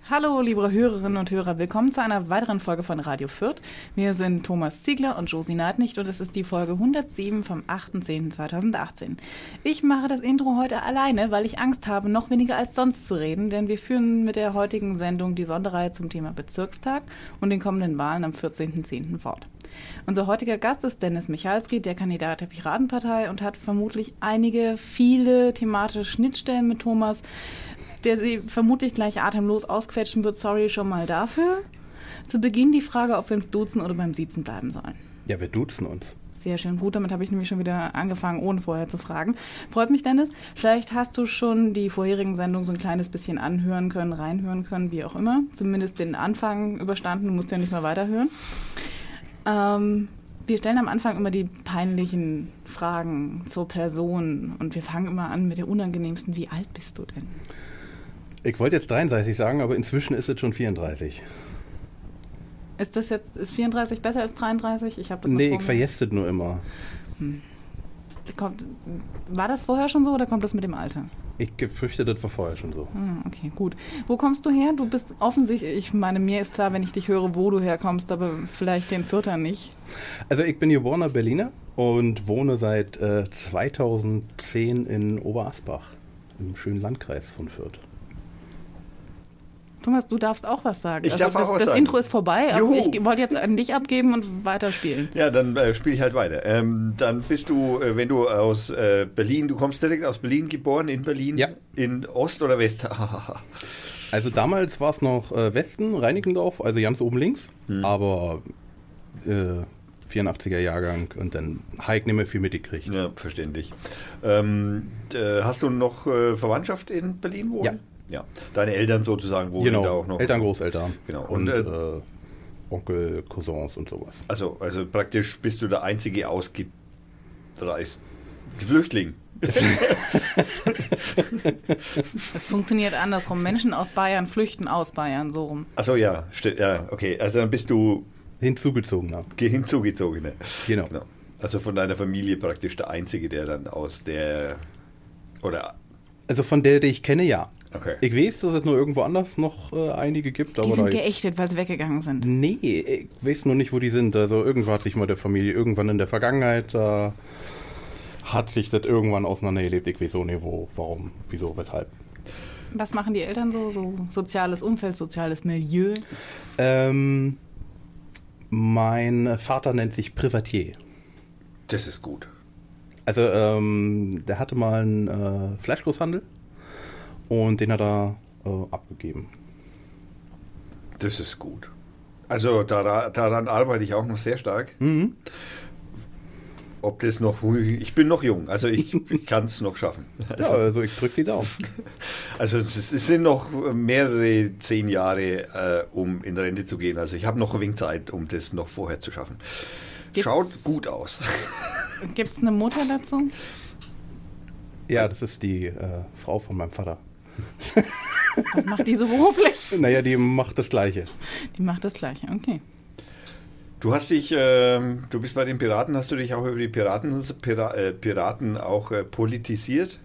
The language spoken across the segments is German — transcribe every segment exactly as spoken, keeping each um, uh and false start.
Hallo, liebe Hörerinnen und Hörer, willkommen zu einer weiteren Folge von Radio Fürth. Wir sind Thomas Ziegler und Josie Neidnicht und es ist die Folge hundertsieben vom achter zehnter zweitausendachtzehn. Ich mache das Intro heute alleine, weil ich Angst habe, noch weniger als sonst zu reden, denn wir führen mit der heutigen Sendung die Sonderreihe zum Thema Bezirkstag und den kommenden Wahlen am vierzehnten zehnten fort. Unser heutiger Gast ist Dennis Michalski, der Kandidat der Piratenpartei und hat vermutlich einige, viele thematische Schnittstellen mit Thomas, der sie vermutlich gleich atemlos ausquetschen wird. Sorry schon mal dafür. Zu Beginn die Frage, ob wir uns duzen oder beim Siezen bleiben sollen. Ja, wir duzen uns. Sehr schön. Gut, damit habe ich nämlich schon wieder angefangen, ohne vorher zu fragen. Freut mich, Dennis. Vielleicht hast du schon die vorherigen Sendungen so ein kleines bisschen anhören können, reinhören können, wie auch immer. Zumindest den Anfang überstanden. Du musst ja nicht mehr weiterhören. Ähm, wir stellen am Anfang immer die peinlichen Fragen zur Person. Und wir fangen immer an mit der unangenehmsten. Wie alt bist du denn? Ich wollte jetzt dreiunddreißig sagen, aber inzwischen ist es schon vierunddreißig. Ist das jetzt, ist vierunddreißig besser als dreiunddreißig? Ich habe das Nee, ich vergesse es nur immer. Hm. Kommt, war das vorher schon so oder kommt das mit dem Alter? Ich fürchte, das war vorher schon so. Hm, okay, gut. Wo kommst du her? Du bist offensichtlich, ich meine, mir ist klar, wenn ich dich höre, wo du herkommst, aber vielleicht den Fürther nicht. Also ich bin geborener Berliner und wohne seit äh, zweitausendzehn in Oberasbach, im schönen Landkreis von Fürth. Thomas, du darfst auch was sagen. Ich also darf das, auch was das sagen. Intro ist vorbei, aber Juhu. ich wollte jetzt an dich abgeben und weiterspielen. Ja, dann äh, spiele ich halt weiter. Ähm, dann bist du, äh, wenn du aus äh, Berlin, du kommst direkt aus Berlin, geboren in Berlin? Ja. In Ost oder West? Also damals war es noch äh, Westen, Reinickendorf, also ganz oben links, hm. aber äh, vierundachtziger Jahrgang und dann habe ich nicht mehr viel mitgekriegt. Ja, verständlich. Ähm, äh, hast du noch äh, Verwandtschaft in Berlin wohnen? Ja. Ja, deine Eltern sozusagen wohnen genau, da auch noch. Eltern, Großeltern. Genau. Und, Und äh, äh, Onkel, Cousins und sowas. Also, also praktisch bist du der einzige ausgereiste Flüchtling. Es funktioniert andersrum. Menschen aus Bayern flüchten aus Bayern, so rum. Achso, ja, st- ja, okay. Also dann bist du Hinzugezogener. hinzugezogener. Genau. Genau. Also von deiner Familie praktisch der Einzige, der dann aus der oder Also von der, die ich kenne, ja. okay. Ich weiß, dass es nur irgendwo anders noch äh, einige gibt. Die aber sind da geächtet, weil sie weggegangen sind. Nee, ich weiß nur nicht, wo die sind. Also irgendwann hat sich mal der Familie, irgendwann in der Vergangenheit, äh, hat sich das irgendwann auseinandergelebt. Ich weiß auch nicht, wo, warum, wieso, weshalb. Was machen die Eltern so? So soziales Umfeld, soziales Milieu? Ähm, mein Vater nennt sich Privatier. Das ist gut. Also ähm, der hatte mal einen äh, Fleischgroßhandel und den hat er äh, abgegeben. Das ist gut. Also daran, daran arbeite ich auch noch sehr stark. Mhm. Ob das noch, ich bin noch jung, also ich, ich kann es noch schaffen. Also, Ja, also ich drücke die Daumen. also es, es sind noch mehrere zehn Jahre, äh, um in Rente zu gehen. Also ich habe noch ein wenig Zeit, um das noch vorher zu schaffen. Gibt's- Schaut gut aus. Gibt es eine Mutter dazu? Ja, das ist die äh, Frau von meinem Vater. Was macht die so beruflich? Naja, die macht das Gleiche. Die macht das Gleiche, okay. Du hast dich, ähm, du bist bei den Piraten, hast du dich auch über die Piraten, Pira, äh, Piraten auch äh, politisiert?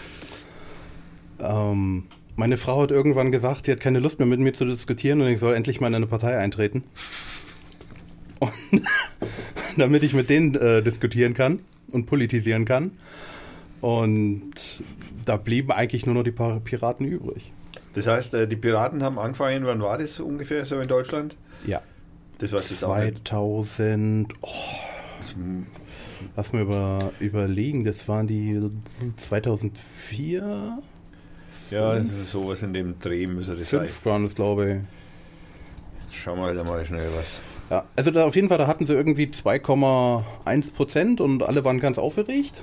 Ähm, meine Frau hat irgendwann gesagt, sie hat keine Lust mehr mit mir zu diskutieren und ich soll endlich mal in eine Partei eintreten. Und damit ich mit denen äh, diskutieren kann und politisieren kann. Und da blieben eigentlich nur noch die Pa- Piraten übrig. Das heißt, äh, die Piraten haben angefangen, wann war das ungefähr so in Deutschland? Ja. Das war das auch nicht. zweitausend, oh, lass mal über, überlegen, das waren die zweitausendvier? Ja, also sowas in dem Dreh müsste das sein. Fünf waren es, glaube ich. Schauen wir halt mal schnell was. Ja, also da auf jeden Fall, da hatten sie irgendwie zwei Komma eins Prozent und alle waren ganz aufgeregt.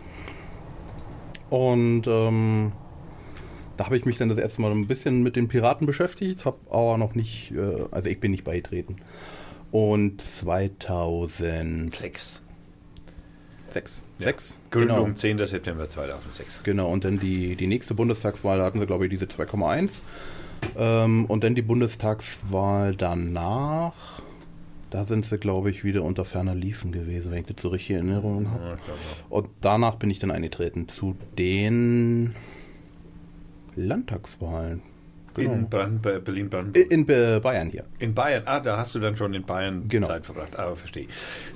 Und ähm, da habe ich mich dann das erste Mal ein bisschen mit den Piraten beschäftigt, habe aber noch nicht, äh, also ich bin nicht beigetreten. Und zweitausendsechs. Sechs. Sechs? Ja. Gründung Genau. zehnter September zweitausendsechs. Genau, und dann die, die nächste Bundestagswahl, da hatten sie, glaube ich, diese zwei Komma eins. Ähm, und dann die Bundestagswahl danach, da sind sie, glaube ich, wieder unter ferner Liefen gewesen, wenn ich das so richtig in Erinnerung habe. Ja, ich glaube auch. Und danach bin ich dann eingetreten zu den Landtagswahlen. Genau. In Brand, Berlin-Brandenburg? In, in Bayern hier. In Bayern, ah, da hast du dann schon in Bayern genau. Zeit verbracht. Ah, verstehe.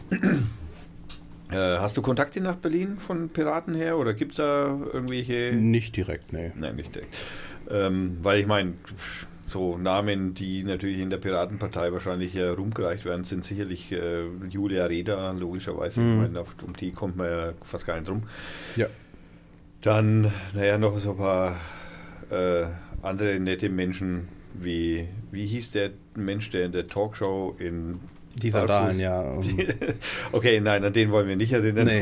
äh, hast du Kontakte nach Berlin von Piraten her oder gibt es da irgendwelche... Nicht direkt, nee. Nein, nicht direkt. Ähm, weil ich meine, so Namen, die natürlich in der Piratenpartei wahrscheinlich äh, rumgereicht werden, sind sicherlich äh, Julia Reda, logischerweise. Mhm. Ich meine, auf, um die kommt man ja fast gar nicht rum. Ja. Dann, naja, noch so ein paar äh, andere nette Menschen, wie, wie hieß der Mensch, der in der Talkshow in Die Sandalen, ja. Okay, nein, an den wollen wir nicht erinnern. Nee.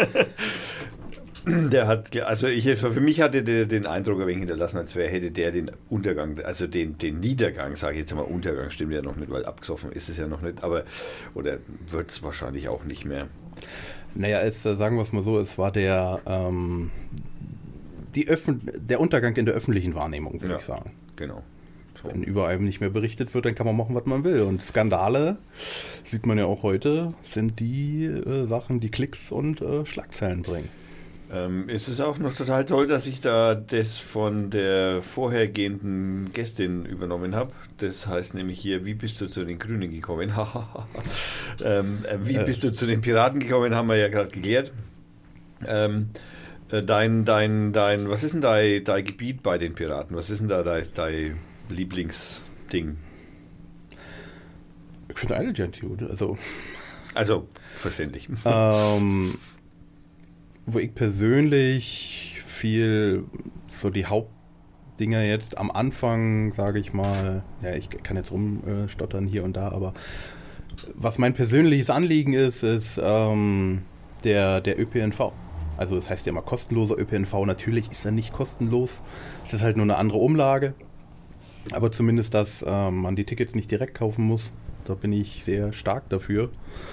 Der hat, also ich, für mich hatte der den Eindruck ein wenig hinterlassen, als wäre, hätte der den Untergang, also den, den Niedergang, sage ich jetzt mal, Untergang stimmt ja noch nicht, weil abgesoffen ist es ja noch nicht, aber, oder wird es wahrscheinlich auch nicht mehr. Naja, es, sagen wir es mal so, es war der, ähm, die Öffn- der Untergang in der öffentlichen Wahrnehmung, würde ja, ich sagen. Genau. So. Wenn überall nicht mehr berichtet wird, dann kann man machen, was man will. Und Skandale, sieht man ja auch heute, sind die äh, Sachen, die Klicks und äh, Schlagzeilen bringen. Ähm, es ist auch noch total toll, dass ich da das von der vorhergehenden Gästin übernommen habe. Das heißt nämlich hier, wie bist du zu den Grünen gekommen? ähm, äh, wie äh. bist du zu den Piraten gekommen, haben wir ja gerade geklärt. Ähm, äh, dein, dein, dein, was ist denn dein, dein Gebiet bei den Piraten? Was ist denn da dein, dein Lieblingsding? Ich finde alle ganz gut. Also, also verständlich. Ähm... Wo ich persönlich viel so die Hauptdinger jetzt am Anfang, sage ich mal, ja, ich kann jetzt rumstottern hier und da, aber was mein persönliches Anliegen ist, ist ähm, der, der Ö P N V. Also das heißt ja immer kostenloser Ö P N V. Natürlich ist er nicht kostenlos. Es ist halt nur eine andere Umlage. Aber zumindest, dass ähm, man die Tickets nicht direkt kaufen muss. Da bin ich sehr stark dafür.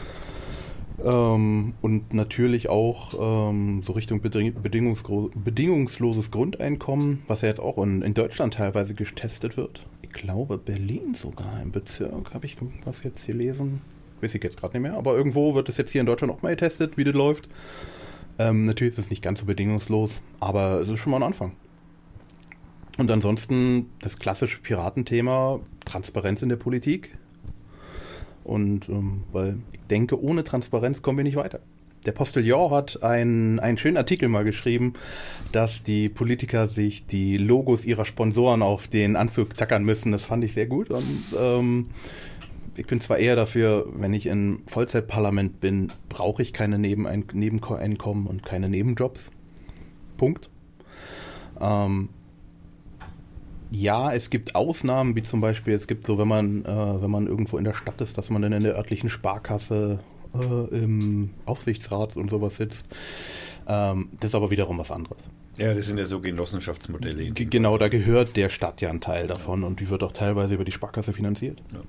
Ähm, und natürlich auch ähm, so Richtung bedingungsgro- bedingungsloses Grundeinkommen, was ja jetzt auch in, in Deutschland teilweise getestet wird. Ich glaube Berlin sogar im Bezirk, habe ich was jetzt hier lesen, weiß ich jetzt gerade nicht mehr, aber irgendwo wird es jetzt hier in Deutschland auch mal getestet, wie das läuft. Ähm, natürlich ist es nicht ganz so bedingungslos, aber es ist schon mal ein Anfang. Und ansonsten das klassische Piratenthema, Transparenz in der Politik. Und ähm, weil ich denke, ohne Transparenz kommen wir nicht weiter. Der Postillon hat ein, einen schönen Artikel mal geschrieben, dass die Politiker sich die Logos ihrer Sponsoren auf den Anzug tackern müssen. Das fand ich sehr gut. Und ähm, ich bin zwar eher dafür, wenn ich im Vollzeitparlament bin, brauche ich keine Nebenein- Nebeneinkommen und keine Nebenjobs. Punkt. Ähm, Ja, es gibt Ausnahmen, wie zum Beispiel, es gibt so, wenn man, äh, wenn man irgendwo in der Stadt ist, dass man dann in der örtlichen Sparkasse äh, im Aufsichtsrat und sowas sitzt. Ähm, das ist aber wiederum was anderes. Ja, das sind ja so Genossenschaftsmodelle. G- genau, da gehört der Stadt ja ein Teil davon, ja. Und die wird auch teilweise über die Sparkasse finanziert. Ja.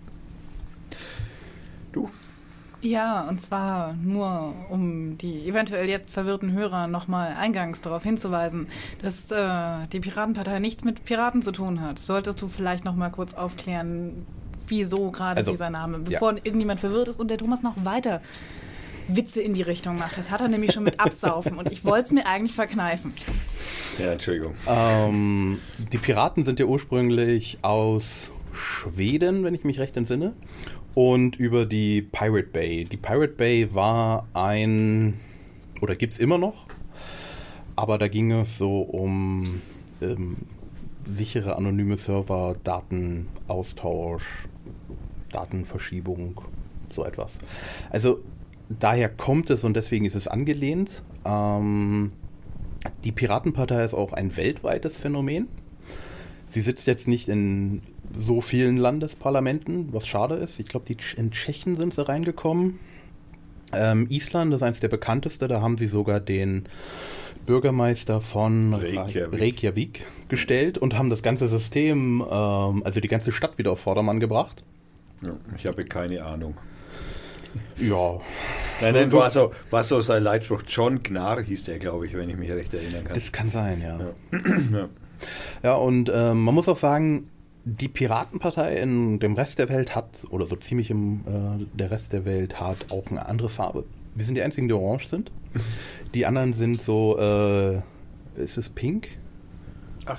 Du? Ja, und zwar nur, um die eventuell jetzt verwirrten Hörer nochmal eingangs darauf hinzuweisen, dass äh, die Piratenpartei nichts mit Piraten zu tun hat. Solltest du vielleicht nochmal kurz aufklären, wieso gerade also, dieser Name, bevor ja. irgendjemand verwirrt ist und der Thomas noch weiter Witze in die Richtung macht. Das hat er nämlich schon mit Absaufen und ich wollte es mir eigentlich verkneifen. Ja, Entschuldigung. Ähm, die Piraten sind ja ursprünglich aus Schweden, wenn ich mich recht entsinne. Und über die Pirate Bay. Die Pirate Bay war ein, oder gibt es immer noch, aber da ging es so um ähm, sichere anonyme Server, Datenaustausch, Datenverschiebung, so etwas. Also daher kommt es und deswegen ist es angelehnt. Ähm, die Piratenpartei ist auch ein weltweites Phänomen. Sie sitzt jetzt nicht in so vielen Landesparlamenten, was schade ist. Ich glaube, in Tschechien sind sie reingekommen. Ähm, Island ist eines der bekanntesten. Da haben sie sogar den Bürgermeister von Reykjavik, Reykjavik gestellt und haben das ganze System, ähm, also die ganze Stadt wieder auf Vordermann gebracht. Ja, ich habe keine Ahnung. Ja. Nein, nein, war so, war so sein Leitspruch. John Gnarr hieß der, glaube ich, wenn ich mich recht erinnern kann. Das kann sein, ja. Ja, ja. Ja, und ähm, man muss auch sagen, die Piratenpartei in dem Rest der Welt hat, oder so ziemlich im äh, der Rest der Welt hat auch eine andere Farbe. Wir sind die einzigen, die orange sind. Die anderen sind so, äh, ist es pink? Ach.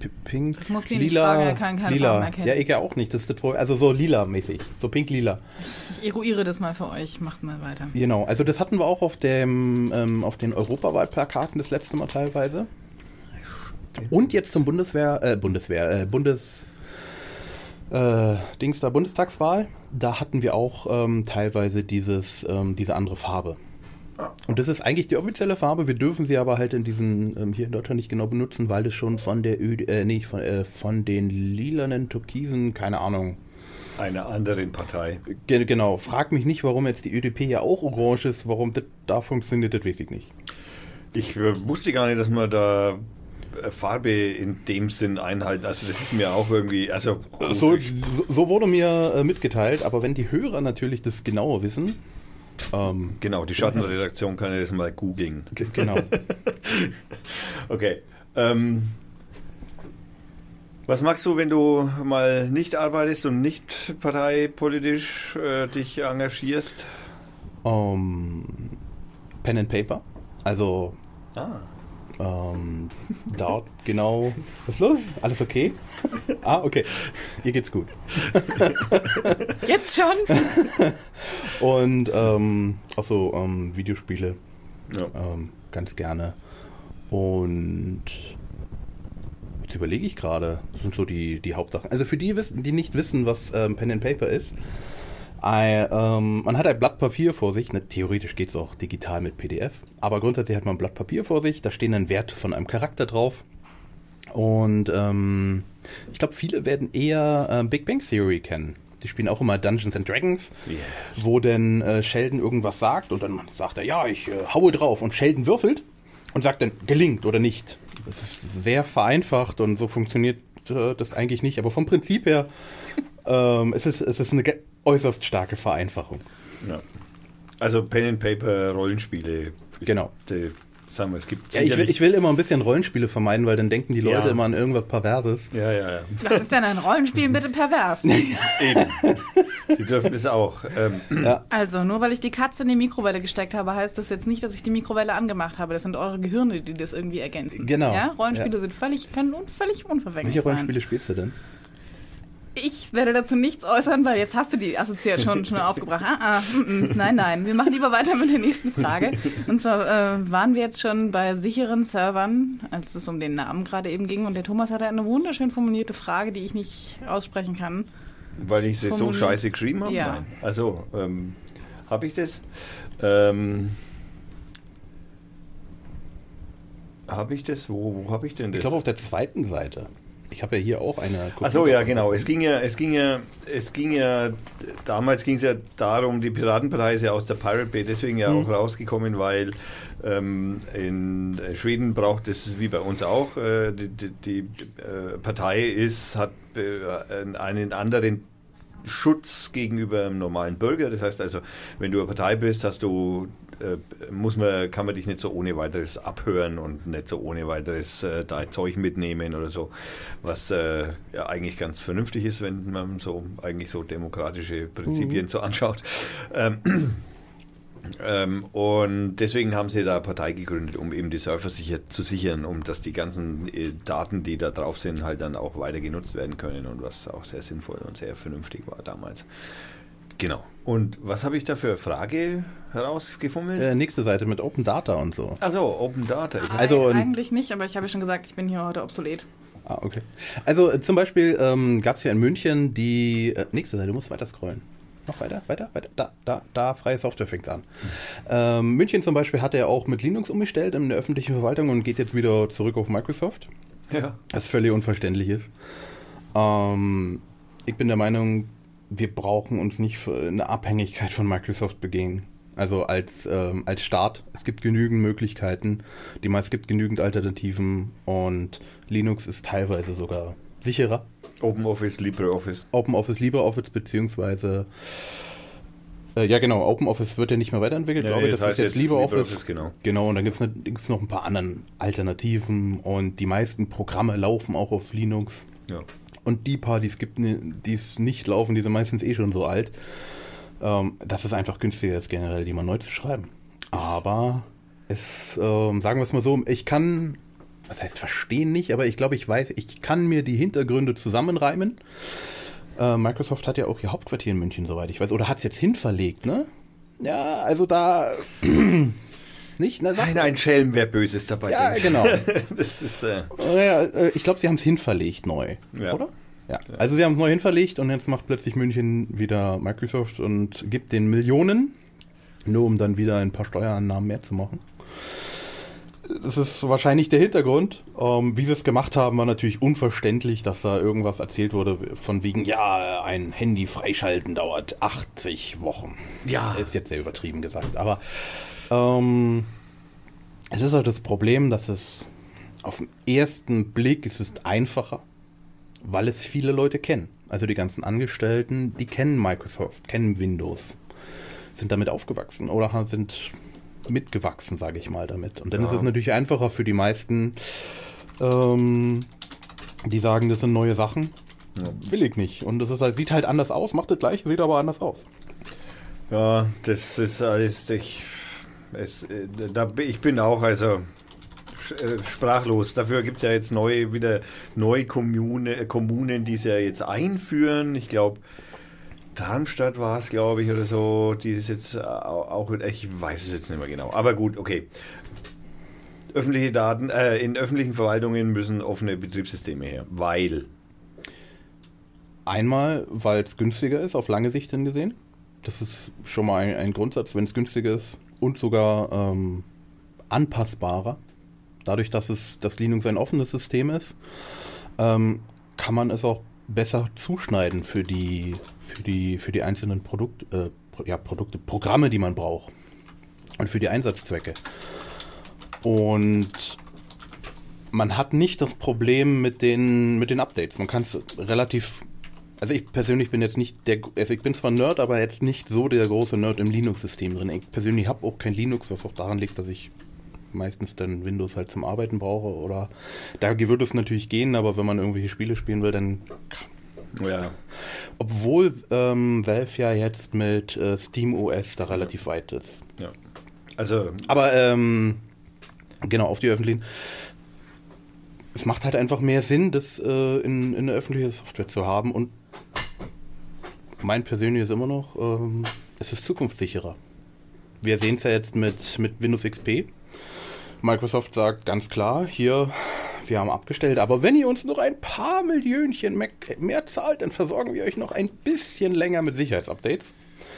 P- Pink, Das muss die nicht lila, fragen, er kann keine lila. Farben erkennen. Ja, ich ja auch nicht. Das ist das Problem. Also so lila-mäßig. So pink-lila. Ich eruiere das mal für euch. Macht mal weiter. Genau. Also das hatten wir auch auf, dem, ähm, auf den Europawahlplakaten das letzte Mal teilweise. Und jetzt zum Bundeswehr, äh, Bundeswehr, äh, Bundes... Äh, Dings da, Bundestagswahl, da hatten wir auch ähm, teilweise dieses, ähm, diese andere Farbe. Und das ist eigentlich die offizielle Farbe, wir dürfen sie aber halt in diesen, ähm, hier in Deutschland nicht genau benutzen, weil das schon von der, Ö- äh, nee, von, äh, von den lilanen Türkisen, keine Ahnung. Einer anderen Partei. Ge- genau, frag mich nicht, warum jetzt die Ö D P ja auch orange ist, warum das da funktioniert, das weiß ich nicht. Ich äh, wusste gar nicht, dass man da Farbe in dem Sinn einhalten. Also das ist mir auch irgendwie, also So, so, so wurde mir äh, mitgeteilt, aber wenn die Hörer natürlich das genauer wissen, ähm, genau, die Schattenredaktion kann ja das mal googeln. g- genau. Okay. Ähm, was magst du, wenn du mal nicht arbeitest und nicht parteipolitisch äh, dich engagierst? Um, Pen and Paper, also Ah. ähm, dort genau. Was ist los? Alles okay? Ah, okay. Ihr geht's gut. Jetzt schon? Und ähm, auch so ähm, Videospiele Ja. ähm, ganz gerne. Und jetzt überlege ich gerade, das sind so die, die Hauptsachen. Also für die, wissen, die nicht wissen, was ähm, Pen and Paper ist, Ein, ähm, man hat ein Blatt Papier vor sich, ne, theoretisch geht es auch digital mit P D F, aber grundsätzlich hat man ein Blatt Papier vor sich, da stehen dann Werte von einem Charakter drauf und ähm, ich glaube, viele werden eher äh, Big Bang Theory kennen. Die spielen auch immer Dungeons and Dragons, Yes. wo dann äh, Sheldon irgendwas sagt und dann sagt er, ja, ich äh, haue drauf und Sheldon würfelt und sagt dann, gelingt oder nicht. Das ist sehr vereinfacht und so funktioniert äh, das eigentlich nicht, aber vom Prinzip her ähm, es ist es ist eine ge- äußerst starke Vereinfachung. Ja. Also Pen and Paper Rollenspiele. Genau. Die, sagen wir, es gibt Ja, ich, will, sicherlich- ich will immer ein bisschen Rollenspiele vermeiden, weil dann denken die Leute Ja. immer an irgendwas Perverses. Ja, ja, ja. Was ist denn ein Rollenspiel bitte pervers? Eben. Die dürfen es auch. Ähm, Ja. Also, nur weil ich die Katze in die Mikrowelle gesteckt habe, heißt das jetzt nicht, dass ich die Mikrowelle angemacht habe. Das sind eure Gehirne, die das irgendwie ergänzen. Genau. Ja? Rollenspiele Ja. sind völlig, können un- völlig unverfänglich Welche sein. Rollenspiele spielst du denn? Ich werde dazu nichts äußern, weil jetzt hast du die Assoziation schon aufgebracht. Ah, ah, mm, mm, nein, nein. Wir machen lieber weiter mit der nächsten Frage. Und zwar äh, waren wir jetzt schon bei sicheren Servern, als es um den Namen gerade eben ging. Und der Thomas hatte eine wunderschön formulierte Frage, die ich nicht aussprechen kann. weil ich sie so Formuliert. scheiße geschrieben habe? Ja. Nein. Also, ähm, habe ich das? Ähm, habe ich das? Wo, wo habe ich denn Ich das? glaube auf der zweiten Seite. Ich habe ja hier auch eine Kopie Achso, ja, davon. genau. Es ging ja, es ging ja, es ging ja, damals ging es ja darum, die Piratenpartei ist ja aus der Pirate Bay deswegen ja Mhm. auch rausgekommen, weil ähm, in Schweden braucht es wie bei uns auch, äh, die, die, die äh, Partei ist, hat äh, einen anderen Schutz gegenüber einem normalen Bürger. Das heißt also, wenn du eine Partei bist, hast du äh, muss man, kann man dich nicht so ohne weiteres abhören und nicht so ohne weiteres äh, da Zeug mitnehmen oder so, was äh, ja eigentlich ganz vernünftig ist, wenn man so eigentlich so demokratische Prinzipien Mhm. so anschaut. Ähm, ähm, und deswegen haben sie da eine Partei gegründet, um eben die Server sicher, zu sichern, um dass die ganzen äh, Daten, die da drauf sind, halt dann auch weiter genutzt werden können und was auch sehr sinnvoll und sehr vernünftig war damals. Genau. Und was habe ich da für eine Frage herausgefummelt? Äh, nächste Seite mit Open Data und so. Also Open Data. Ich Also, Nein, ähm, eigentlich nicht, aber ich habe ja schon gesagt, ich bin hier heute obsolet. Ah, okay. Also äh, zum Beispiel ähm, gab es ja in München die... Äh, nächste Seite, du musst weiter scrollen. Noch weiter, weiter, weiter. Da, da, da, freie Software fängt an. Ähm, München zum Beispiel hat er auch mit Linux umgestellt in der öffentlichen Verwaltung und geht jetzt wieder zurück auf Microsoft. ja. Was völlig unverständlich ist. Ähm, ich bin der Meinung, wir brauchen uns nicht für eine Abhängigkeit von Microsoft begehen. Also als, ähm, als Staat. Es gibt genügend Möglichkeiten. Die, es gibt genügend Alternativen und Linux ist teilweise sogar sicherer. OpenOffice, LibreOffice. OpenOffice, LibreOffice beziehungsweise äh, ja genau, OpenOffice wird ja nicht mehr weiterentwickelt, glaube ich. Das, ist jetzt LibreOffice. LibreOffice, genau. Genau, und dann gibt es noch ein paar anderen Alternativen und die meisten Programme laufen auch auf Linux. Ja. Und die paar, die es gibt, die es nicht laufen, die sind meistens eh schon so alt. Ähm, das ist einfach günstiger, als generell die mal neu zu schreiben. Aber es, ähm, sagen wir es mal so, ich kann was heißt verstehen nicht, aber ich glaube, ich weiß, ich kann mir die Hintergründe zusammenreimen. Äh, Microsoft hat ja auch ihr Hauptquartier in München, soweit ich weiß, oder hat es jetzt hinverlegt, ne? Ja, also da nicht. Ne, Nein, ein Schelm, wer Böses dabei ja, denkt. genau. Das ist, äh ja, ich glaube, sie haben es hinverlegt neu, ja. oder? Ja. ja. Also sie haben es neu hinverlegt und jetzt macht plötzlich München wieder Microsoft und gibt den Millionen, nur um dann wieder ein paar Steuerannahmen mehr zu machen. Das ist wahrscheinlich der Hintergrund. Ähm, wie sie es gemacht haben, war natürlich unverständlich, dass da irgendwas erzählt wurde von wegen, ja, ein Handy freischalten dauert achtzig Wochen. Ja. Ist jetzt sehr übertrieben gesagt. Aber ähm, es ist halt das Problem, dass es auf den ersten Blick es ist einfacher, weil es viele Leute kennen. Also die ganzen Angestellten, die kennen Microsoft, kennen Windows, sind damit aufgewachsen oder sind mitgewachsen, sage ich mal, damit. Und dann ja. ist es natürlich einfacher für die meisten, ähm, die sagen, das sind neue Sachen. Ja. Will ich nicht. Und das ist halt, sieht halt anders aus, macht das gleiche, sieht aber anders aus. Ja, das ist alles, ich, es, da, ich bin auch, also sprachlos. Dafür gibt es ja jetzt neue, wieder neue Kommune, Kommunen, die es ja jetzt einführen. Ich glaube, Darmstadt war es, glaube ich, oder so, die ist jetzt auch, ich weiß es jetzt nicht mehr genau, aber gut, okay. Öffentliche Daten, äh, in öffentlichen Verwaltungen müssen offene Betriebssysteme her, weil? Einmal, weil es günstiger ist, auf lange Sicht hingesehen. Das ist schon mal ein, ein Grundsatz, wenn es günstiger ist und sogar ähm, anpassbarer. Dadurch, dass es das Linux ein offenes System ist, ähm, kann man es auch besser zuschneiden für die für die für die einzelnen Produkt, äh, ja, Produkte, Programme, die man braucht und für die Einsatzzwecke. Und man hat nicht das Problem mit den mit den Updates. Man kann es relativ, also ich persönlich bin jetzt nicht der, also ich bin zwar Nerd, aber jetzt nicht so der große Nerd im Linux-System drin. Ich persönlich habe auch kein Linux, was auch daran liegt, dass ich meistens dann Windows halt zum Arbeiten brauche, oder da würde es natürlich gehen, aber wenn man irgendwelche Spiele spielen will, dann ja. Obwohl ähm, Valve ja jetzt mit äh, SteamOS da relativ weit ist. Ja. Also aber ähm, genau, auf die öffentlichen. Es macht halt einfach mehr Sinn, das äh, in, in eine öffentliche Software zu haben, und mein persönliches immer noch, ähm, es ist zukunftssicherer. Wir sehen es ja jetzt mit, mit Windows X P. Microsoft sagt ganz klar, hier, wir haben abgestellt, aber wenn ihr uns noch ein paar Millionchen mehr, mehr zahlt, dann versorgen wir euch noch ein bisschen länger mit Sicherheitsupdates.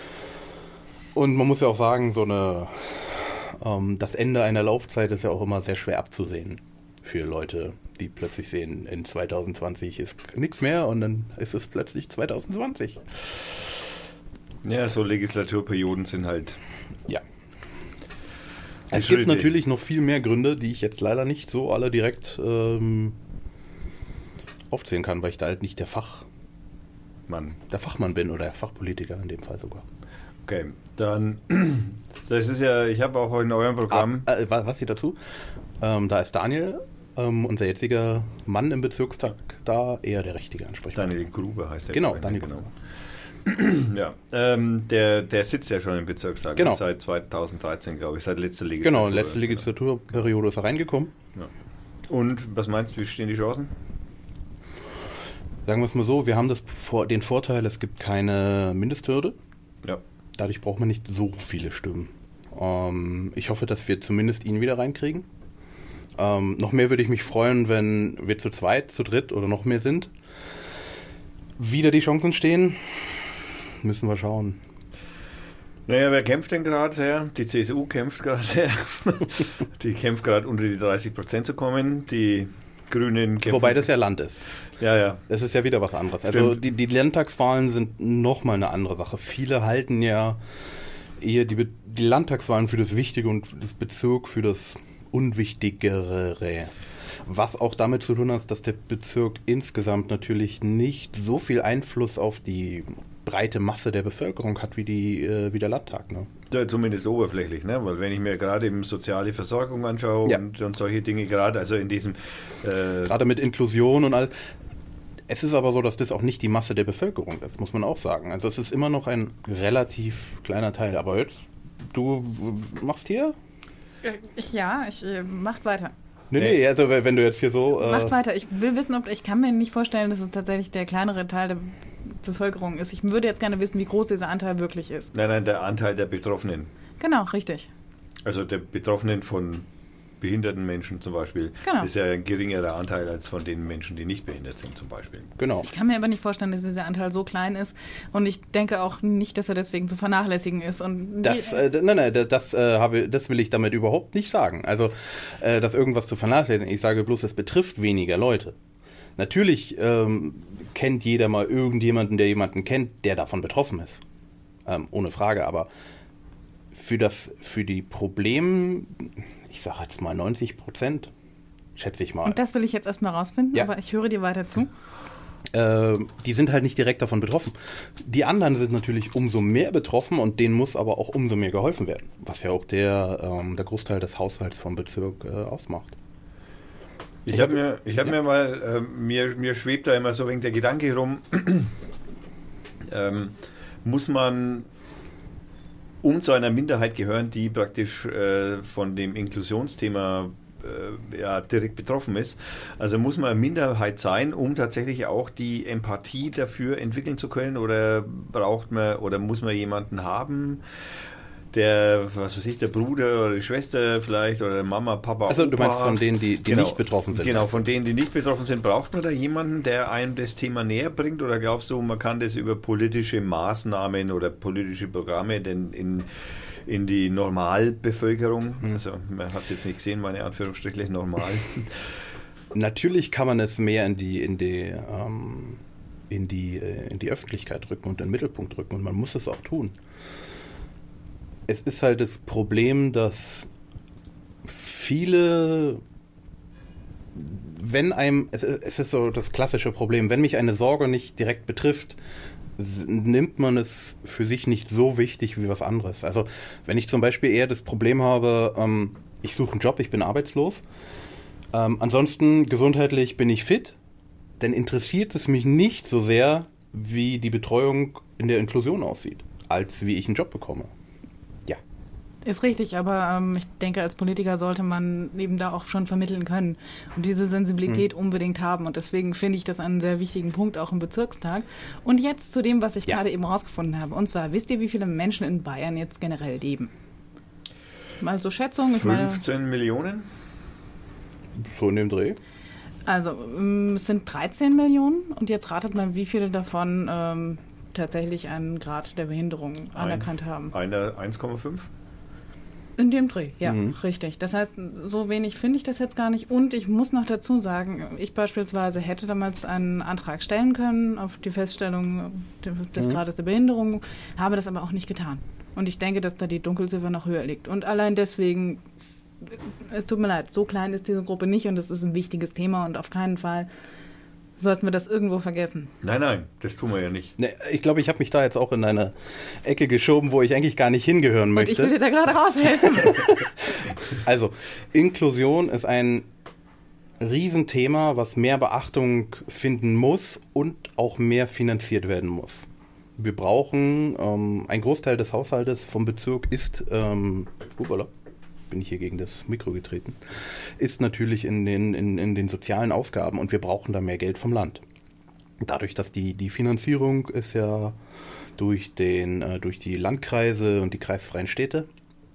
Und man muss ja auch sagen, so eine, ähm, das Ende einer Laufzeit ist ja auch immer sehr schwer abzusehen für Leute, die plötzlich sehen, in zwanzig zwanzig ist nichts mehr und dann ist es plötzlich zwanzig zwanzig. Ja, so Legislaturperioden sind halt... Ja. Es gibt natürlich noch viel mehr Gründe, die ich jetzt leider nicht so alle direkt ähm, aufzählen kann, weil ich da halt nicht der Fachmann, der Fachmann bin oder der Fachpolitiker in dem Fall sogar. Okay, dann, das ist ja, ich habe auch in eurem Programm... Ah, äh, was hier dazu? Ähm, da ist Daniel, ähm, unser jetziger Mann im Bezirkstag, da eher der richtige Ansprechpartner. Daniel Gruber heißt der. Genau, Daniel Gruber. Ja, ähm, der, der sitzt ja schon im Bezirkstag, genau. Seit zwanzig dreizehn, glaube ich, seit letzter Legislatur. Genau, letzte Legislaturperiode ist er reingekommen. Ja. Und was meinst du, wie stehen die Chancen? Sagen wir es mal so, wir haben das vor, den Vorteil, es gibt keine Mindesthürde. Ja. Dadurch braucht man nicht so viele Stimmen. Ähm, ich hoffe, dass wir zumindest ihn wieder reinkriegen. Ähm, noch mehr würde ich mich freuen, wenn wir zu zweit, zu dritt oder noch mehr sind. Wieder die Chancen stehen. Müssen wir schauen. Naja, wer kämpft denn gerade sehr? Die C S U kämpft gerade sehr. Die kämpft gerade unter die dreißig Prozent zu kommen. Die Grünen kämpfen. Wobei das ja Land ist. Ja, ja. Das ist ja wieder was anderes. Also die, die Landtagswahlen sind nochmal eine andere Sache. Viele halten ja eher die, die Landtagswahlen für das Wichtige und das Bezirk für das Unwichtigere. Was auch damit zu tun hat, dass der Bezirk insgesamt natürlich nicht so viel Einfluss auf die breite Masse der Bevölkerung hat wie, die, äh, wie der Landtag. Ne? Ja, zumindest oberflächlich, ne? Weil wenn ich mir gerade eben soziale Versorgung anschaue ja. und, und solche Dinge, gerade also in diesem... Äh gerade mit Inklusion und all. Es ist aber so, dass das auch nicht die Masse der Bevölkerung ist, muss man auch sagen. Also es ist immer noch ein relativ kleiner Teil. Aber jetzt, du machst hier? Ich, ja, ich äh, macht weiter. Nee, nee, also wenn du jetzt hier so... Äh Macht weiter. Ich will wissen, ob... Ich kann mir nicht vorstellen, dass es tatsächlich der kleinere Teil der Bevölkerung ist. Ich würde jetzt gerne wissen, wie groß dieser Anteil wirklich ist. Nein, nein, der Anteil der Betroffenen. Genau, richtig. Also der Betroffenen von behinderten Menschen zum Beispiel. Genau. Ist ja ein geringerer Anteil als von den Menschen, die nicht behindert sind zum Beispiel. Genau. Ich kann mir aber nicht vorstellen, dass dieser Anteil so klein ist. Und ich denke auch nicht, dass er deswegen zu vernachlässigen ist. Und Das, äh, nein, nein, das, äh, habe, das will ich damit überhaupt nicht sagen. Also, äh, dass irgendwas zu vernachlässigen. Ich sage bloß, es betrifft weniger Leute. Natürlich ähm, kennt jeder mal irgendjemanden, der jemanden kennt, der davon betroffen ist. Ähm, ohne Frage. Aber für, das, für die Probleme... Ich sage jetzt mal neunzig Prozent, schätze ich mal. Und das will ich jetzt erstmal rausfinden, ja. Aber ich höre dir weiter zu. Äh, die sind halt nicht direkt davon betroffen. Die anderen sind natürlich umso mehr betroffen und denen muss aber auch umso mehr geholfen werden. Was ja auch der, ähm, der Großteil des Haushalts vom Bezirk äh, ausmacht. Ich habe mir, ich hab ja. mir mal, äh, mir, mir schwebt da immer so wegen der Gedanke rum, ähm, muss man... um zu einer Minderheit gehören, die praktisch äh, von dem Inklusionsthema äh, ja, direkt betroffen ist. Also muss man eine Minderheit sein, um tatsächlich auch die Empathie dafür entwickeln zu können, oder braucht man oder muss man jemanden haben, der, was weiß ich, der Bruder oder die Schwester vielleicht oder Mama, Papa, Also Opa. Du meinst von denen, die, die genau, nicht betroffen sind? Genau, von denen, die nicht betroffen sind. Braucht man da jemanden, der einem das Thema näher bringt, oder glaubst du, man kann das über politische Maßnahmen oder politische Programme denn in, in die Normalbevölkerung, hm. also man hat es jetzt nicht gesehen, meine Anführungsstriche normal. Natürlich kann man es mehr in die, in die, ähm, in die, in die Öffentlichkeit rücken und in den Mittelpunkt rücken, und man muss es auch tun. Es ist halt das Problem, dass viele, wenn einem, es ist so das klassische Problem, wenn mich eine Sorge nicht direkt betrifft, nimmt man es für sich nicht so wichtig wie was anderes. Also wenn ich zum Beispiel eher das Problem habe, ähm, ich suche einen Job, ich bin arbeitslos, ähm, ansonsten gesundheitlich bin ich fit, dann interessiert es mich nicht so sehr, wie die Betreuung in der Inklusion aussieht, als wie ich einen Job bekomme. Ist richtig, aber ähm, ich denke, als Politiker sollte man eben da auch schon vermitteln können und diese Sensibilität hm. unbedingt haben. Und deswegen finde ich das einen sehr wichtigen Punkt auch im Bezirkstag. Und jetzt zu dem, was ich ja. gerade eben rausgefunden habe. Und zwar, wisst ihr, wie viele Menschen in Bayern jetzt generell leben? Mal so Schätzung. Ich fünfzehn meine, Millionen? So in dem Dreh? Also, ähm, es sind dreizehn Millionen. Und jetzt ratet mal, wie viele davon ähm, tatsächlich einen Grad der Behinderung anerkannt Eins, haben. Eine eins Komma fünf? In dem Dreh, ja, mhm. richtig. Das heißt, so wenig finde ich das jetzt gar nicht. Und ich muss noch dazu sagen, ich beispielsweise hätte damals einen Antrag stellen können auf die Feststellung des mhm. Grades der Behinderung, habe das aber auch nicht getan. Und ich denke, dass da die Dunkelziffer noch höher liegt. Und allein deswegen, es tut mir leid, so klein ist diese Gruppe nicht und es ist ein wichtiges Thema und auf keinen Fall sollten wir das irgendwo vergessen. Nein, nein, das tun wir ja nicht. Ne, ich glaube, ich habe mich da jetzt auch in eine Ecke geschoben, wo ich eigentlich gar nicht hingehören möchte. Und ich will dir da gerade raushelfen. Also, Inklusion ist ein Riesenthema, was mehr Beachtung finden muss und auch mehr finanziert werden muss. Wir brauchen, ähm, ein Großteil des Haushaltes vom Bezirk ist, ähm, upala, bin ich hier gegen das Mikro getreten, ist natürlich in den, in, in den sozialen Ausgaben, und wir brauchen da mehr Geld vom Land. Dadurch, dass die, die Finanzierung ist ja durch, den, äh, durch die Landkreise und die kreisfreien Städte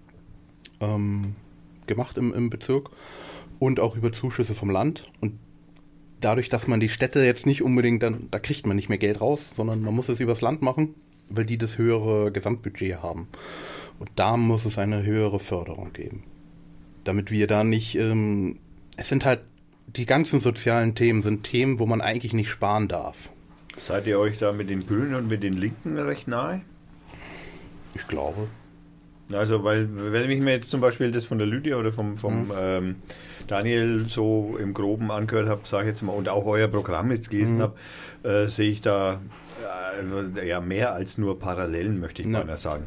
ähm, gemacht im, im Bezirk und auch über Zuschüsse vom Land. Und dadurch, dass man die Städte jetzt nicht unbedingt, dann, da kriegt man nicht mehr Geld raus, sondern man muss es übers Land machen, weil die das höhere Gesamtbudget haben. Und da muss es eine höhere Förderung geben. Damit wir da nicht, ähm, es sind halt, die ganzen sozialen Themen sind Themen, wo man eigentlich nicht sparen darf. Seid ihr euch da mit den Grünen und mit den Linken recht nahe? Ich glaube. Also, weil, wenn ich mir jetzt zum Beispiel das von der Lydia oder vom, vom mhm. ähm, Daniel so im Groben angehört habe, sage ich jetzt mal, und auch euer Programm jetzt gelesen mhm. habe, äh, sehe ich da äh, ja mehr als nur Parallelen, möchte ich ja. mal sagen.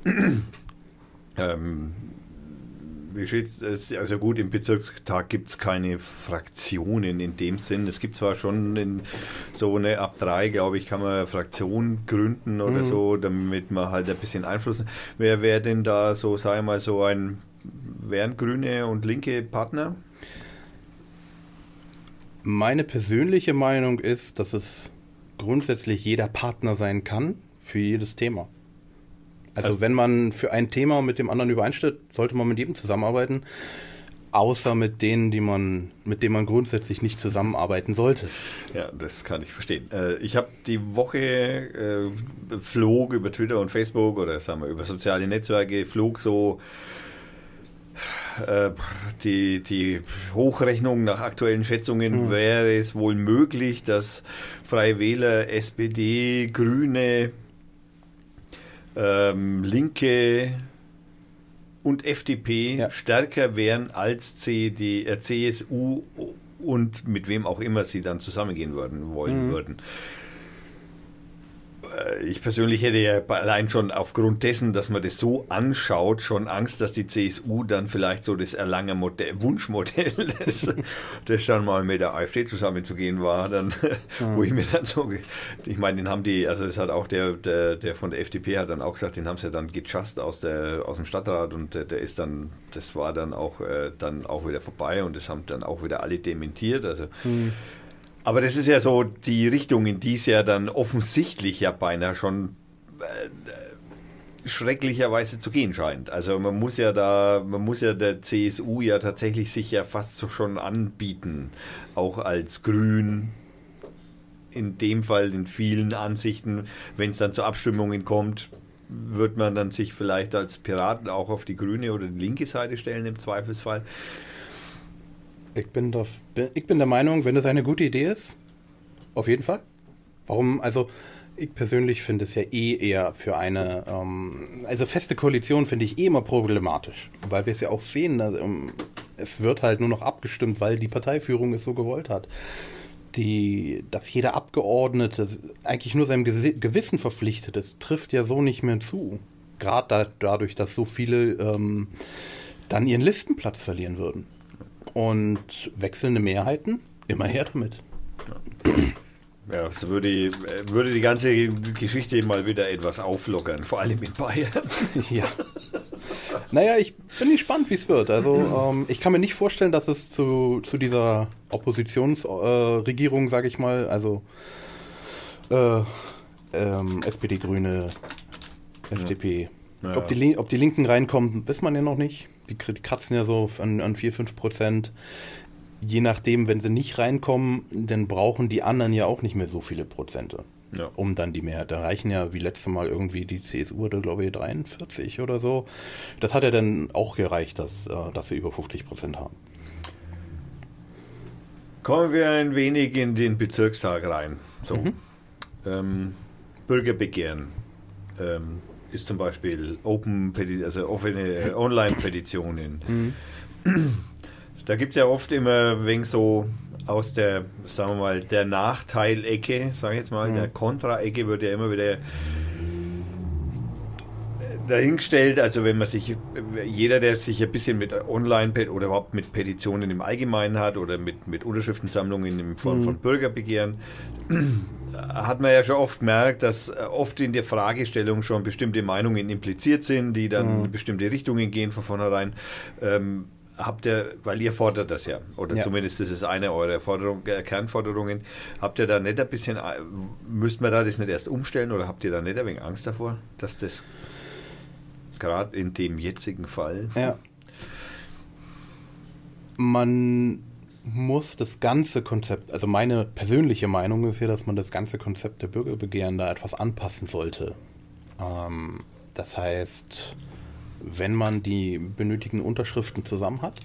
ähm, wie steht's? Also gut, im Bezirkstag gibt es keine Fraktionen in dem Sinn. Es gibt zwar schon in, so eine, ab drei, glaube ich, kann man eine Fraktion gründen oder mhm. so, damit man halt ein bisschen Einfluss hat. Wer wäre denn da so, sagen wir mal, so ein, wären Grüne und Linke Partner? Meine persönliche Meinung ist, dass es grundsätzlich jeder Partner sein kann für jedes Thema. Also, also wenn man für ein Thema mit dem anderen übereinstimmt, sollte man mit jedem zusammenarbeiten, außer mit denen, die man, mit denen man grundsätzlich nicht zusammenarbeiten sollte. Ja, das kann ich verstehen. Ich habe die Woche äh, flog über Twitter und Facebook oder sagen wir über soziale Netzwerke, flog so äh, die, die Hochrechnung nach aktuellen Schätzungen, mhm. wäre es wohl möglich, dass Freie Wähler, S P D, Grüne, ähm, Linke und F D P ja. stärker wären als C D, äh, C S U und mit wem auch immer sie dann zusammengehen würden, wollen mhm. würden. Ich persönlich hätte ja allein schon aufgrund dessen, dass man das so anschaut, schon Angst, dass die C S U dann vielleicht so das Erlanger Modell, Wunschmodell, das, das dann mal mit der AfD zusammenzugehen war, dann, mhm. wo ich mir dann so, ich meine, den haben die, also das hat auch der, der, der von der F D P hat dann auch gesagt, den haben sie ja dann gejust aus der, aus dem Stadtrat und der, der ist dann, das war dann auch, äh, dann auch wieder vorbei und das haben dann auch wieder alle dementiert, also mhm. Aber das ist ja so die Richtung, in die es ja dann offensichtlich ja beinahe schon äh, schrecklicherweise zu gehen scheint. Also man muss ja da, man muss ja der C S U ja tatsächlich sich ja fast so schon anbieten, auch als Grün. In dem Fall in vielen Ansichten, wenn es dann zu Abstimmungen kommt, wird man dann sich vielleicht als Piraten auch auf die grüne oder die linke Seite stellen im Zweifelsfall. Ich bin, der, ich bin der Meinung, wenn das eine gute Idee ist, auf jeden Fall. Warum? Also ich persönlich finde es ja eh eher für eine, ähm, also feste Koalition finde ich eh immer problematisch, weil wir es ja auch sehen, also, um, es wird halt nur noch abgestimmt, weil die Parteiführung es so gewollt hat. Die, dass jeder Abgeordnete eigentlich nur seinem Gewissen verpflichtet ist, trifft ja so nicht mehr zu. Gerade da, dadurch, dass so viele ähm, dann ihren Listenplatz verlieren würden. Und wechselnde Mehrheiten, immer her damit. Ja, das würde, würde die ganze Geschichte mal wieder etwas auflockern, vor allem in Bayern. Ja. Naja, ich bin gespannt, wie es wird. Also ähm, ich kann mir nicht vorstellen, dass es zu, zu dieser Oppositionsregierung, äh, sage ich mal, also äh, ähm, S P D, Grüne, F D P, ja. ob, die, ob die Linken reinkommen, weiß man ja noch nicht. Die kratzen ja so an, an vier, fünf Prozent. Je nachdem, wenn sie nicht reinkommen, dann brauchen die anderen ja auch nicht mehr so viele Prozente, ja. um dann die Mehrheit. Da reichen ja wie letztes Mal irgendwie die C S U oder glaube ich dreiundvierzig oder so. Das hat ja dann auch gereicht, dass, dass sie über fünfzig Prozent haben. Kommen wir ein wenig in den Bezirkstag rein. So. Mhm. Ähm, Bürgerbegehren. Ähm, ist zum Beispiel Open, also offene Online-Petitionen. Mhm. Da gibt es ja oft immer wegen so aus der, sagen wir mal, der Nachteilecke, sage ich jetzt mal, mhm. der Kontra-Ecke wird ja immer wieder dahingestellt, also wenn man sich, jeder, der sich ein bisschen mit Online- oder überhaupt mit Petitionen im Allgemeinen hat oder mit, mit Unterschriftensammlungen in Form mhm. von Bürgerbegehren, hat man ja schon oft gemerkt, dass oft in der Fragestellung schon bestimmte Meinungen impliziert sind, die dann mhm. in bestimmte Richtungen gehen von vornherein. Ähm, habt ihr, weil ihr fordert das ja, oder ja. zumindest ist es eine eurer Forderung, äh, Kernforderungen, habt ihr da nicht ein bisschen, müsst man da das nicht erst umstellen oder habt ihr da nicht ein wenig Angst davor, dass das gerade in dem jetzigen Fall... Ja. Man muss das ganze Konzept, also meine persönliche Meinung ist ja, dass man das ganze Konzept der Bürgerbegehren da etwas anpassen sollte. Ähm, das heißt, wenn man die benötigten Unterschriften zusammen hat,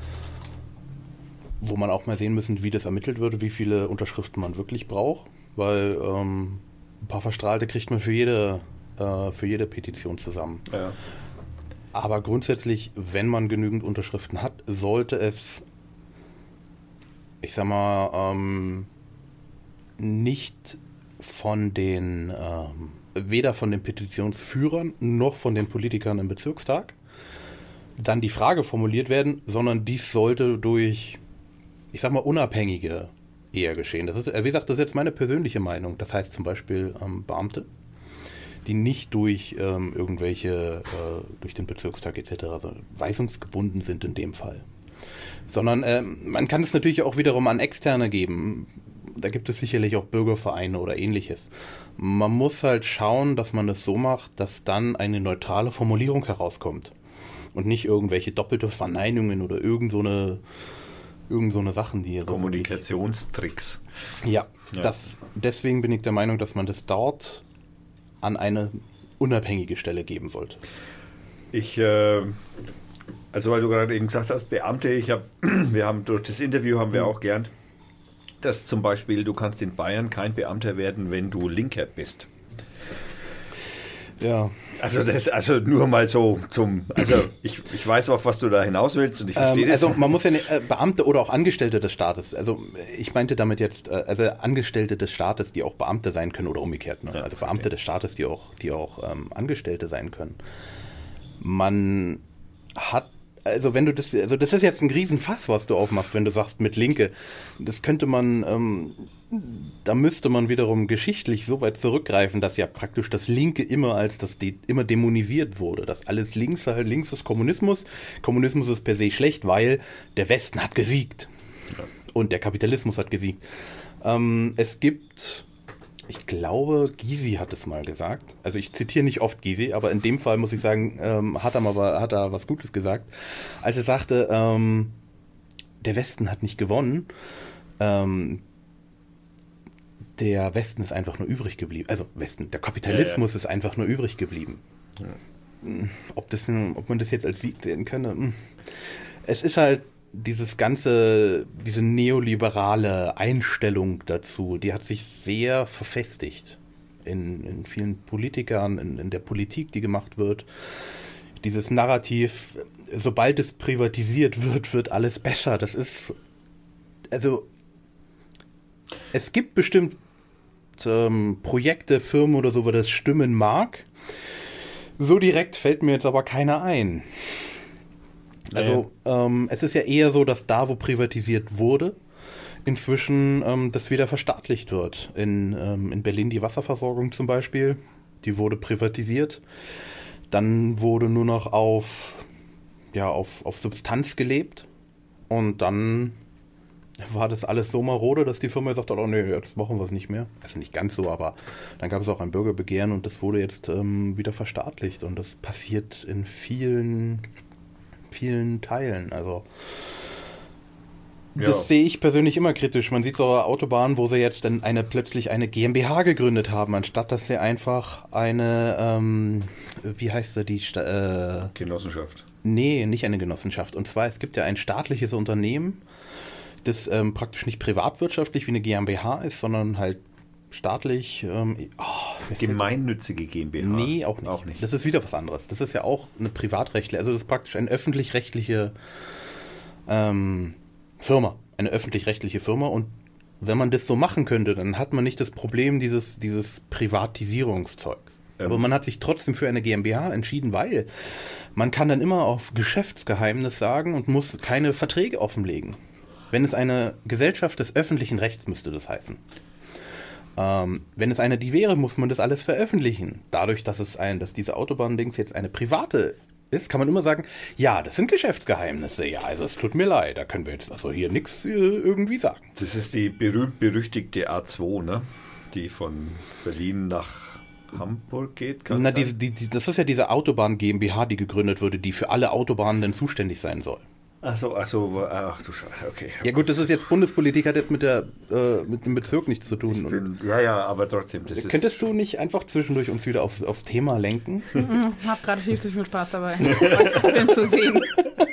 wo man auch mal sehen müssen, wie das ermittelt wird, wie viele Unterschriften man wirklich braucht, weil ähm, ein paar Verstrahlte kriegt man für jede, äh, für jede Petition zusammen. Ja. Aber grundsätzlich, wenn man genügend Unterschriften hat, sollte es, ich sag mal, ähm, nicht von den, ähm, weder von den Petitionsführern noch von den Politikern im Bezirkstag dann die Frage formuliert werden, sondern dies sollte durch, ich sag mal, Unabhängige eher geschehen. Das ist, wie gesagt, das ist jetzt meine persönliche Meinung. Das heißt zum Beispiel ähm, Beamte, die nicht durch ähm, irgendwelche, äh, durch den Bezirkstag et cetera also weisungsgebunden sind in dem Fall. Sondern äh, man kann es natürlich auch wiederum an Externe geben. Da gibt es sicherlich auch Bürgervereine oder ähnliches. Man muss halt schauen, dass man das so macht, dass dann eine neutrale Formulierung herauskommt. Und nicht irgendwelche doppelte Verneinungen oder irgend so eine, irgend so eine Sachen, die... Kommunikationstricks. Ja, Ja. Das, deswegen bin ich der Meinung, dass man das dort an eine unabhängige Stelle geben sollte. Ich, äh, also weil du gerade eben gesagt hast, Beamte, ich habe, wir haben durch das Interview haben wir auch gelernt, dass zum Beispiel du kannst in Bayern kein Beamter werden, wenn du Linker bist. Ja. Also das, also nur mal so zum, also ich, ich weiß, auf was du da hinaus willst und ich verstehe Ähm, das. also man muss ja nicht, äh, Beamte oder auch Angestellte des Staates, also ich meinte damit jetzt, äh, also Angestellte des Staates, die auch Beamte sein können oder umgekehrt, ne? Ja, Also Beamte okay. des Staates, die auch, die auch ähm, Angestellte sein können. Man hat, also wenn du das, also das ist jetzt ein Riesenfass, was du aufmachst, wenn du sagst mit Linke. Das könnte man, ähm, da müsste man wiederum geschichtlich so weit zurückgreifen, dass ja praktisch das Linke immer als das de- immer dämonisiert wurde. Dass alles links halt links ist Kommunismus. Kommunismus ist per se schlecht, weil der Westen hat gesiegt. Und der Kapitalismus hat gesiegt. Ähm, es gibt, ich glaube, Gysi hat es mal gesagt. Also ich zitiere nicht oft Gysi, aber in dem Fall muss ich sagen, ähm, hat er mal hat er was Gutes gesagt. Als er sagte, ähm, der Westen hat nicht gewonnen, ähm, der Westen ist einfach nur übrig geblieben. Also Westen, der Kapitalismus ja, ja. ist einfach nur übrig geblieben. Ja. Ob, das, ob man das jetzt als Sieg sehen könne? Es ist halt dieses ganze, diese neoliberale Einstellung dazu, die hat sich sehr verfestigt in, in vielen Politikern, in, in der Politik, die gemacht wird. Dieses Narrativ, sobald es privatisiert wird, wird alles besser. Das ist, also, es gibt bestimmt ähm, Projekte, Firmen oder so, wo das stimmen mag. So direkt fällt mir jetzt aber keiner ein. Also ähm, es ist ja eher so, dass da, wo privatisiert wurde, inzwischen ähm, das wieder verstaatlicht wird. In, ähm, in Berlin die Wasserversorgung zum Beispiel, die wurde privatisiert. Dann wurde nur noch auf, ja, auf, auf Substanz gelebt. Und dann war das alles so marode, dass die Firma gesagt hat, oh nee, jetzt machen wir es nicht mehr. Also nicht ganz so, aber dann gab es auch ein Bürgerbegehren und das wurde jetzt ähm, wieder verstaatlicht. Und das passiert in vielen... vielen Teilen, also das ja. sehe ich persönlich immer kritisch. Man sieht so Autobahnen, wo sie jetzt dann eine plötzlich eine GmbH gegründet haben, anstatt dass sie einfach eine, ähm, wie heißt sie, die äh, Genossenschaft. Nee, nicht eine Genossenschaft. Und zwar, es gibt ja ein staatliches Unternehmen, das ähm, praktisch nicht privatwirtschaftlich wie eine GmbH ist, sondern halt staatlich. Ähm, oh, Gemeinnützige GmbH? Nee, auch nicht. auch nicht. Das ist wieder was anderes. Das ist ja auch eine privatrechtliche, also das ist praktisch eine öffentlich-rechtliche ähm, Firma. Eine öffentlich-rechtliche Firma. Und wenn man das so machen könnte, dann hat man nicht das Problem dieses, dieses Privatisierungszeug. Ähm. Aber man hat sich trotzdem für eine GmbH entschieden, weil man kann dann immer auf Geschäftsgeheimnis sagen und muss keine Verträge offenlegen. Wenn es eine Gesellschaft des öffentlichen Rechts müsste das heißen. Ähm, wenn es eine die wäre, muss man das alles veröffentlichen. Dadurch, dass es ein, dass diese Autobahn-Dings jetzt eine private ist, kann man immer sagen, ja, das sind Geschäftsgeheimnisse. Ja, also es tut mir leid, da können wir jetzt also hier nichts äh, irgendwie sagen. Das ist die berühmt-berüchtigte A zwei, ne? Die von Berlin nach Hamburg geht. Kann Na, diese, die, die, das ist ja diese Autobahn GmbH, die gegründet wurde, die für alle Autobahnen dann zuständig sein soll. Ach so, ach so, ach du Scheiße, okay. Ja gut, das ist jetzt Bundespolitik, hat jetzt mit der äh, mit dem Bezirk nichts zu tun. Bin, ja, ja, aber trotzdem. Das könntest ist du nicht einfach zwischendurch uns wieder aufs, aufs Thema lenken? Ich habe gerade viel zu viel Spaß dabei, Film zu sehen.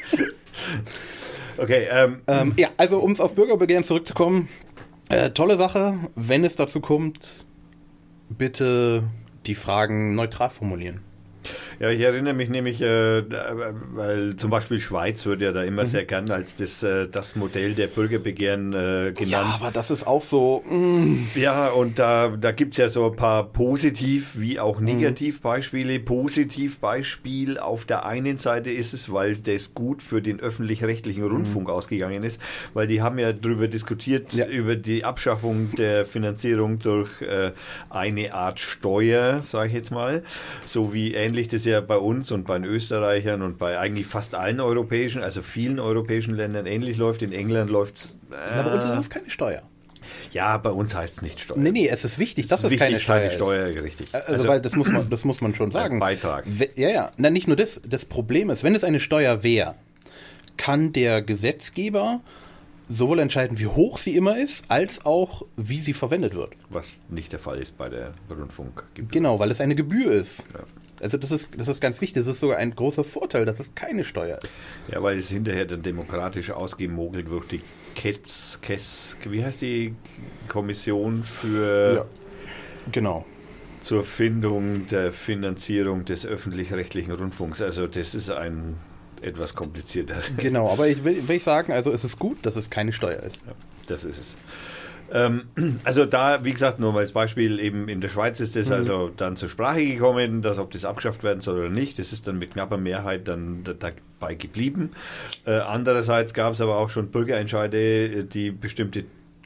Okay, ähm, ähm, ja, also um auf Bürgerbegehren zurückzukommen, äh, tolle Sache, wenn es dazu kommt, bitte die Fragen neutral formulieren. Ja, ich erinnere mich nämlich, äh, weil zum Beispiel Schweiz wird ja da immer mhm. sehr gern als das, äh, das Modell der Bürgerbegehren äh, genannt. Ja, aber das ist auch so... Mm. Ja, und da, da gibt es ja so ein paar Positiv- wie auch Negativbeispiele. Mhm. Positivbeispiel auf der einen Seite ist es, weil das gut für den öffentlich-rechtlichen Rundfunk mhm. ausgegangen ist, weil die haben ja darüber diskutiert, ja. über die Abschaffung der Finanzierung durch äh, eine Art Steuer, sage ich jetzt mal, so wie ähnlich das ja bei uns und bei den Österreichern und bei eigentlich fast allen europäischen, also vielen europäischen Ländern ähnlich läuft. In England läuft es... Äh, Aber bei uns ist es keine Steuer. Ja, bei uns heißt es nicht Steuer. Nee, nee, es ist wichtig, es dass ist es wichtig, keine Steuer keine ist. Steuer, richtig. Also, Also, weil das muss man, das muss man schon sagen. Beitrag. We- Ja, ja. Na, nicht nur das. Das Problem ist, wenn es eine Steuer wäre, kann der Gesetzgeber sowohl entscheiden, wie hoch sie immer ist, als auch, wie sie verwendet wird. Was nicht der Fall ist bei der Rundfunkgebühr. Genau, weil es eine Gebühr ist. Ja. Also das ist, das ist ganz wichtig. Das ist sogar ein großer Vorteil, dass es keine Steuer ist. Ja, weil es hinterher dann demokratisch ausgemogelt wird. Die K E T S, K E S, wie heißt die Kommission für Ja. Genau. zur Findung der Finanzierung des öffentlich-rechtlichen Rundfunks. Also das ist ein etwas komplizierter. Genau, aber ich will, will ich sagen, also es ist gut, dass es keine Steuer ist. Ja, das ist es. Ähm, also da, wie gesagt, nur mal als Beispiel, eben in der Schweiz ist das mhm. also dann zur Sprache gekommen, dass ob das abgeschafft werden soll oder nicht. Das ist dann mit knapper Mehrheit dann da, dabei geblieben. Äh, andererseits gab es aber auch schon Bürgerentscheide, die bestimmte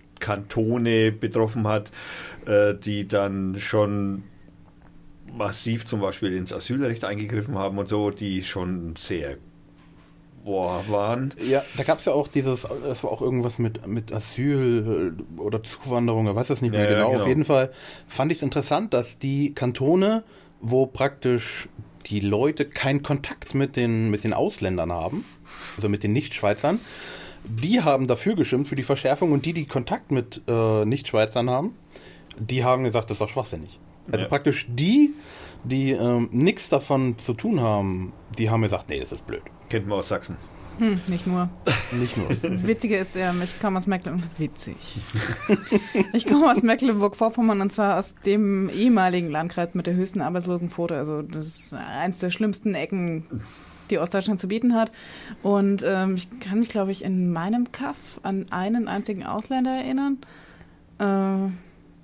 Kantone betroffen hat, äh, die dann schon massiv zum Beispiel ins Asylrecht eingegriffen haben und so, die schon sehr boah, waren. Ja, da gab es ja auch dieses, das war auch irgendwas mit, mit Asyl oder Zuwanderung, ich weiß das nicht mehr ja, genau. genau. Auf jeden Fall fand ich es interessant, dass die Kantone, wo praktisch die Leute keinen Kontakt mit den, mit den Ausländern haben, also mit den Nicht-Schweizern, die haben dafür gestimmt, für die Verschärfung, und die, die Kontakt mit äh, Nicht-Schweizern haben, die haben gesagt, das ist doch schwachsinnig. Also ja. praktisch die, die ähm, nichts davon zu tun haben, die haben gesagt, nee, das ist blöd. Kennt man aus Sachsen. Hm, nicht nur. Nicht nur. Das Witzige ist, ähm, ich komme aus Mecklenburg. Witzig. Ich komme aus Mecklenburg-Vorpommern, und zwar aus dem ehemaligen Landkreis mit der höchsten Arbeitslosenquote. Also das ist eins der schlimmsten Ecken, die Ostdeutschland zu bieten hat. Und ähm, ich kann mich, glaube ich, in meinem Kaff an einen einzigen Ausländer erinnern. Äh,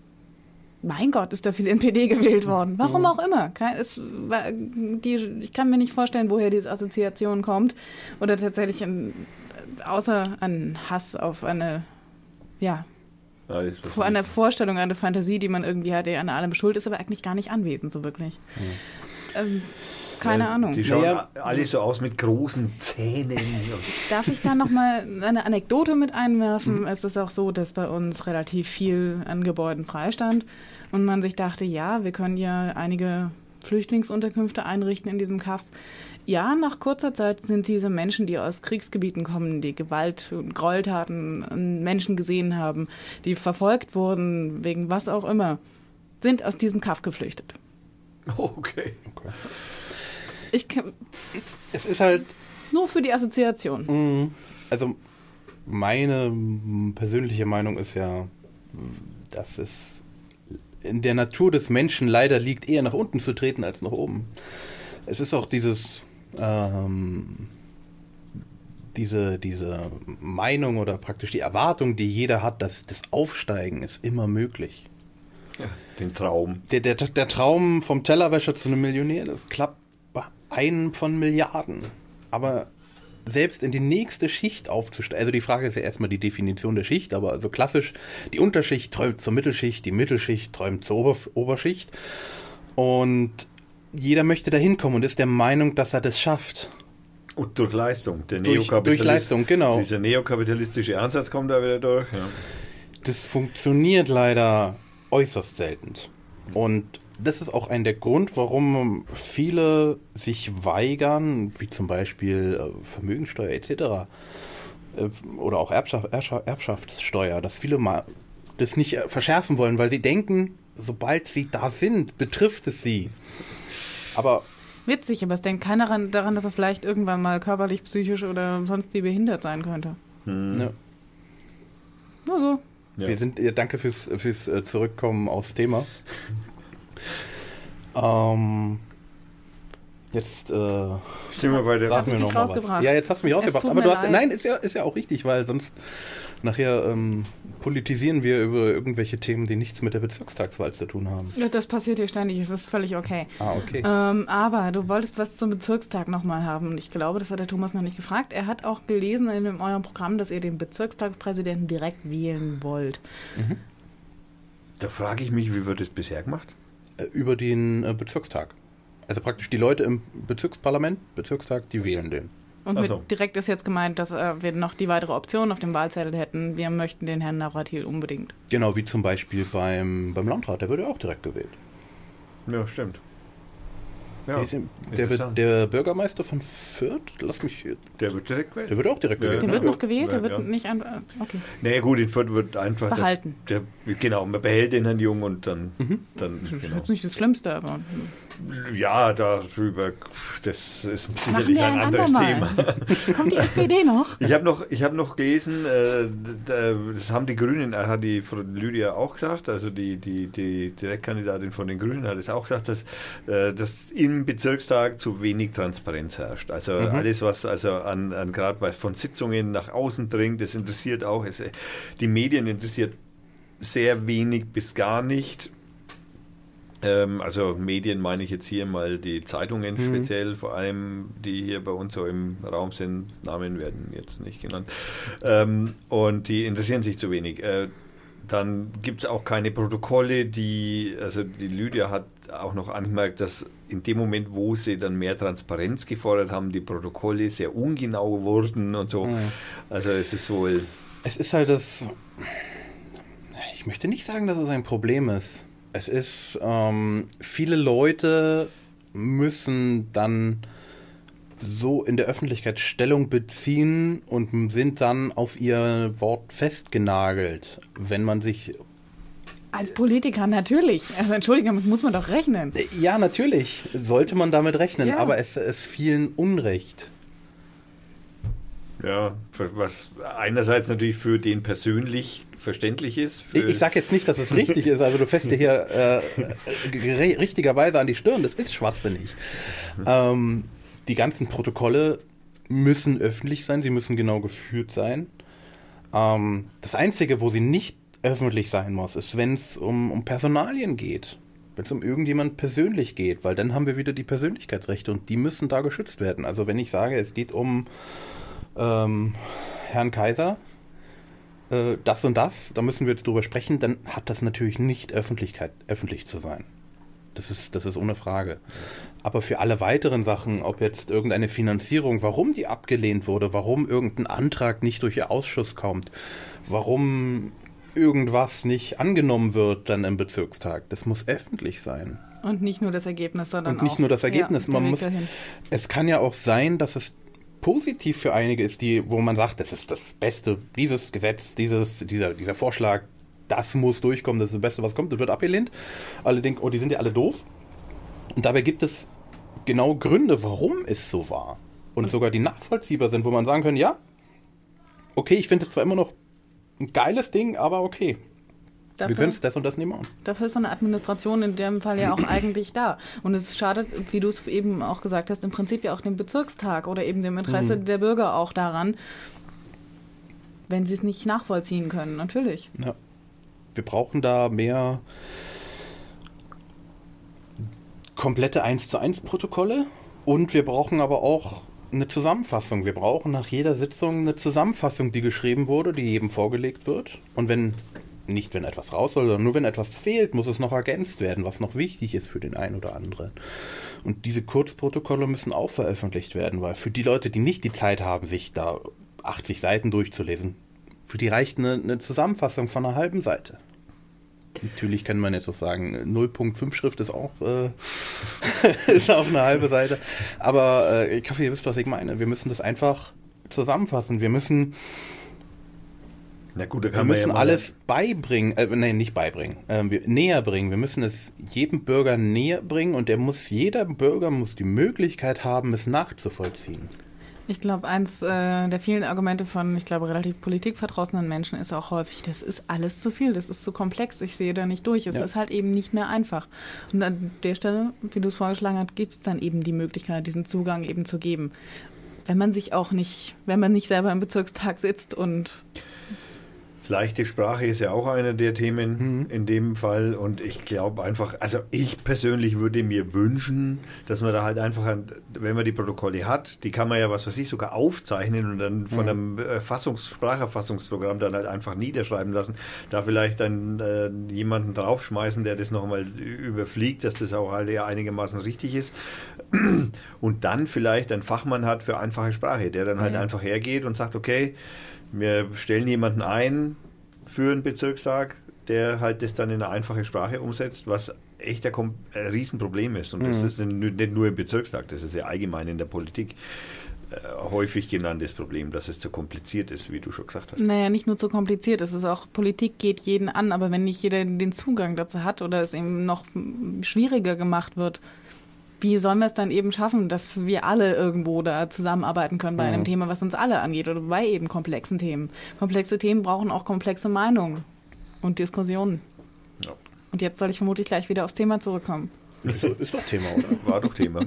Mein Gott, ist da viel N P D gewählt worden. Warum auch immer. Es war, die, ich kann mir nicht vorstellen, woher diese Assoziation kommt. Oder tatsächlich ein, außer ein Hass auf eine, ja, Ja, vor einer Vorstellung, eine Fantasie, die man irgendwie hat, die an allem schuld ist, aber eigentlich gar nicht anwesend, so wirklich. Ja. Ähm, keine ja, Ahnung. Die schauen naja, alle so aus mit großen Zähnen. Darf ich da nochmal eine Anekdote mit einwerfen? Mhm. Es ist auch so, dass bei uns relativ viel an Gebäuden freistand und man sich dachte, ja, wir können ja einige Flüchtlingsunterkünfte einrichten in diesem Kaff. Ja, nach kurzer Zeit sind diese Menschen, die aus Kriegsgebieten kommen, die Gewalt und Gräueltaten an Menschen gesehen haben, die verfolgt wurden, wegen was auch immer, sind aus diesem Kaff geflüchtet. Okay. okay. Ich, es ist halt... Nur für die Assoziation. Also meine persönliche Meinung ist ja, dass es in der Natur des Menschen leider liegt, eher nach unten zu treten als nach oben. Es ist auch dieses ähm, diese, diese Meinung oder praktisch die Erwartung, die jeder hat, dass das Aufsteigen ist immer möglich. Ja, den Traum. Der, der, der Traum vom Tellerwäscher zu einem Millionär, das klappt bei einem von Milliarden. Aber selbst in die nächste Schicht aufzusteigen, also die Frage ist ja erstmal die Definition der Schicht, aber also klassisch, die Unterschicht träumt zur Mittelschicht, die Mittelschicht träumt zur Ober- Oberschicht, und jeder möchte da hinkommen und ist der Meinung, dass er das schafft. Und durch Leistung. Der Durch, durch Leistung, genau. Dieser neokapitalistische Ansatz kommt da wieder durch. Ja. Das funktioniert leider äußerst selten. Und das ist auch ein der Grund, warum viele sich weigern, wie zum Beispiel äh, Vermögensteuer et cetera äh, oder auch Erbschaft, Erbschaft, Erbschaftssteuer, dass viele mal das nicht äh, verschärfen wollen, weil sie denken, sobald sie da sind, betrifft es sie. Aber witzig, aber es denkt keiner daran, dass er vielleicht irgendwann mal körperlich, psychisch oder sonst wie behindert sein könnte. Hm. Ja. Nur so. Ja. Wir sind, ja, danke fürs, fürs äh, Zurückkommen aufs Thema. ähm, jetzt äh, Stimmt mal bei der sag mir noch mal was. Ja, jetzt hast du mich rausgebracht. Aber du hast, nein, ist ja, ist ja auch richtig, weil sonst nachher ähm, politisieren wir über irgendwelche Themen, die nichts mit der Bezirkstagswahl zu tun haben. Ja, das passiert hier ständig, es ist völlig okay. Ah, okay. Ähm, aber du wolltest was zum Bezirkstag nochmal haben. Und ich glaube, das hat der Thomas noch nicht gefragt. Er hat auch gelesen in eurem Programm, dass ihr den Bezirkstagspräsidenten direkt wählen wollt. Mhm. Da frage ich mich, wie wird das bisher gemacht? Über den äh, Bezirkstag. Also praktisch die Leute im Bezirksparlament, Bezirkstag, die wählen den. Und Ach mit so. direkt ist jetzt gemeint, dass äh, wir noch die weitere Option auf dem Wahlzettel hätten. Wir möchten den Herrn Navratil unbedingt. Genau, wie zum Beispiel beim, beim Landrat, der wird ja auch direkt gewählt. Ja, stimmt. Ja, Der, ist im- der, interessant. der Bürgermeister von Fürth, lass mich, Der wird direkt gewählt. der wird auch direkt Ja, gewählt. Der ne? wird noch gewählt, der Ja, wird ja. nicht einfach. Okay. Naja gut, in Fürth wird einfach das- Behalten. Der, genau, man behält den Herrn Jung und dann, dann Das ist genau. jetzt nicht das Schlimmste, aber. Ja, darüber, das ist Machen sicherlich wir ein ein anderes andermal. Thema. Kommt die S P D noch? Ich habe noch, ich hab noch gelesen, äh, d- das haben die Grünen, äh, hat die Frau Lydia auch gesagt, also die, die, die Direktkandidatin von den Grünen hat es auch gesagt, dass, äh, dass im Bezirkstag zu wenig Transparenz herrscht. Also Mhm. alles, was also an, an gerade bei von Sitzungen nach außen dringt, das interessiert auch, es, die Medien interessiert sehr wenig bis gar nicht. Ähm, also Medien meine ich jetzt hier mal die Zeitungen Mhm. speziell, vor allem die hier bei uns so im Raum sind, Namen werden jetzt nicht genannt, ähm, und die interessieren sich zu wenig. Äh, dann gibt es auch keine Protokolle, die, also die Lydia hat auch noch angemerkt, dass in dem Moment, wo sie dann mehr Transparenz gefordert haben, die Protokolle sehr ungenau wurden und so. Mhm. Also es ist wohl... Es ist halt das, ich möchte nicht sagen, dass es ein Problem ist. Es ist, ähm, viele Leute müssen dann so in der Öffentlichkeit Stellung beziehen und sind dann auf ihr Wort festgenagelt, wenn man sich... Als Politiker natürlich. Also Entschuldigung, damit muss man doch rechnen. Ja, natürlich sollte man damit rechnen, Ja. aber es ist vielen Unrecht. Ja, für- was einerseits natürlich für den persönlich verständlich ist. Für Ich, ich sage jetzt nicht, dass es richtig ist, also du fässt dir hier äh, äh, richtigerweise an die Stirn, das ist schwachsinnig. Ähm, die ganzen Protokolle müssen öffentlich sein, sie müssen genau geführt sein. Ähm, das Einzige, wo sie nicht öffentlich sein muss, ist, wenn es um, um Personalien geht. Wenn es um irgendjemand persönlich geht, weil dann haben wir wieder die Persönlichkeitsrechte und die müssen da geschützt werden. Also wenn ich sage, es geht um ähm, Herrn Kaiser, äh, das und das, da müssen wir jetzt drüber sprechen, dann hat das natürlich nicht Öffentlichkeit, öffentlich zu sein. Das ist, das ist ohne Frage. Aber für alle weiteren Sachen, ob jetzt irgendeine Finanzierung, warum die abgelehnt wurde, warum irgendein Antrag nicht durch ihr Ausschuss kommt, warum irgendwas nicht angenommen wird dann im Bezirkstag, das muss öffentlich sein. Und nicht nur das Ergebnis, sondern Und nicht auch nur das Ergebnis. ja, Man der Weg muss, dahin. es kann ja auch sein, dass es positiv für einige ist, die, wo man sagt, das ist das Beste, dieses Gesetz, dieses, dieser, dieser Vorschlag, das muss durchkommen, das ist das Beste, was kommt, das wird abgelehnt. Alle denken, oh, die sind ja alle doof. Und dabei gibt es genau Gründe, warum es so war. Und sogar die nachvollziehbar sind, wo man sagen kann, ja, okay, ich finde es zwar immer noch ein geiles Ding, aber okay, wir Dafür, können es das und das nicht machen. dafür ist so eine Administration in dem Fall ja auch eigentlich da. Und es schadet, wie du es eben auch gesagt hast, im Prinzip ja auch dem Bezirkstag oder eben dem Interesse Mhm. der Bürger auch daran, wenn sie es nicht nachvollziehen können, natürlich. Ja. Wir brauchen da mehr komplette eins zu eins Protokolle und wir brauchen aber auch eine Zusammenfassung. Wir brauchen nach jeder Sitzung eine Zusammenfassung, die geschrieben wurde, die jedem vorgelegt wird. Und wenn, nicht wenn etwas raus soll, sondern nur wenn etwas fehlt, muss es noch ergänzt werden, was noch wichtig ist für den einen oder anderen. Und diese Kurzprotokolle müssen auch veröffentlicht werden, weil für die Leute, die nicht die Zeit haben, sich da achtzig Seiten durchzulesen, für die reicht eine, eine Zusammenfassung von einer halben Seite. Natürlich kann man jetzt auch sagen, null Punkt fünf Schrift ist auch, äh, ist auch eine halbe Seite. Aber äh, ich hoffe, ihr wisst, was ich meine. Wir müssen das einfach zusammenfassen. Wir müssen, Na gut, da wir kann man müssen ja mal alles beibringen, äh, nein, nicht beibringen, äh, wir, näher bringen. Wir müssen es jedem Bürger näher bringen und der muss, jeder Bürger muss die Möglichkeit haben, es nachzuvollziehen. Ich glaube, eins äh, der vielen Argumente von, ich glaube, relativ politikverdrossenen Menschen ist auch häufig, das ist alles zu viel, das ist zu komplex, ich sehe da nicht durch. Es Ja. ist halt eben nicht mehr einfach. Und an der Stelle, wie du es vorgeschlagen hast, gibt es dann eben die Möglichkeit, diesen Zugang eben zu geben. Wenn man sich auch nicht, wenn man nicht selber im Bezirkstag sitzt und Leichte Sprache ist ja auch einer der Themen mhm. in dem Fall und ich glaube einfach, also ich persönlich würde mir wünschen, dass man da halt einfach, wenn man die Protokolle hat, die kann man ja, was weiß ich, sogar aufzeichnen und dann von mhm. einem Fassungs-, Spracherfassungsprogramm dann halt einfach niederschreiben lassen, da vielleicht dann äh, jemanden draufschmeißen, der das nochmal überfliegt, dass das auch halt ja einigermaßen richtig ist und dann vielleicht einen Fachmann hat für einfache Sprache, der dann halt mhm. einfach hergeht und sagt, okay, wir stellen jemanden ein für einen Bezirkstag, der halt das dann in eine einfache Sprache umsetzt, was echt ein, ein Riesenproblem ist. Und das mhm. ist nicht nur im Bezirkstag, das ist ja allgemein in der Politik äh, häufig genanntes Problem, dass es zu kompliziert ist, wie du schon gesagt hast. Naja, nicht nur zu kompliziert, es ist auch, Politik geht jeden an, aber wenn nicht jeder den Zugang dazu hat oder es eben noch schwieriger gemacht wird, wie sollen wir es dann eben schaffen, dass wir alle irgendwo da zusammenarbeiten können bei einem mhm. Thema, was uns alle angeht oder bei eben komplexen Themen. Komplexe Themen brauchen auch komplexe Meinungen und Diskussionen. Ja. Und jetzt soll ich vermutlich gleich wieder aufs Thema zurückkommen. Ist, ist doch Thema, oder? War doch Thema.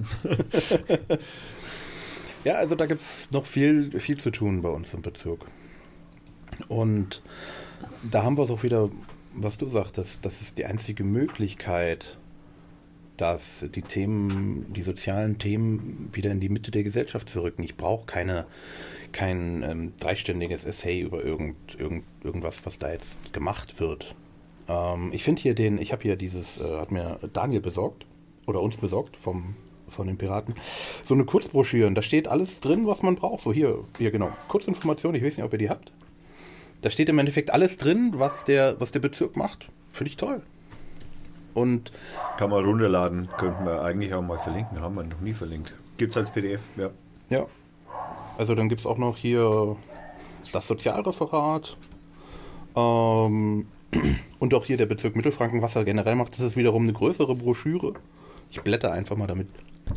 Ja, also da gibt es noch viel, viel zu tun bei uns im Bezirk. Und da haben wir es auch wieder, was du sagtest, das ist die einzige Möglichkeit, dass die Themen, die sozialen Themen wieder in die Mitte der Gesellschaft zu rücken. Ich brauche keine, kein ähm, dreistündiges Essay über irgend, irgend, irgendwas, was da jetzt gemacht wird. Ähm, ich finde hier den, ich habe hier dieses, äh, hat mir Daniel besorgt, oder uns besorgt, vom, von den Piraten, so eine Kurzbroschüre, und da steht alles drin, was man braucht. So hier, hier genau, Kurzinformation, ich weiß nicht, ob ihr die habt. Da steht im Endeffekt alles drin, was der, was der Bezirk macht. Finde ich toll. Und kann man runterladen, könnten wir eigentlich auch mal verlinken, haben wir noch nie verlinkt. Gibt es als P D F, ja. Ja, also dann gibt es auch noch hier das Sozialreferat ähm, und auch hier der Bezirk Mittelfranken, was er generell macht, das ist wiederum eine größere Broschüre. Ich blätter einfach mal damit.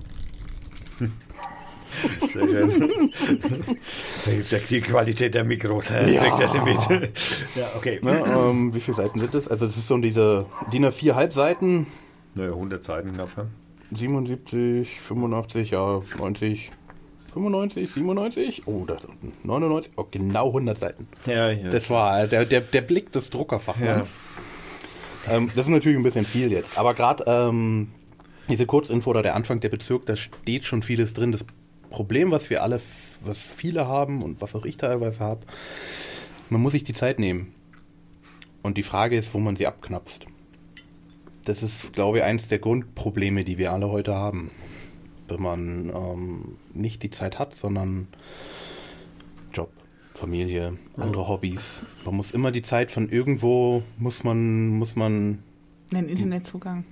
Sehr schön. Die Qualität der Mikros, ja. Kriegt das mit. Ja, okay. Ja, ähm, wie viele Seiten sind das? Also es ist so diese D I N A vier Halbseiten. Naja, hundert Seiten knapp. Ja. siebenundsiebzig, fünfundachtzig, ja, neunzig, fünfundneunzig, siebenundneunzig, oh, das neunundneunzig, oh, genau hundert Seiten. Ja, ja. Das war der, der, der Blick des Druckerfachmanns. Ja. Ähm, das ist natürlich ein bisschen viel jetzt, aber gerade ähm, diese Kurzinfo oder der Anfang der Bezirk, da steht schon vieles drin. Das Problem, was wir alle, was viele haben und was auch ich teilweise habe, man muss sich die Zeit nehmen. Und die Frage ist, wo man sie abknapst. Das ist, glaube ich, eines der Grundprobleme, die wir alle heute haben. Wenn man ähm, nicht die Zeit hat, sondern Job, Familie, andere Hobbys. Man muss immer die Zeit von irgendwo, muss man, muss man... Den Internetzugang.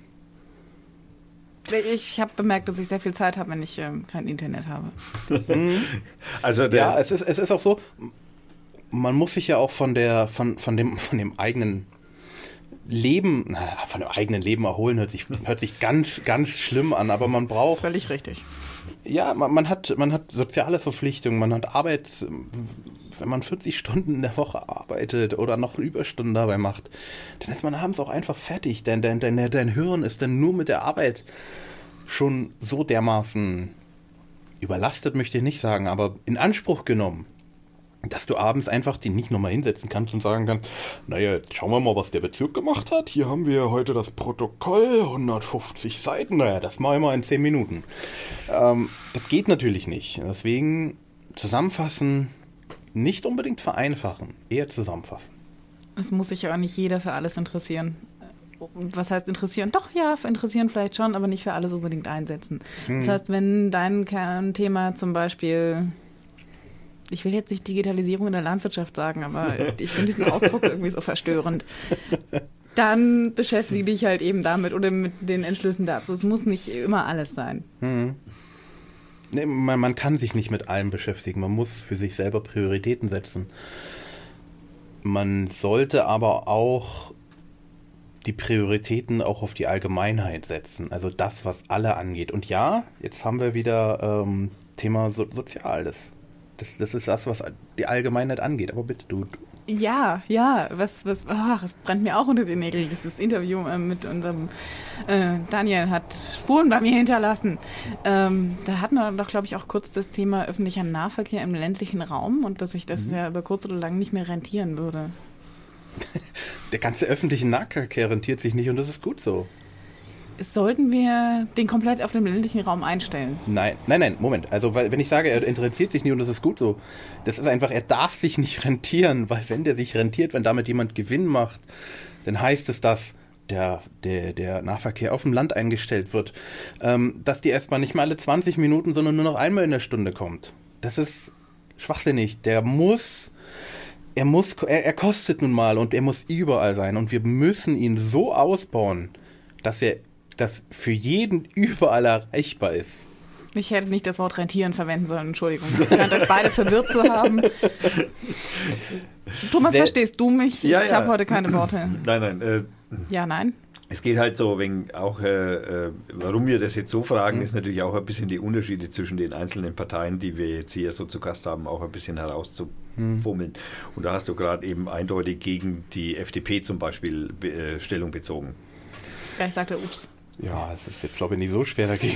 Ich habe bemerkt, dass ich sehr viel Zeit habe, wenn ich ähm, kein Internet habe. Also der ja, es ist, es ist auch so, man muss sich ja auch von der, von, von dem, von dem eigenen Leben, naja, von dem eigenen Leben erholen, hört sich, hört sich ganz, ganz schlimm an, aber man braucht... Völlig richtig. Ja, man, man hat, man hat soziale Verpflichtungen, man hat Arbeit, wenn man vierzig Stunden in der Woche arbeitet oder noch Überstunden dabei macht, dann ist man abends auch einfach fertig, denn dein, dein, dein Hirn ist dann nur mit der Arbeit schon so dermaßen überlastet, möchte ich nicht sagen, aber in Anspruch genommen, dass du abends einfach die nicht nochmal hinsetzen kannst und sagen kannst, naja, jetzt schauen wir mal, was der Bezirk gemacht hat. Hier haben wir heute das Protokoll, hundertfünfzig Seiten, naja, das mache ich mal in zehn Minuten. Ähm, das geht natürlich nicht. Deswegen zusammenfassen, nicht unbedingt vereinfachen, eher zusammenfassen. Es muss sich ja auch nicht jeder für alles interessieren. Was heißt interessieren? Doch, ja, für interessieren vielleicht schon, aber nicht für alles unbedingt einsetzen. Hm. Das heißt, wenn dein Kernthema zum Beispiel... Ich will jetzt nicht Digitalisierung in der Landwirtschaft sagen, aber ich finde diesen Ausdruck irgendwie so verstörend. Dann beschäftige dich halt eben damit oder mit den Entschlüssen dazu. Es muss nicht immer alles sein. Hm. Nee, man, man kann sich nicht mit allem beschäftigen. Man muss für sich selber Prioritäten setzen. Man sollte aber auch die Prioritäten auch auf die Allgemeinheit setzen. Also das, was alle angeht. Und ja, jetzt haben wir wieder ähm, Thema so- Soziales. Das, das ist das, was die Allgemeinheit angeht. Aber bitte, du. du. Ja, ja, was, was, oh, das brennt mir auch unter den Nägeln. Dieses Interview äh, mit unserem äh, Daniel hat Spuren bei mir hinterlassen. Ähm, da hatten wir doch, glaube ich, auch kurz das Thema öffentlicher Nahverkehr im ländlichen Raum und dass sich das mhm. ja über kurz oder lang nicht mehr rentieren würde. der ganze öffentliche Nahverkehr rentiert sich nicht und das ist gut so. Sollten wir den komplett auf den ländlichen Raum einstellen? Nein, nein, nein, Moment. Also, weil, wenn ich sage, er interessiert sich nicht und das ist gut so, das ist einfach, er darf sich nicht rentieren, weil wenn der sich rentiert, wenn damit jemand Gewinn macht, dann heißt es, dass der, der, der Nahverkehr auf dem Land eingestellt wird, ähm, dass die S-Bahn nicht mehr alle zwanzig Minuten, sondern nur noch einmal in der Stunde kommt. Das ist schwachsinnig. Der muss, er muss, er, er kostet nun mal und er muss überall sein und wir müssen ihn so ausbauen, dass er, dass für jeden überall erreichbar ist. Ich hätte nicht das Wort rentieren verwenden sollen, Entschuldigung. Das scheint euch beide verwirrt zu haben. Thomas, Der, verstehst du mich? Ja, ich ja. habe heute keine Worte. Nein, nein. Äh, ja, nein. Es geht halt so, wenn auch, äh, warum wir das jetzt so fragen, mhm. ist natürlich auch ein bisschen die Unterschiede zwischen den einzelnen Parteien, die wir jetzt hier so zu Gast haben, auch ein bisschen herauszufummeln. Mhm. Und da hast du gerade eben eindeutig gegen die F D P zum Beispiel äh, Stellung bezogen. Ja, ich sagte, ups. Ja, es ist jetzt, glaube ich, nicht so schwer dagegen.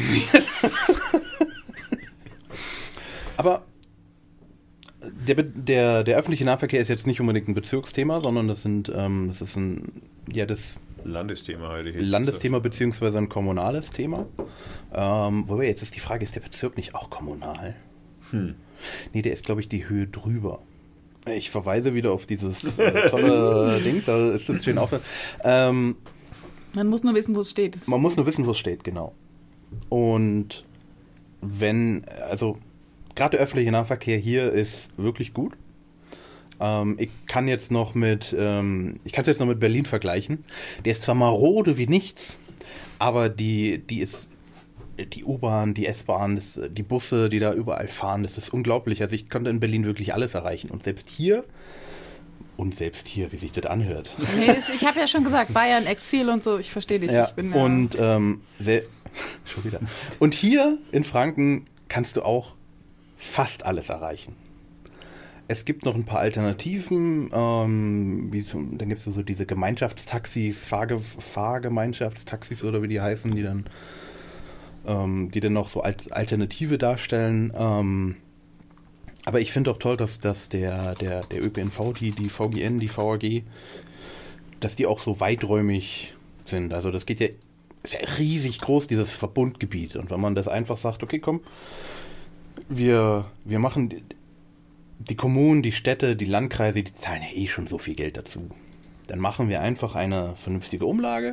Aber der, der, der öffentliche Nahverkehr ist jetzt nicht unbedingt ein Bezirksthema, sondern das sind, ähm, das ist ein, ja, das Landesthema, hätte ich Landesthema beziehungsweise ein kommunales Thema. Ähm, wobei, jetzt ist die Frage, ist der Bezirk nicht auch kommunal? Hm. Nee, der ist, glaube ich, die Höhe drüber. Ich verweise wieder auf dieses äh, tolle Ding, da ist das schön auf. Ähm, Man muss nur wissen, wo es steht. Man muss nur wissen, wo es steht, genau. Und wenn, also gerade der öffentliche Nahverkehr hier ist wirklich gut. Ähm, ich kann jetzt noch mit, ähm, ich kann es jetzt noch mit Berlin vergleichen. Der ist zwar marode wie nichts, aber die, die ist, die U-Bahn, die S-Bahn, das, die Busse, die da überall fahren, das ist unglaublich. Also ich konnte in Berlin wirklich alles erreichen. Und selbst hier, und selbst hier, wie sich das anhört. Nee, ich habe ja schon gesagt, Bayern, Exil und so, ich verstehe dich. Ja, ich bin, und, ähm, sehr, schon wieder. Und hier in Franken kannst du auch fast alles erreichen. Es gibt noch ein paar Alternativen, ähm, wie zum, dann gibt es so diese Gemeinschaftstaxis, Fahrge, Fahrgemeinschaftstaxis oder wie die heißen, die dann, ähm, die dann noch so als Alternative darstellen. Ähm, aber ich finde auch toll, dass, dass der, der, der Ö P N V, die, die V G N, die V A G, dass die auch so weiträumig sind. Also das geht ja, ist ja riesig groß, dieses Verbundgebiet. Und wenn man das einfach sagt, okay, komm, wir, wir machen... Die Kommunen, die Städte, die Landkreise, die zahlen ja eh schon so viel Geld dazu. Dann machen wir einfach eine vernünftige Umlage.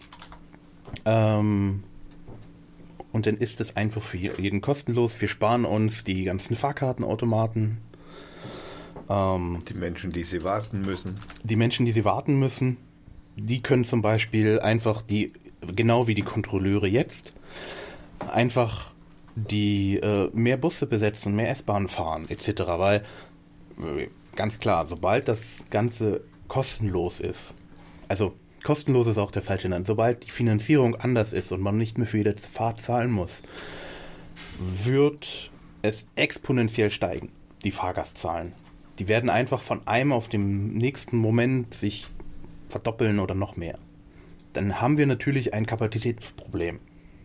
Ähm, und dann ist es einfach für jeden kostenlos. Wir sparen uns die ganzen Fahrkartenautomaten. Ähm, die Menschen, die sie warten müssen. Die Menschen, die sie warten müssen, die können zum Beispiel einfach die, genau wie die Kontrolleure jetzt, einfach die äh, mehr Busse besetzen, mehr S-Bahnen fahren, et cetera. Weil, äh, ganz klar, sobald das Ganze kostenlos ist, also kostenlos ist auch der falsche Name, sobald die Finanzierung anders ist und man nicht mehr für jede Fahrt zahlen muss, wird es exponentiell steigen, die Fahrgastzahlen. Die werden einfach von einem auf dem nächsten Moment sich verdoppeln oder noch mehr. Dann haben wir natürlich ein Kapazitätsproblem.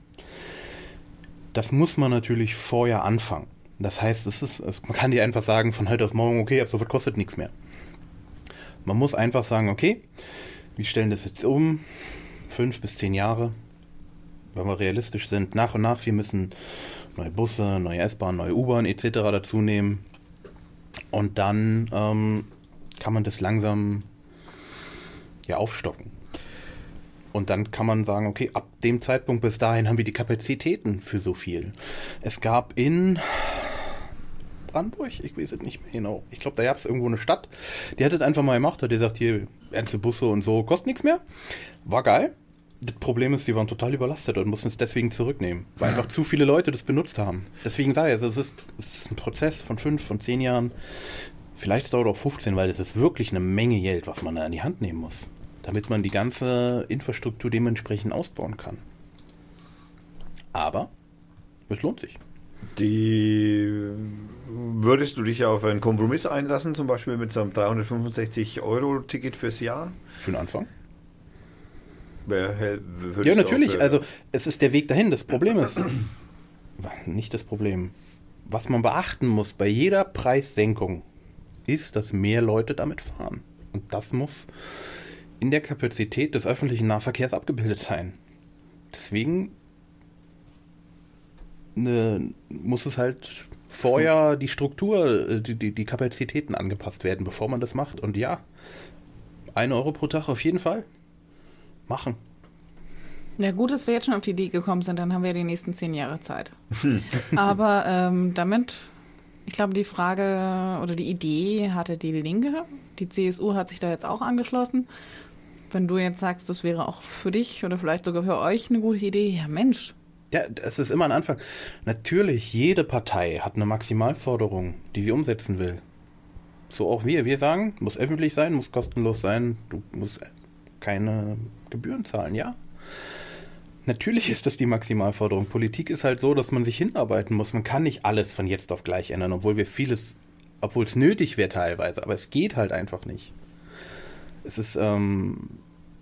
Das muss man natürlich vorher anfangen. Das heißt, es ist, es, man kann dir einfach sagen, von heute auf morgen, okay, ab sofort kostet nichts mehr. Man muss einfach sagen, okay, wir stellen das jetzt um, fünf bis zehn Jahre, wenn wir realistisch sind, nach und nach, wir müssen neue Busse, neue S-Bahn, neue U-Bahn et cetera dazu nehmen. Und dann ähm, kann man das langsam ja, aufstocken. Und dann kann man sagen, okay, ab dem Zeitpunkt bis dahin haben wir die Kapazitäten für so viel. Es gab in Brandenburg, ich weiß es nicht mehr genau, ich glaube, da gab es irgendwo eine Stadt, die hat das einfach mal gemacht, hat gesagt, hier, ganze Busse und so, kostet nichts mehr. War geil. Das Problem ist, die waren total überlastet und mussten es deswegen zurücknehmen, weil einfach zu viele Leute das benutzt haben. Deswegen sage ich, also es ist, es ist ein Prozess von fünf, von zehn Jahren, vielleicht dauert auch fünfzehn, weil es ist wirklich eine Menge Geld, was man da in die Hand nehmen muss, damit man die ganze Infrastruktur dementsprechend ausbauen kann. Aber es lohnt sich. Die würdest du dich auf einen Kompromiss einlassen, zum Beispiel mit so einem dreihundertfünfundsechzig Euro Ticket fürs Jahr? Für den Anfang? Wer, ja, natürlich. Auf, also es ist der Weg dahin. Das Problem ist, nicht das Problem, was man beachten muss bei jeder Preissenkung, ist, dass mehr Leute damit fahren. Und das muss in der Kapazität des öffentlichen Nahverkehrs abgebildet sein. Deswegen ne, muss es halt vorher die Struktur, die, die, die Kapazitäten angepasst werden, bevor man das macht. Und ja, ein Euro pro Tag auf jeden Fall machen. Ja, gut, dass wir jetzt schon auf die Idee gekommen sind, dann haben wir die nächsten zehn Jahre Zeit. Aber ähm, damit, ich glaube, die Frage oder die Idee hatte die Linke. Die C S U hat sich da jetzt auch angeschlossen. Wenn du jetzt sagst, das wäre auch für dich oder vielleicht sogar für euch eine gute Idee, ja Mensch. Ja, es ist immer ein Anfang. Natürlich, jede Partei hat eine Maximalforderung, die sie umsetzen will. So auch wir. Wir sagen, muss öffentlich sein, muss kostenlos sein, du musst keine Gebühren zahlen, ja. Natürlich ist das die Maximalforderung. Politik ist halt so, dass man sich hinarbeiten muss. Man kann nicht alles von jetzt auf gleich ändern, obwohl wir vieles, obwohl es nötig wäre teilweise, aber es geht halt einfach nicht. Es ist, ähm,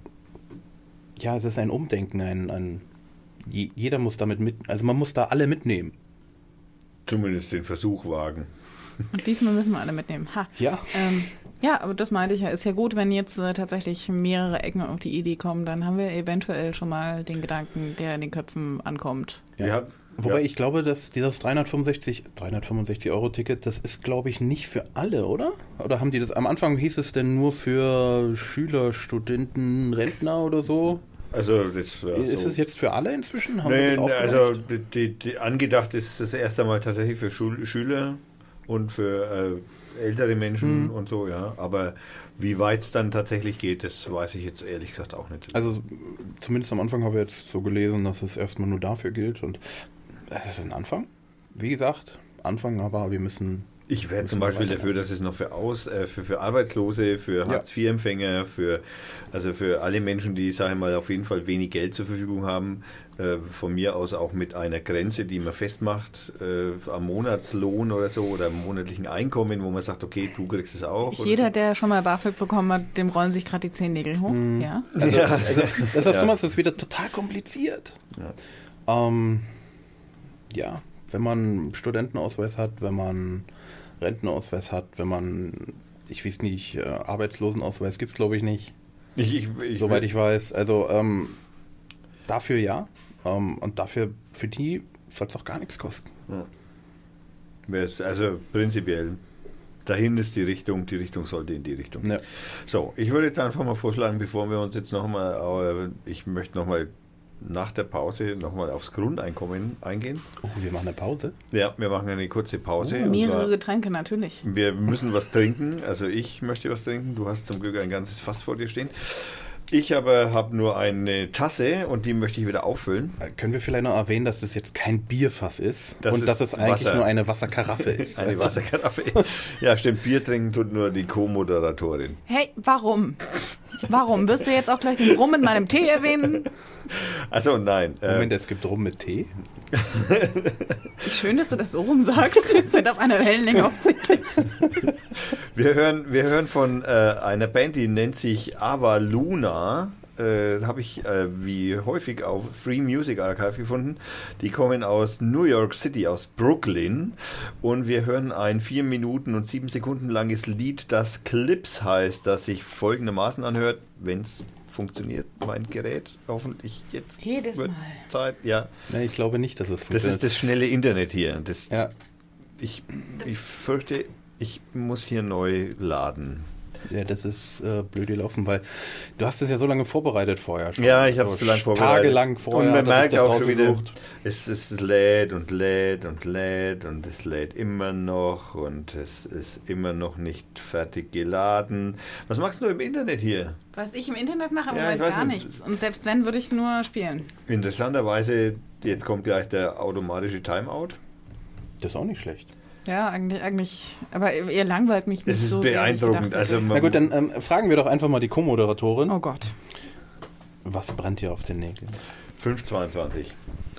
ja, es ist ein Umdenken, ein, ein je, jeder muss damit mit, also man muss da alle mitnehmen. Zumindest den Versuch wagen. Und diesmal müssen wir alle mitnehmen. Ha. Ja. Ähm, ja, aber das meinte ich ja. Ist ja gut, wenn jetzt äh, tatsächlich mehrere Ecken auf die Idee kommen, dann haben wir eventuell schon mal den Gedanken, der in den Köpfen ankommt. Ja. Ja. Wobei Ja. ich glaube, dass dieses dreihundertfünfundsechzig Euro Ticket, das ist, glaube ich, nicht für alle, oder? Oder haben die das, am Anfang hieß es denn nur für Schüler, Studenten, Rentner oder so? Also das war Ist so. es jetzt für alle inzwischen? Haben wir Nee, das aufgemacht? also die, die, die, angedacht ist das erst einmal tatsächlich für Schul Schüler und für äh, ältere Menschen Hm. und so, ja. Aber wie weit es dann tatsächlich geht, das weiß ich jetzt ehrlich gesagt auch nicht. Also zumindest am Anfang habe ich jetzt so gelesen, dass es erstmal nur dafür gilt und es ist ein Anfang. Wie gesagt, Anfang, aber wir müssen... Ich wäre müssen zum Beispiel weiter- dafür, dass es noch für Aus, äh, für, für Arbeitslose, für Ja. Hartz vier Empfänger, für also für alle Menschen, die, sage ich mal, auf jeden Fall wenig Geld zur Verfügung haben, äh, von mir aus auch mit einer Grenze, die man festmacht, äh, am Monatslohn oder so oder am monatlichen Einkommen, wo man sagt, okay, du kriegst es auch. oder Jeder, so. der schon mal BAföG bekommen hat, dem rollen sich gerade die Zehennägel hoch. Ja. Also, Ja. also das heißt, Ja. Thomas, das ist wieder total kompliziert. Ja. Ähm, ja, wenn man Studentenausweis hat, wenn man Rentenausweis hat, wenn man, ich weiß nicht, äh, Arbeitslosenausweis gibt es, glaube ich, nicht, Ich, ich, ich, soweit ich weiß. Also ähm, dafür ja. Ähm, und dafür, für die soll es auch gar nichts kosten. Wär's- Also prinzipiell, dahin ist die Richtung, die Richtung sollte in die Richtung. Ja. So, ich würde jetzt einfach mal vorschlagen, bevor wir uns jetzt nochmal, ich möchte nochmal nach der Pause nochmal aufs Grundeinkommen eingehen. Oh, wir machen eine Pause. Ja, wir machen eine kurze Pause. Oh, und mehrere zwar, Getränke, natürlich. wir müssen was trinken. Also ich möchte was trinken. Du hast zum Glück ein ganzes Fass vor dir stehen. Ich aber habe nur eine Tasse und die möchte ich wieder auffüllen. Äh, Können wir vielleicht noch erwähnen, dass das jetzt kein Bierfass ist Das und ist dass es eigentlich Wasser. nur eine Wasserkaraffe ist. Eine Also, Wasserkaraffe. Ja, stimmt. Bier trinken tut nur die Co-Moderatorin. Hey, warum? Warum? Wirst du jetzt auch gleich den Rum in meinem Tee erwähnen? Also nein. äh, Moment, es gibt Rum mit Tee? Schön, dass du das so rum sagst. Wir sind auf einer Wellenlänge offensichtlich. Wir hören, wir hören von äh, einer Band, die nennt sich Ava Luna. Äh, habe ich äh, wie häufig auf Free Music Archive gefunden. Die kommen aus New York City, aus Brooklyn. Und wir hören ein vier Minuten und sieben Sekunden langes Lied, das Clips heißt, das sich folgendermaßen anhört, wenn es funktioniert, mein Gerät. Hoffentlich jetzt. Jedes wird Mal. Zeit, ja. Nee, ich glaube nicht, dass es Das funktioniert. ist das schnelle Internet hier. Das, Ja. ich, ich fürchte, ich muss hier neu laden. Ja, das ist äh, blöd gelaufen, weil du hast es ja so lange vorbereitet vorher schon. Ja, ich habe So es zu lange vorbereitet. Tagelang vorher. Und man hat er sich merkt das auch schon wieder, rausgesucht. es, es lädt und lädt und lädt und es lädt immer noch und es ist immer noch nicht fertig geladen. Was machst du im Internet hier? Was ich im Internet mache, im Ja, Moment ich weiß gar nicht. nichts. Und selbst wenn, würde ich nur spielen. Interessanterweise, jetzt kommt gleich der automatische Timeout. Das ist auch nicht schlecht. Ja, eigentlich, eigentlich, aber ihr langweilt mich nicht Es ist so sehr, wie ich beeindruckend. dachte. Also man, Na gut, dann ähm, fragen wir doch einfach mal die Co-Moderatorin. Oh Gott. Was brennt dir auf den Nägeln? fünf zweiundzwanzig.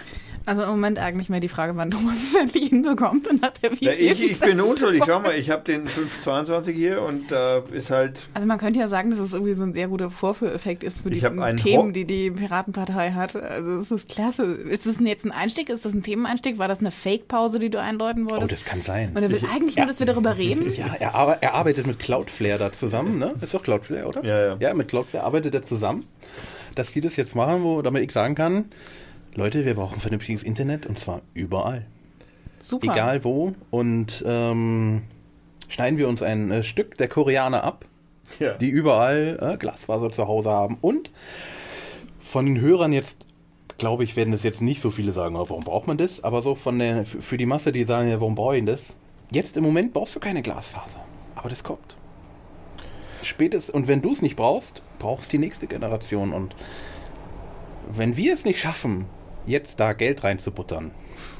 Also im Moment eigentlich mehr die Frage, wann Thomas es endlich hinbekommt und nach der Ja, ich, ich bin unschuldig. Schau mal, ich habe den fünf zweiundzwanzig hier und da äh, ist halt... Also man könnte ja sagen, dass es irgendwie so ein sehr guter Vorführeffekt ist für die Themen, Ho- die die Piratenpartei hat. Also es ist klasse. Ist das jetzt ein Einstieg? Ist das ein Themeneinstieg? War das eine Fake-Pause, die du einläuten wolltest? Oh, das kann sein. Und er will Ich, eigentlich ja, nur, dass wir darüber reden? Ja, er, ar- er arbeitet mit Cloudflare da zusammen, ne? Ist doch Cloudflare, oder? Ja, ja. Ja, mit Cloudflare arbeitet er zusammen, dass die das jetzt machen, wo, damit ich sagen kann, Leute, wir brauchen vernünftiges Internet und zwar überall. Super. Egal wo. Und ähm, schneiden wir uns ein äh, Stück der Koreaner ab, Ja. die überall äh, Glasfaser zu Hause haben. Und von den Hörern jetzt, glaube ich, werden das jetzt nicht so viele sagen, oh, warum braucht man das? Aber so von der, f- für die Masse, die sagen, ja, warum brauche ich das? Jetzt im Moment brauchst du keine Glasfaser. Aber das kommt. Spätestens, und wenn du es nicht brauchst, brauchst die nächste Generation. Und wenn wir es nicht schaffen, jetzt da Geld reinzubuttern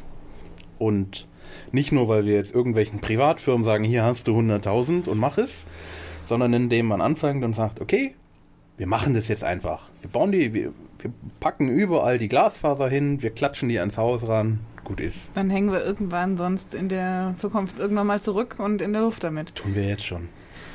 und nicht nur, weil wir jetzt irgendwelchen Privatfirmen sagen, hier hast du hunderttausend und mach es, sondern indem man anfängt und sagt, okay, wir machen das jetzt einfach. Wir bauen die, wir, wir packen überall die Glasfaser hin, wir klatschen die ans Haus ran, gut ist. Dann hängen wir irgendwann sonst in der Zukunft irgendwann mal zurück und in der Luft damit. Tun wir jetzt schon.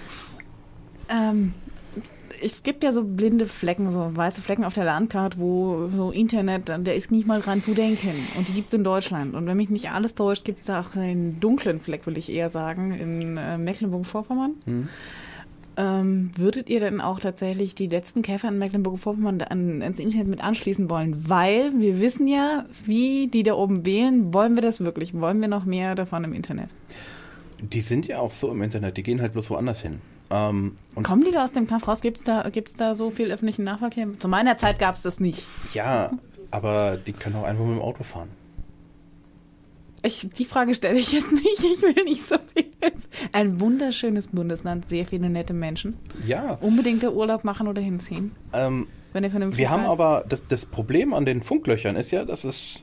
Ähm, es gibt ja so blinde Flecken, so weiße Flecken auf der Landkarte, wo so Internet, der ist nicht mal dran zu denken. Und die gibt es in Deutschland. Und wenn mich nicht alles täuscht, gibt es da auch so einen dunklen Fleck, will ich eher sagen, in äh, Mecklenburg-Vorpommern. Hm. Ähm, würdet ihr denn auch tatsächlich die letzten Käfer in Mecklenburg-Vorpommern an, ans Internet mit anschließen wollen? Weil wir wissen ja, wie die da oben wählen. Wollen wir das wirklich? Wollen wir noch mehr davon im Internet? Die sind ja auch so im Internet, die gehen halt bloß woanders hin. Ähm, und Kommen die da aus dem Kampf raus? Gibt es da, gibt's da so viel öffentlichen Nahverkehr? Zu meiner Zeit gab es das nicht. ja, aber die können auch einfach mit dem Auto fahren. Ich, die Frage stelle ich jetzt nicht. Ich will nicht so viel. Ein wunderschönes Bundesland, sehr viele nette Menschen. Ja. Unbedingt der Urlaub machen oder hinziehen, Ähm, wenn ihr vernünftig wir haben seid. aber, das, das Problem an den Funklöchern ist ja, dass es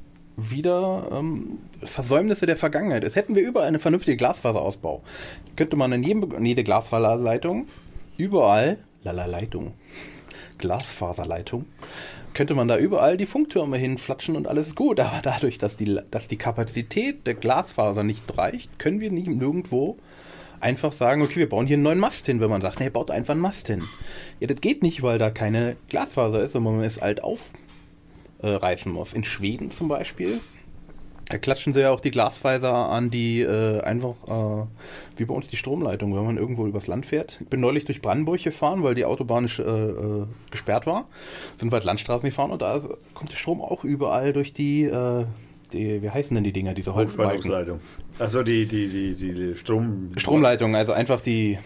wieder ähm, Versäumnisse der Vergangenheit ist. Hätten wir überall eine vernünftige Glasfaserausbau, könnte man in, jedem, in jede Glasfaserleitung, überall, lala Leitung, Glasfaserleitung, könnte man da überall die Funktürme hinflatschen und alles ist gut. Aber dadurch, dass die, dass die Kapazität der Glasfaser nicht reicht, können wir nicht nirgendwo einfach sagen, okay, wir bauen hier einen neuen Mast hin, wenn man sagt, nee, baut einfach einen Mast hin. Ja, das geht nicht, weil da keine Glasfaser ist und man es alt aufreißen muss. In Schweden zum Beispiel, da klatschen sie ja auch die Glasfaser an die, äh, einfach äh, wie bei uns die Stromleitung, wenn man irgendwo übers Land fährt. Ich bin neulich durch Brandenburg gefahren, weil die Autobahn äh, äh, gesperrt war. Sind wir halt Landstraßen gefahren und da kommt der Strom auch überall durch die, äh, die wie heißen denn die Dinger, diese Holzbalken? Hochspannungsleitung. Also die, die, die, die Strom... Stromleitung, also einfach die...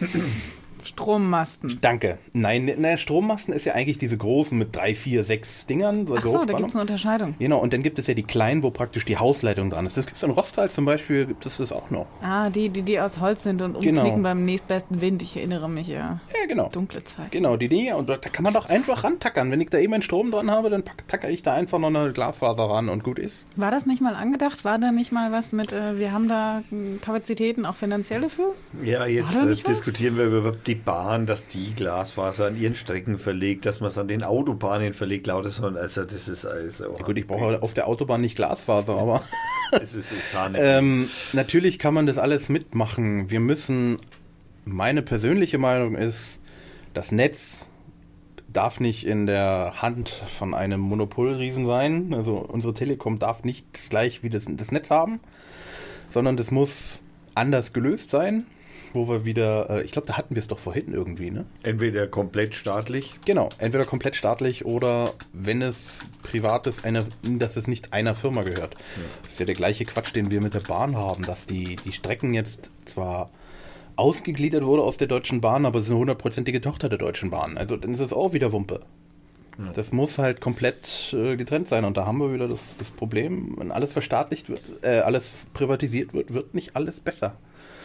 Strommasten. Danke. Nein, ne, Strommasten ist ja eigentlich diese großen mit drei, vier, sechs Dingern. Ach so, da gibt es eine Unterscheidung. Genau, und dann gibt es ja die kleinen, wo praktisch die Hausleitung dran ist. Das gibt es in Rostal zum Beispiel, gibt es das auch noch. Ah, die, die, die aus Holz sind und umknicken Genau. beim nächstbesten Wind. Ich erinnere mich, ja. Ja, genau. Dunkle Zeit. Genau, die Dinge. Und da kann man doch einfach rantackern. Wenn ich da eben einen Strom dran habe, dann pack- tacker ich da einfach noch eine Glasfaser ran und gut ist. War das nicht mal angedacht? War da nicht mal was mit, äh, wir haben da äh, Kapazitäten, auch finanzielle für? Ja, jetzt War da äh, nicht was? diskutieren wir über die Bahn, dass die Glasfaser an ihren Strecken verlegt, dass man es an den Autobahnen verlegt, lauter so. Also das ist also... Ja, gut, ich brauche auf der Autobahn nicht Glasfaser, aber Es ist, ist ähm, natürlich kann man das alles mitmachen. Wir müssen, meine persönliche Meinung ist, das Netz darf nicht in der Hand von einem Monopolriesen sein. Also unsere Telekom darf nicht das gleich wie das, das Netz haben, sondern das muss anders gelöst sein, wo wir wieder, äh, ich glaube, da hatten wir es doch vorhin irgendwie, ne? Entweder komplett staatlich. Genau, entweder komplett staatlich oder wenn es privat ist, eine, dass es nicht einer Firma gehört. Das ist ja der gleiche Quatsch, den wir mit der Bahn haben, dass die, die Strecken jetzt zwar ausgegliedert wurde aus der Deutschen Bahn, aber es ist eine hundertprozentige Tochter der Deutschen Bahn. Also dann ist es auch wieder Wumpe. Ja. Das muss halt komplett äh, getrennt sein und da haben wir wieder das, das Problem, wenn alles verstaatlicht wird, äh, alles privatisiert wird, wird nicht alles besser.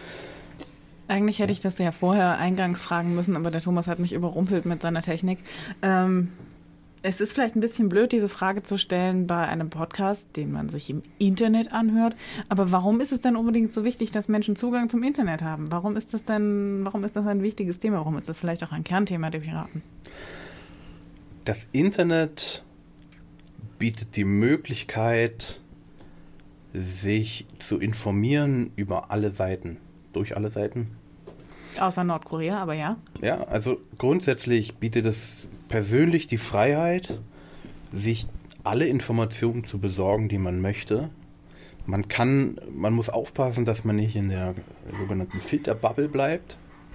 Eigentlich hätte ich das ja vorher eingangs fragen müssen, aber der Thomas hat mich überrumpelt mit seiner Technik. Ähm, es ist vielleicht ein bisschen blöd, diese Frage zu stellen bei einem Podcast, den man sich im Internet anhört. Aber warum ist es denn unbedingt so wichtig, dass Menschen Zugang zum Internet haben? Warum ist das denn, warum ist das ein wichtiges Thema? Warum ist das vielleicht auch ein Kernthema der Piraten? Das Internet bietet die Möglichkeit, sich zu informieren über alle Seiten. Durch alle Seiten. Außer Nordkorea, aber ja. Ja, also grundsätzlich bietet es persönlich die Freiheit, sich alle Informationen zu besorgen, die man möchte. Man kann, man muss aufpassen, dass man nicht in der sogenannten Filterbubble bleibt.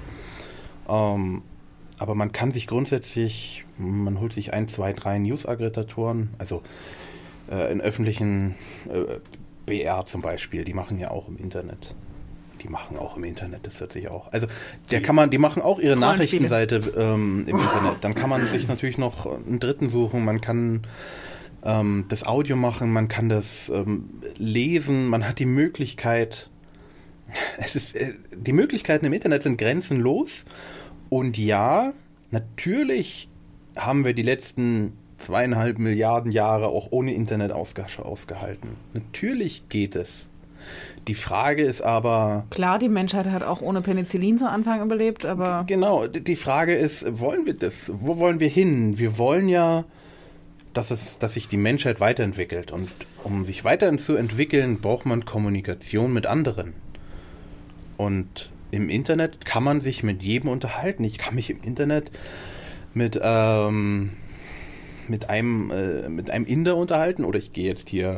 Ähm, aber man kann sich grundsätzlich, man holt sich ein, zwei, drei News-Aggregatoren, also äh, in öffentlichen äh, B R zum Beispiel, die machen ja auch im Internet. Die machen auch im Internet, das hört sich auch. Also der kann man, die machen auch ihre Nachrichtenseite ähm, im Internet. Dann kann man sich natürlich noch einen dritten suchen, man kann ähm, das Audio machen, man kann das ähm, lesen, man hat die Möglichkeit, es ist, äh, die Möglichkeiten im Internet sind grenzenlos. Und ja, natürlich haben wir die letzten zweieinhalb Milliarden Jahre auch ohne Internet ausge- ausgehalten. Natürlich geht es. Die Frage ist aber... Klar, die Menschheit hat auch ohne Penicillin zu Anfang überlebt, aber... Genau, die Frage ist, wollen wir das? Wo wollen wir hin? Wir wollen ja, dass, es, dass sich die Menschheit weiterentwickelt. Und um sich weiterzuentwickeln, braucht man Kommunikation mit anderen. Und im Internet kann man sich mit jedem unterhalten. Ich kann mich im Internet mit, ähm, mit, einem, äh, mit einem Inder unterhalten. Oder ich gehe jetzt hier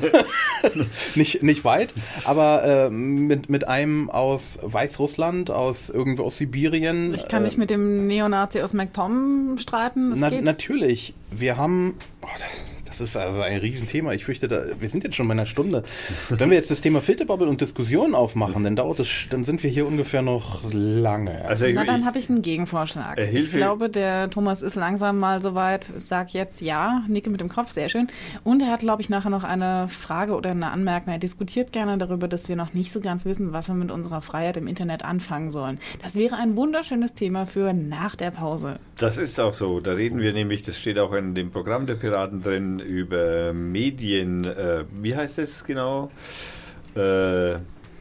nicht, nicht weit. Aber äh, mit, mit einem aus Weißrussland, aus irgendwo aus Sibirien. Ich kann mich äh, mit dem Neonazi aus MacPom streiten. Das na, geht. Natürlich. Wir haben... Oh, das, Das ist also ein Riesenthema. Ich fürchte, da, wir sind jetzt schon bei einer Stunde. Wenn wir jetzt das Thema Filterbubble und Diskussionen aufmachen, dann dauert es, dann sind wir hier ungefähr noch lange. Also ich, Na, dann habe ich einen Gegenvorschlag. Äh, ich glaube, der Thomas ist langsam mal soweit. Sag jetzt ja, nicke mit dem Kopf, sehr schön. Und er hat, glaube ich, nachher noch eine Frage oder eine Anmerkung. Er diskutiert gerne darüber, dass wir noch nicht so ganz wissen, was wir mit unserer Freiheit im Internet anfangen sollen. Das wäre ein wunderschönes Thema für nach der Pause. Das ist auch so. Da reden wir nämlich, das steht auch in dem Programm der Piraten drin, über Medien, äh, wie heißt es genau? Äh,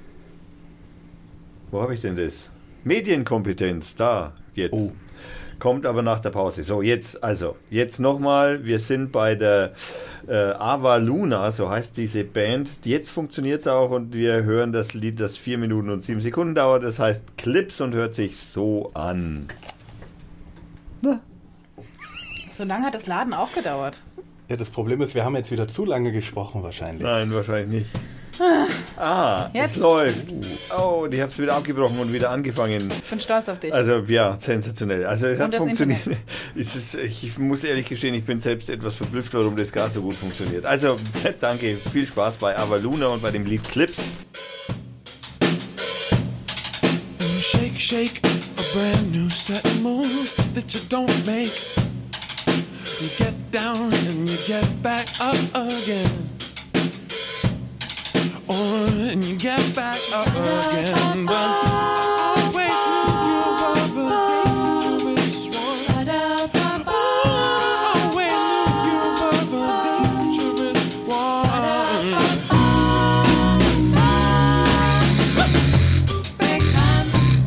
wo habe ich denn das? Medienkompetenz, da, jetzt. Oh. Kommt aber nach der Pause. So, jetzt, also, jetzt nochmal, wir sind bei der äh, Ava Luna, so heißt diese Band. Jetzt funktioniert es auch und wir hören das Lied, das vier Minuten und sieben Sekunden dauert. Das heißt Clips und hört sich so an. Na? So lange hat das Laden auch gedauert. Ja, das Problem ist, wir haben jetzt wieder zu lange gesprochen wahrscheinlich. Nein, wahrscheinlich nicht. Ah, jetzt. Es läuft. Oh, ich habe es wieder abgebrochen und wieder angefangen. Ich bin stolz auf dich. Also ja, sensationell. Also es hat funktioniert. Es ist, ich muss ehrlich gestehen, ich bin selbst etwas verblüfft, warum das gar so gut funktioniert. Also danke, viel Spaß bei Ava Luna und bei dem Lied Clips. Shake, shake, a brand new set of moves that you don't make. You get down and you get back up again. Oh, and you get back up again. But I always knew you were the dangerous one. Oh, I always knew you were the dangerous one. Big time.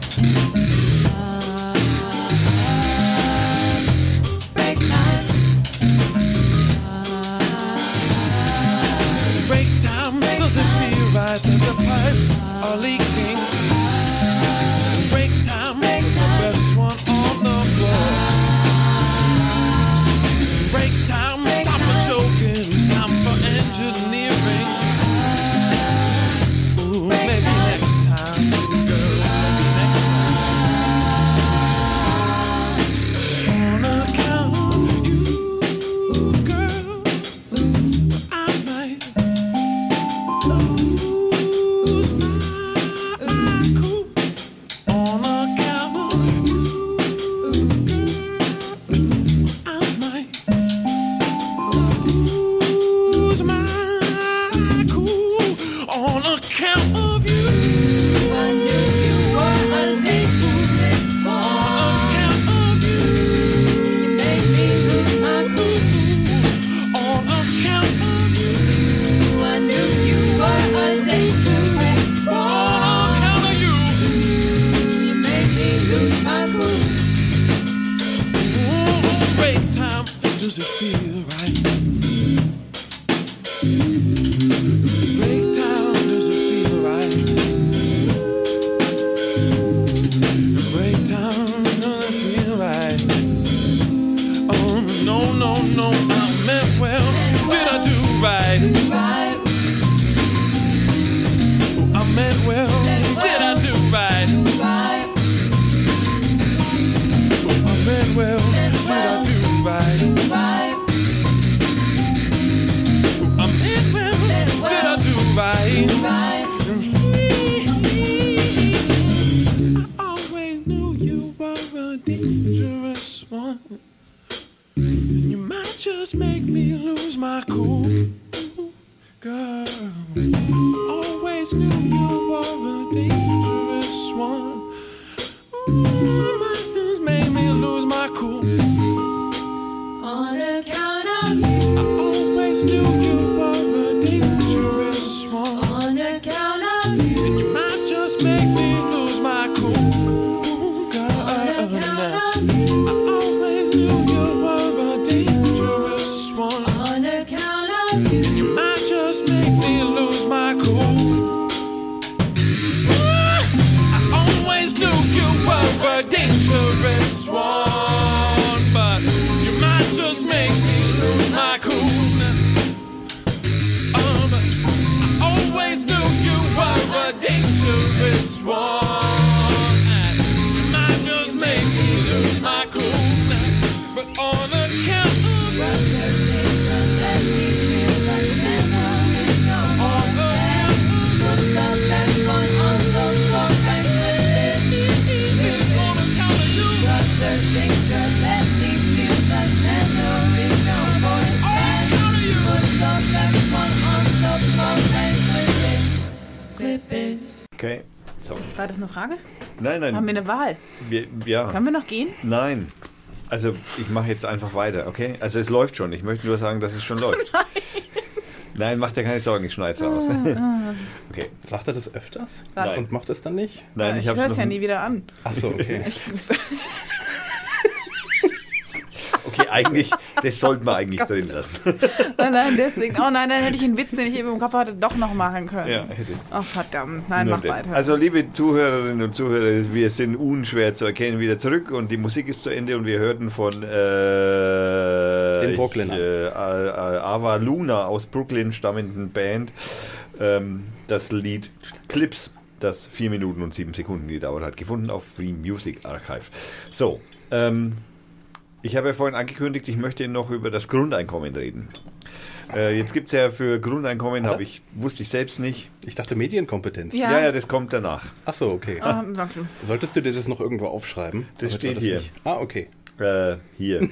Big time. Break time, does it feel right that the pipes are leaking? Break time, the best one on the floor. Break time, time for joking, time for engineering. Ooh, maybe next time, girl, maybe next time. On account of you, girl, I might lose my cool. On account of you, girl, I might lose my cool. On account of you. I knew you were a dangerous On boy. account of you. You made me lose my cool. On account of you. I knew you were a dangerous On boy. account of you. You made me lose my cool. Ooh, break time, does it feel right? always knew you were a dangerous one. Ooh, my news made me lose my cool. On account of you. I always knew you were a dangerous one. On account of you. And you might just make me lose my cool. Ooh, girl. On account of you. I always knew you were a dangerous one. On account of you. And you might just make me lose my cool. I always knew you were a dangerous one, but you might just make me lose my cool. Um, I always knew you were a dangerous one, and you might just make me lose my cool. But on account of But there's things that let me feel like memory no more there. Put the best one on the floor and let me feel on account of you. But there's things that let me feel like memory no more there. Put the best one on the floor and clip it, clip it. Okay. So. War das eine Frage? Nein, nein. Haben wir eine Wahl? Wir, ja. Können wir noch gehen? Nein. Also ich mache jetzt einfach weiter, okay? Also es läuft schon. Ich möchte nur sagen, dass es schon läuft. Nein. Nein, macht dir keine Sorgen, ich schneide es raus. Okay. Sagt er das öfters? Was? Und macht es dann nicht? Nein, ich, ich habe höre es es noch ja nie wieder an. Ach so, okay. Ich, Okay, eigentlich, das sollten wir eigentlich drin lassen. nein, nein, deswegen. Oh nein, dann hätte ich einen Witz, den ich eben im Kopf hatte, doch noch machen können. Ja, hättest Oh, verdammt. Nein, Nur mach denn. weiter. Also liebe Zuhörerinnen und Zuhörer, wir sind unschwer zu erkennen wieder zurück und die Musik ist zu Ende und wir hörten von äh, Den Brooklyner. ich, äh, äh, Ava Luna aus Brooklyn stammenden Band ähm, das Lied Clips, das vier Minuten und sieben Sekunden gedauert hat, gefunden auf Free Music Archive. So, ähm, ich habe ja vorhin angekündigt, ich möchte noch über das Grundeinkommen reden. Äh, jetzt gibt es ja für Grundeinkommen, habe ich, wusste ich selbst nicht. Ich dachte Medienkompetenz. Ja. Ja, ja, das kommt danach. Ach so, okay. Oh, danke. Solltest du dir das noch irgendwo aufschreiben? Das Damit wir steht hier. nicht- Ah, okay. Äh, hier.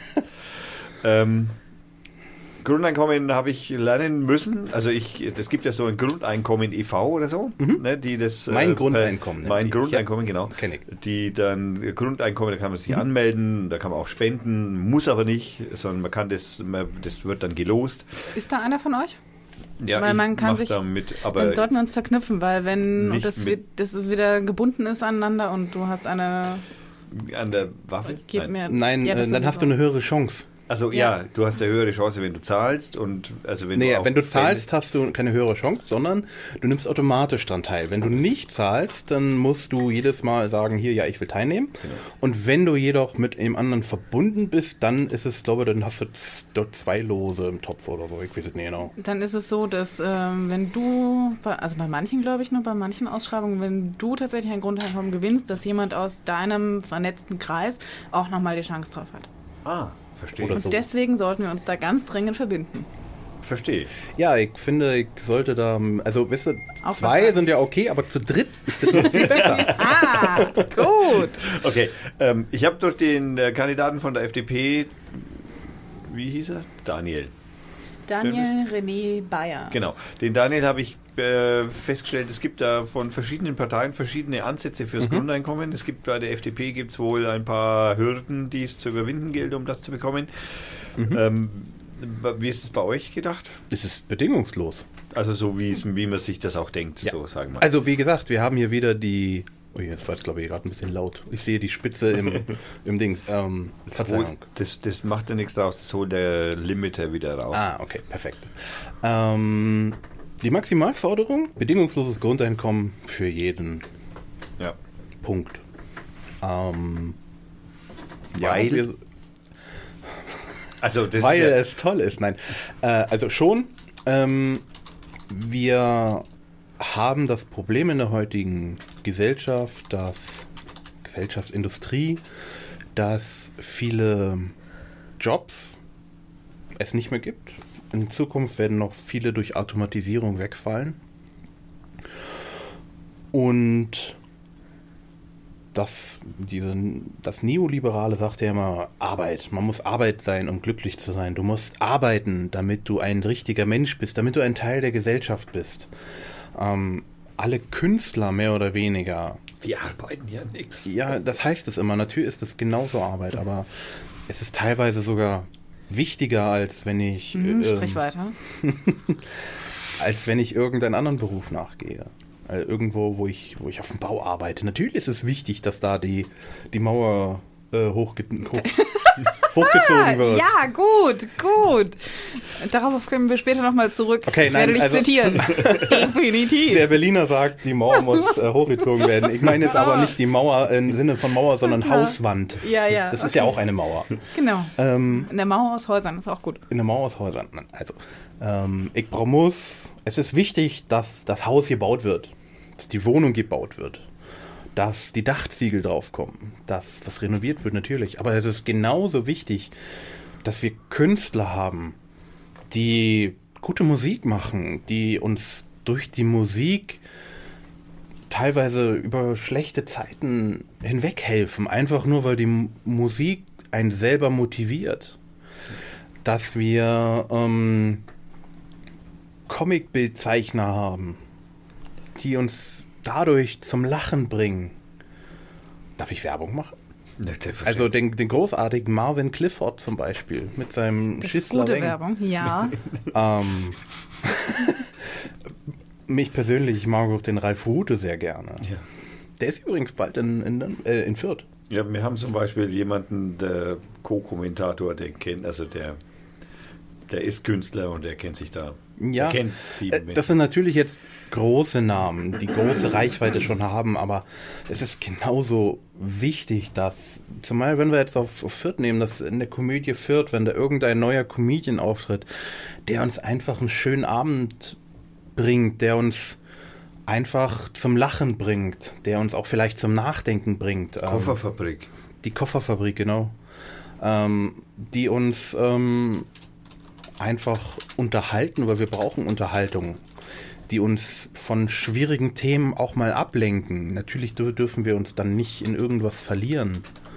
ähm, Grundeinkommen habe ich lernen müssen. Also ich, es gibt ja so ein Grundeinkommen e V oder so, ne, die das Mein äh, Grundeinkommen, Mein nennt die. Grundeinkommen, genau. Kenn ich. Die dann äh, Grundeinkommen, da kann man sich anmelden, da kann man auch spenden, muss aber nicht, sondern man kann das, man, das wird dann gelost. Ist da einer von euch? Ja, Weil ich man kann mach sich- da mit, aber Dann sollten wir uns verknüpfen, weil wenn Nicht und das, mit- wird, das wieder gebunden ist aneinander und du hast eine... an der Waffe. Gib Nein. mir... Nein, Ja, das äh, dann hast du sowieso. eine höhere Chance. Also Ja. ja. du hast eine höhere Chance, wenn du zahlst und also wenn Nee, du auch wenn du spendest. zahlst, hast du keine höhere Chance, sondern du nimmst automatisch dran teil. Wenn du nicht zahlst, dann musst du jedes Mal sagen, hier, ja, ich will teilnehmen. Genau. Und wenn du jedoch mit dem anderen verbunden bist, dann ist es, glaube ich, dann hast du z- dort zwei Lose im Topf oder so. Ich weiß es nicht genau. Dann ist es so, dass ähm, wenn du, bei, also bei manchen glaube ich nur, bei manchen Ausschreibungen, wenn du tatsächlich ein Grundeinkommen gewinnst, dass jemand aus deinem vernetzten Kreis auch nochmal die Chance drauf hat. Ah, verstehe. Oder Und so. deswegen sollten wir uns da ganz dringend verbinden. Verstehe. Ja, ich finde, ich sollte da, also, weißt du, Auch was zwei sagen. sind ja okay, aber zu dritt ist das noch viel besser. Ah, gut. Okay, ähm, ich habe durch den äh, Kandidaten von der F D P, wie hieß er? Daniel. Daniel René Bayer. Genau, den Daniel habe ich äh, festgestellt, es gibt da von verschiedenen Parteien verschiedene Ansätze fürs Grundeinkommen. Es gibt bei der F D P gibt es wohl ein paar Hürden, die es zu überwinden gilt, um das zu bekommen. Ähm, wie ist es bei euch gedacht? Es ist bedingungslos. Also so wie, es, wie man sich das auch denkt, Ja. so sagen wir. Also, wie gesagt, wir haben hier wieder die. Oh, jetzt war es, glaube ich, gerade ein bisschen laut. Ich sehe die Spitze im, im Dings. Ähm, das, Verzeihung. holt, das, das macht ja nichts draus, das holt der Limiter wieder raus. Ah, okay, perfekt. Ähm, die Maximalforderung: bedingungsloses Grundeinkommen für jeden. Ja. Punkt. Ähm, Weil? wir, Also das weil ist ja, es toll ist. Nein. Äh, also schon. Ähm, wir haben das Problem in der heutigen Gesellschaft, dass Gesellschaftsindustrie, dass viele Jobs es nicht mehr gibt. In Zukunft werden noch viele durch Automatisierung wegfallen. Und das, diese, das Neoliberale sagt ja immer Arbeit. Man muss Arbeit sein, um glücklich zu sein. Du musst arbeiten, damit du ein richtiger Mensch bist, damit du ein Teil der Gesellschaft bist. ähm, alle Künstler mehr oder weniger. Die arbeiten ja nichts. Ja, das heißt es immer. Natürlich ist es genauso Arbeit, aber es ist teilweise sogar wichtiger, als wenn ich Mhm, ähm, sprich weiter. als wenn ich irgendeinen anderen Beruf nachgehe. Also irgendwo, wo ich, wo ich auf dem Bau arbeite. Natürlich ist es wichtig, dass da die, die Mauer äh, hochge hoch, hochgezogen wird. Ja, gut, gut. Darauf kommen wir später nochmal zurück. Okay, ich werde nein, dich also- zitieren. Definitiv. Der Berliner sagt, die Mauer muss äh, hochgezogen werden. Ich meine jetzt aber nicht die Mauer im Sinne von Mauer, sondern klar. Hauswand. Ja, ja, Das ist okay. ja auch eine Mauer. Genau. Ähm, In der Mauer aus Häusern ist auch gut. in der Mauer aus Häusern. Also, ähm, ich brauch- muss, es ist wichtig, dass das Haus gebaut wird, dass die Wohnung gebaut wird, dass die Dachziegel draufkommen, dass was renoviert wird natürlich. Aber es ist genauso wichtig, dass wir Künstler haben, die gute Musik machen, die uns durch die Musik teilweise über schlechte Zeiten hinweg helfen, einfach nur weil die M- Musik einen selber motiviert. Dass wir ähm, Comicbildzeichner haben, die uns dadurch zum Lachen bringen. Darf ich Werbung machen? Also den, den großartigen Marvin Clifford zum Beispiel mit seinem Das ist Schissler gute Weng. Werbung, ja. Ähm, mich persönlich, ich mag auch den Ralf Rute sehr gerne. Ja. Der ist übrigens bald in, in, äh, in Fürth. Ja, wir haben zum Beispiel jemanden, der Co-Kommentator, der kennt, also der, der ist Künstler und der kennt sich da. Ja, der kennt die äh, das sind natürlich jetzt große Namen, die große Reichweite schon haben, aber es ist genauso wichtig, dass, zumal wenn wir jetzt auf, auf Fürth nehmen, dass in der Komödie Fürth, wenn da irgendein neuer Comedian auftritt, der uns einfach einen schönen Abend bringt, der uns einfach zum Lachen bringt, der uns auch vielleicht zum Nachdenken bringt. Ähm, Kofferfabrik. Die Kofferfabrik, genau. Ähm, die uns ähm, einfach unterhalten, weil wir brauchen Unterhaltung. Die uns von schwierigen Themen auch mal ablenken. Natürlich dür- dürfen wir uns dann nicht in irgendwas verlieren.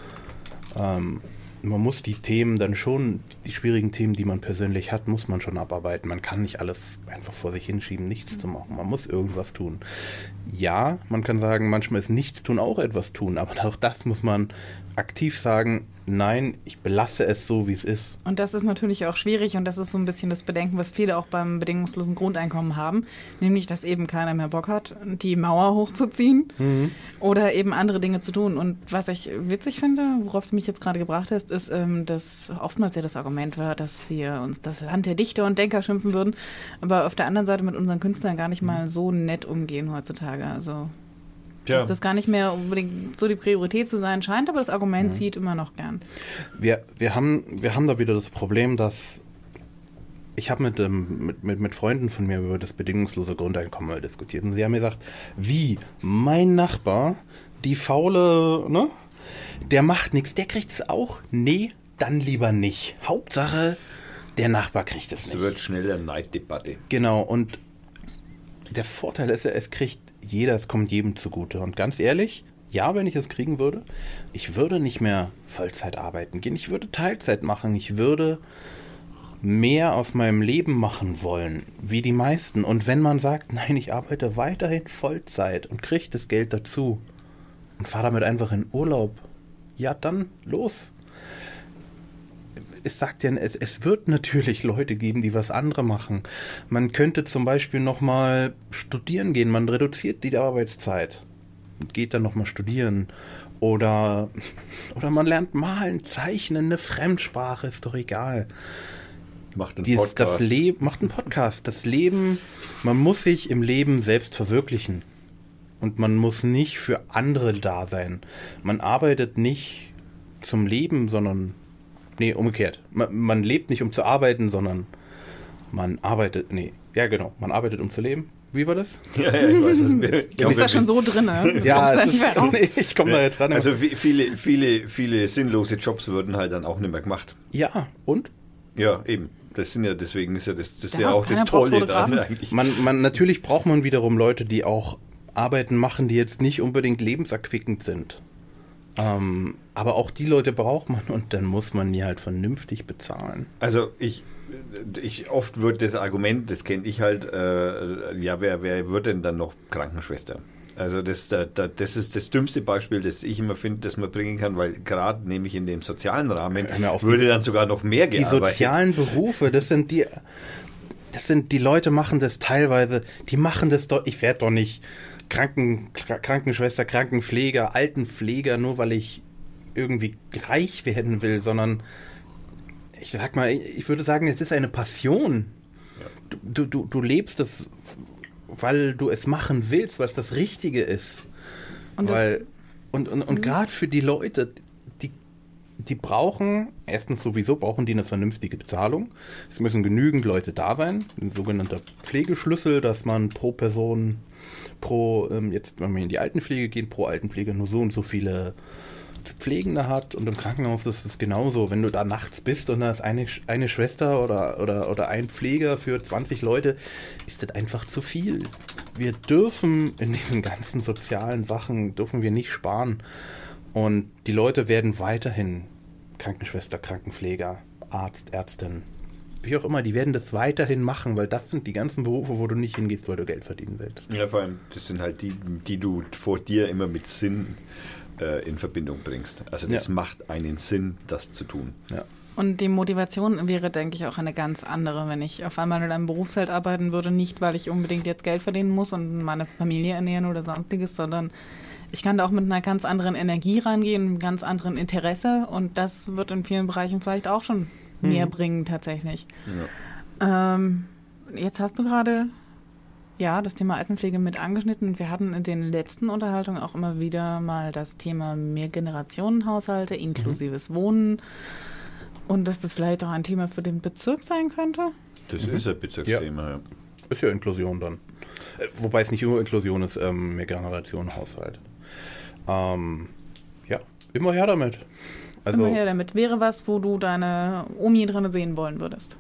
Ähm, man muss die Themen dann schon, die schwierigen Themen, die man persönlich hat, muss man schon abarbeiten. Man kann nicht alles einfach vor sich hinschieben, nichts zu machen. Man muss irgendwas tun. Ja, man kann sagen, manchmal ist nichts tun auch etwas tun, aber auch das muss man aktiv sagen, nein, ich belasse es so, wie es ist. Und das ist natürlich auch schwierig und das ist so ein bisschen das Bedenken, was viele auch beim bedingungslosen Grundeinkommen haben, nämlich, dass eben keiner mehr Bock hat, die Mauer hochzuziehen Mhm. oder eben andere Dinge zu tun. Und was ich witzig finde, worauf du mich jetzt gerade gebracht hast, ist, ähm, dass oftmals ja das Argument war, dass wir uns das Land der Dichter und Denker schimpfen würden, aber auf der anderen Seite mit unseren Künstlern gar nicht mal so nett umgehen heutzutage. Also Tja, dass das gar nicht mehr unbedingt so die Priorität zu sein scheint, aber das Argument zieht immer noch gern. Wir, wir, haben, wir haben da wieder das Problem, dass ich habe mit, ähm, mit, mit, mit Freunden von mir über das bedingungslose Grundeinkommen mal diskutiert und sie haben mir gesagt, wie, mein Nachbar, die faule, ne, der macht nichts, der kriegt es auch? Nee, dann lieber nicht. Hauptsache, der Nachbar kriegt es es nicht. wird schneller Neiddebatte. Genau, und der Vorteil ist ja, es kriegt jeder, es kommt jedem zugute. Und ganz ehrlich, ja, wenn ich es kriegen würde, ich würde nicht mehr Vollzeit arbeiten gehen. Ich würde Teilzeit machen. Ich würde mehr aus meinem Leben machen wollen, wie die meisten. Und wenn man sagt, nein, ich arbeite weiterhin Vollzeit und kriege das Geld dazu und fahre damit einfach in Urlaub, ja, dann los. Es sagt ja, es, es wird natürlich Leute geben, die was andere machen. Man könnte zum Beispiel nochmal studieren gehen. Man reduziert die Arbeitszeit. Geht dann nochmal studieren. Oder, oder man lernt malen, zeichnen, eine Fremdsprache, ist doch egal. Macht einen Dies, das Podcast. Leben macht einen Podcast. Das Leben, man muss sich im Leben selbst verwirklichen. Und man muss nicht für andere da sein. Man arbeitet nicht zum Leben, sondern nee, umgekehrt. Man, man lebt nicht, um zu arbeiten, sondern man arbeitet, nee, ja genau, man arbeitet, um zu leben. Wie war das? Ja, ja, ich weiß es. Du bist da schon so drin, ne? Du Ja, kommst da es nicht mehr ist, raus. nee, ich komme da jetzt ran. Also wie- viele, viele, viele sinnlose Jobs würden halt dann auch nicht mehr gemacht. ja, und? Ja, eben. Das sind ja, deswegen ist ja das, das ist Ja, ja auch das keiner braucht Tolle daran Fotografen. eigentlich. Man, man, natürlich braucht man wiederum Leute, die auch Arbeiten machen, die jetzt nicht unbedingt lebenserquickend sind. Ähm, aber auch die Leute braucht man und dann muss man die halt vernünftig bezahlen. Also ich, ich, oft wird das Argument, das kenne ich halt, äh, ja, wer, wer wird denn dann noch Krankenschwester? Also das, da, da, das ist das dümmste Beispiel, das ich immer finde, das man bringen kann, weil gerade nämlich in dem sozialen Rahmen Hör mir auf, würde die- dann sogar noch mehr Die gearbeitet. sozialen Berufe, das sind die, das sind die Leute machen das teilweise, die machen das doch, ich werde doch nicht Kranken, Krankenschwester, Krankenpfleger, Altenpfleger, nur weil ich irgendwie reich werden will, sondern ich sag mal, ich würde sagen, es ist eine Passion. Du, du, du lebst es, weil du es machen willst, weil es das Richtige ist. Und das- weil, und und, und gerade für die Leute, die, die brauchen, erstens sowieso brauchen die eine vernünftige Bezahlung. Es müssen genügend Leute da sein, ein sogenannter Pflegeschlüssel, dass man pro Person, pro, ähm, jetzt wenn wir in die Altenpflege gehen, pro Altenpflege nur so und so viele Pflegende hat, und im Krankenhaus ist es genauso. Wenn du da nachts bist und da ist eine, eine Schwester oder, oder, oder ein Pfleger für zwanzig Leute, ist das einfach zu viel. Wir dürfen in diesen ganzen sozialen Sachen, dürfen wir nicht sparen. Und die Leute werden weiterhin Krankenschwester, Krankenpfleger, Arzt, Ärztin, wie auch immer, die werden das weiterhin machen, weil das sind die ganzen Berufe, wo du nicht hingehst, weil du Geld verdienen willst. Ja, vor allem, das sind halt die, die du vor dir immer mit Sinn äh, in Verbindung bringst. Also das Ja. macht einen Sinn, das zu tun. Ja. Und die Motivation wäre, denke ich, auch eine ganz andere, wenn ich auf einmal in einem Berufsfeld arbeiten würde, nicht weil ich unbedingt jetzt Geld verdienen muss und meine Familie ernähren oder sonstiges, sondern ich kann da auch mit einer ganz anderen Energie rangehen, einem ganz anderen Interesse, und das wird in vielen Bereichen vielleicht auch schon mehr bringen tatsächlich. Ähm, jetzt hast du gerade ja das Thema Altenpflege mit angeschnitten. Wir hatten in den letzten Unterhaltungen auch immer wieder mal das Thema Mehrgenerationenhaushalte, inklusives Wohnen, und dass das vielleicht auch ein Thema für den Bezirk sein könnte. Das ist ein Bezirksthema, ja. Ist ja Inklusion dann. Äh, Wobei es nicht nur Inklusion ist, ähm, Mehrgenerationenhaushalt. Ähm, ja, immer her damit. Also, Immer her damit. Wäre was, wo du deine Omi drin sehen wollen würdest.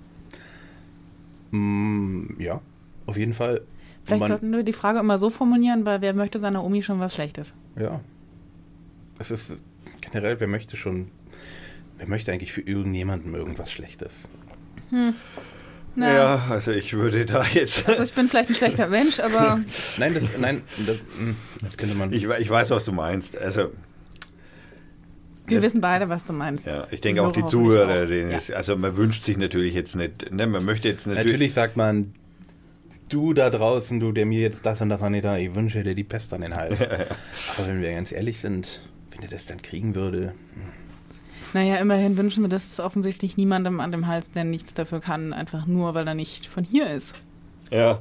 mh, ja, auf jeden Fall. Vielleicht Man- sollten wir die Frage immer so formulieren, weil wer möchte seiner Omi schon was Schlechtes? Ja. Es ist generell, wer möchte schon, wer möchte eigentlich für irgendjemandem irgendwas Schlechtes? Na, Ja, also ich würde da jetzt... Also ich bin vielleicht ein schlechter Mensch, aber Nein, das, nein, das, mh, das könnte man. Ich, we- ich weiß, was du meinst. Also, wir wissen beide, was du meinst. ja, ich denke auch die Hörer Zuhörer, hoffentlich auch. denen Ja. ist, also man wünscht sich natürlich jetzt nicht, ne, man möchte jetzt natürlich, Natürlich sagt man, du da draußen, du, der mir jetzt das und das angetan hat, ich wünsche dir die Pest an den Hals. Aber wenn wir ganz ehrlich sind, wenn er das dann kriegen würde, Naja, immerhin wünschen wir das offensichtlich niemandem an dem Hals, der nichts dafür kann, einfach nur, weil er nicht von hier ist. ja,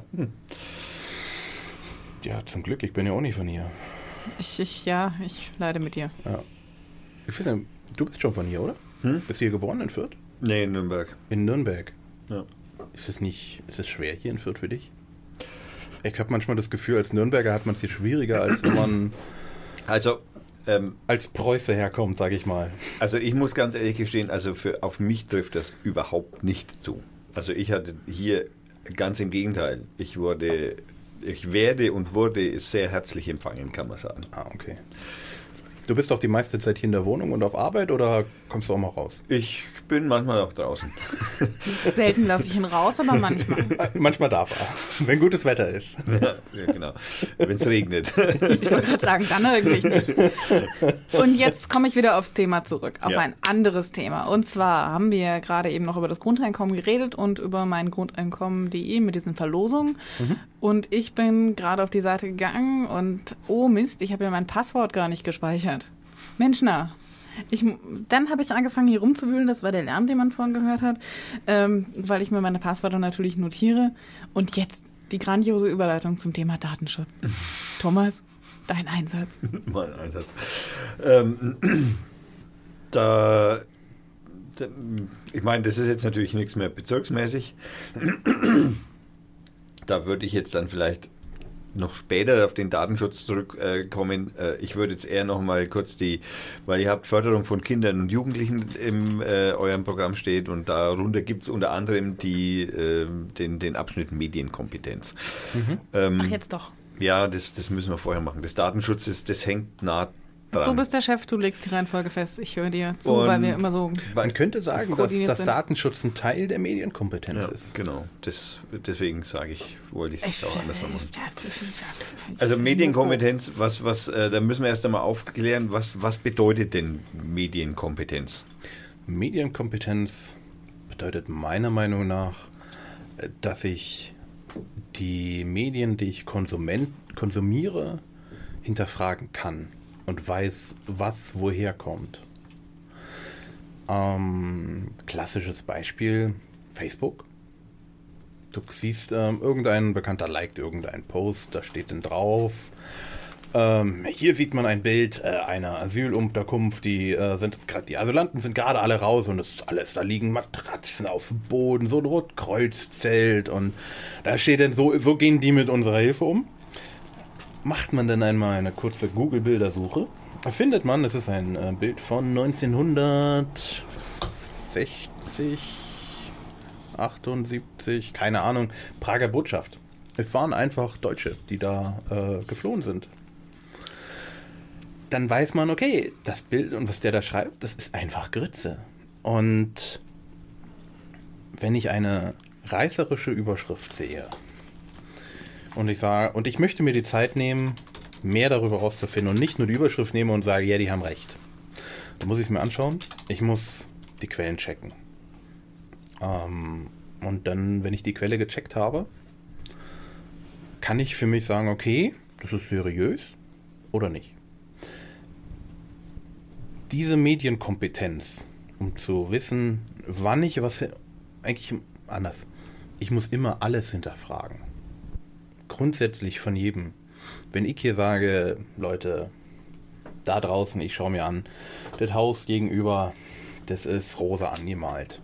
ja, zum Glück, ich bin ja auch nicht von hier. Ich, ich, ja, ich leide mit dir. Ich weiß nicht, du bist schon von hier, oder? Hm? Bist du hier geboren in Fürth? nee, in Nürnberg. In Nürnberg. Ja. Ist es nicht, ist es schwer hier in Fürth für dich? Ich habe manchmal das Gefühl, als Nürnberger hat man es hier schwieriger, als wenn man Also, ähm, als Preuße herkommt, sage ich mal. also ich muss ganz ehrlich gestehen, also für, auf mich trifft das überhaupt nicht zu. Also ich hatte hier ganz im Gegenteil. Ich wurde, ich werde und wurde sehr herzlich empfangen, kann man sagen. Ah, okay. Du bist doch die meiste Zeit hier in der Wohnung und auf Arbeit, oder kommst du auch mal raus? Ich bin manchmal auch draußen. Selten lasse ich ihn raus, aber manchmal. Äh, Manchmal darf er, wenn gutes Wetter ist. Ja, genau. Wenn es regnet. Ich wollte gerade sagen, dann eigentlich nicht. Und jetzt komme ich wieder aufs Thema zurück, auf Ja. ein anderes Thema. Und zwar haben wir gerade eben noch über das Grundeinkommen geredet und über mein Grundeinkommen punkt de mit diesen Verlosungen. Und ich bin gerade auf die Seite gegangen und, oh Mist, ich habe ja mein Passwort gar nicht gespeichert. Mensch, na. Ich, dann habe ich angefangen, hier rumzuwühlen, das war der Lärm, den man vorhin gehört hat, ähm, weil ich mir meine Passwörter natürlich notiere. Und jetzt die grandiose Überleitung zum Thema Datenschutz. Thomas, dein Einsatz. Mein Einsatz. Ähm, da, da, ich meine, das ist jetzt natürlich nichts mehr bezirksmäßig. Da würde ich jetzt dann vielleicht noch später auf den Datenschutz zurückkommen. Äh, ich würde jetzt eher noch mal kurz die, weil ihr habt Förderung von Kindern und Jugendlichen im äh, eurem Programm steht, und darunter gibt es unter anderem die, äh, den, den Abschnitt Medienkompetenz. Ähm, Ach, jetzt doch. Ja, das, das müssen wir vorher machen. Das Datenschutz ist, das hängt nah dran. Du bist der Chef, du legst die Reihenfolge fest. Ich höre dir zu, Und weil wir immer so... Man könnte sagen, dass, koordiniert dass sind. Datenschutz ein Teil der Medienkompetenz Ja, ist. genau. Das, deswegen sage ich, wollte ich es auch anders machen. Also Also Medienkompetenz, was, was, äh, da müssen wir erst einmal aufklären, was, was bedeutet denn Medienkompetenz? Medienkompetenz bedeutet meiner Meinung nach, äh, dass ich die Medien, die ich konsument, konsumiere, hinterfragen kann und weiß, was woher kommt. Ähm, klassisches Beispiel, Facebook. Du siehst, ähm, irgendein Bekannter liked irgendeinen Post, da steht dann drauf, ähm, hier sieht man ein Bild äh, einer Asylunterkunft, die äh, sind grad, die Asylanten sind gerade alle raus und das ist alles, da liegen Matratzen auf dem Boden, so ein Rotkreuzzelt und da steht dann, so, so gehen die mit unserer Hilfe um. Macht man dann einmal eine kurze Google-Bildersuche, findet man, das ist ein äh, Bild von neunzehnhundertsechzig, achtundsiebzig, keine Ahnung, Prager Botschaft. Es waren einfach Deutsche, die da äh, geflohen sind. Dann weiß man, okay, das Bild und was der da schreibt, das ist einfach Grütze. Und wenn ich eine reißerische Überschrift sehe und ich sage, und ich möchte mir die Zeit nehmen, mehr darüber rauszufinden und nicht nur die Überschrift nehme und sage, ja, die haben recht. Dann muss ich es mir anschauen. Ich muss die Quellen checken. Ähm, und dann, wenn ich die Quelle gecheckt habe, kann ich für mich sagen, okay, das ist seriös oder nicht. Diese Medienkompetenz, um zu wissen, wann ich was, eigentlich anders, ich muss immer alles hinterfragen. Grundsätzlich von jedem. Wenn ich hier sage, Leute, da draußen, ich schaue mir an, das Haus gegenüber, das ist rosa angemalt.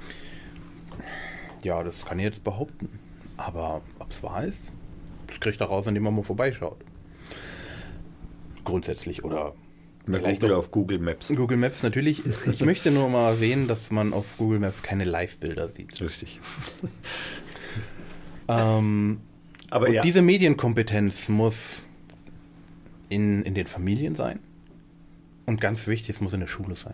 Ja, das kann ich jetzt behaupten. Aber ob es wahr ist, das kriegt er raus, indem man mal vorbeischaut. Grundsätzlich oder vielleicht Google auch auf Google Maps. Google Maps natürlich. Ich möchte nur mal erwähnen, dass man auf Google Maps keine Live-Bilder sieht. Richtig. Ähm, Aber und ja. diese Medienkompetenz muss in, in den Familien sein. Und ganz wichtig, es muss in der Schule sein.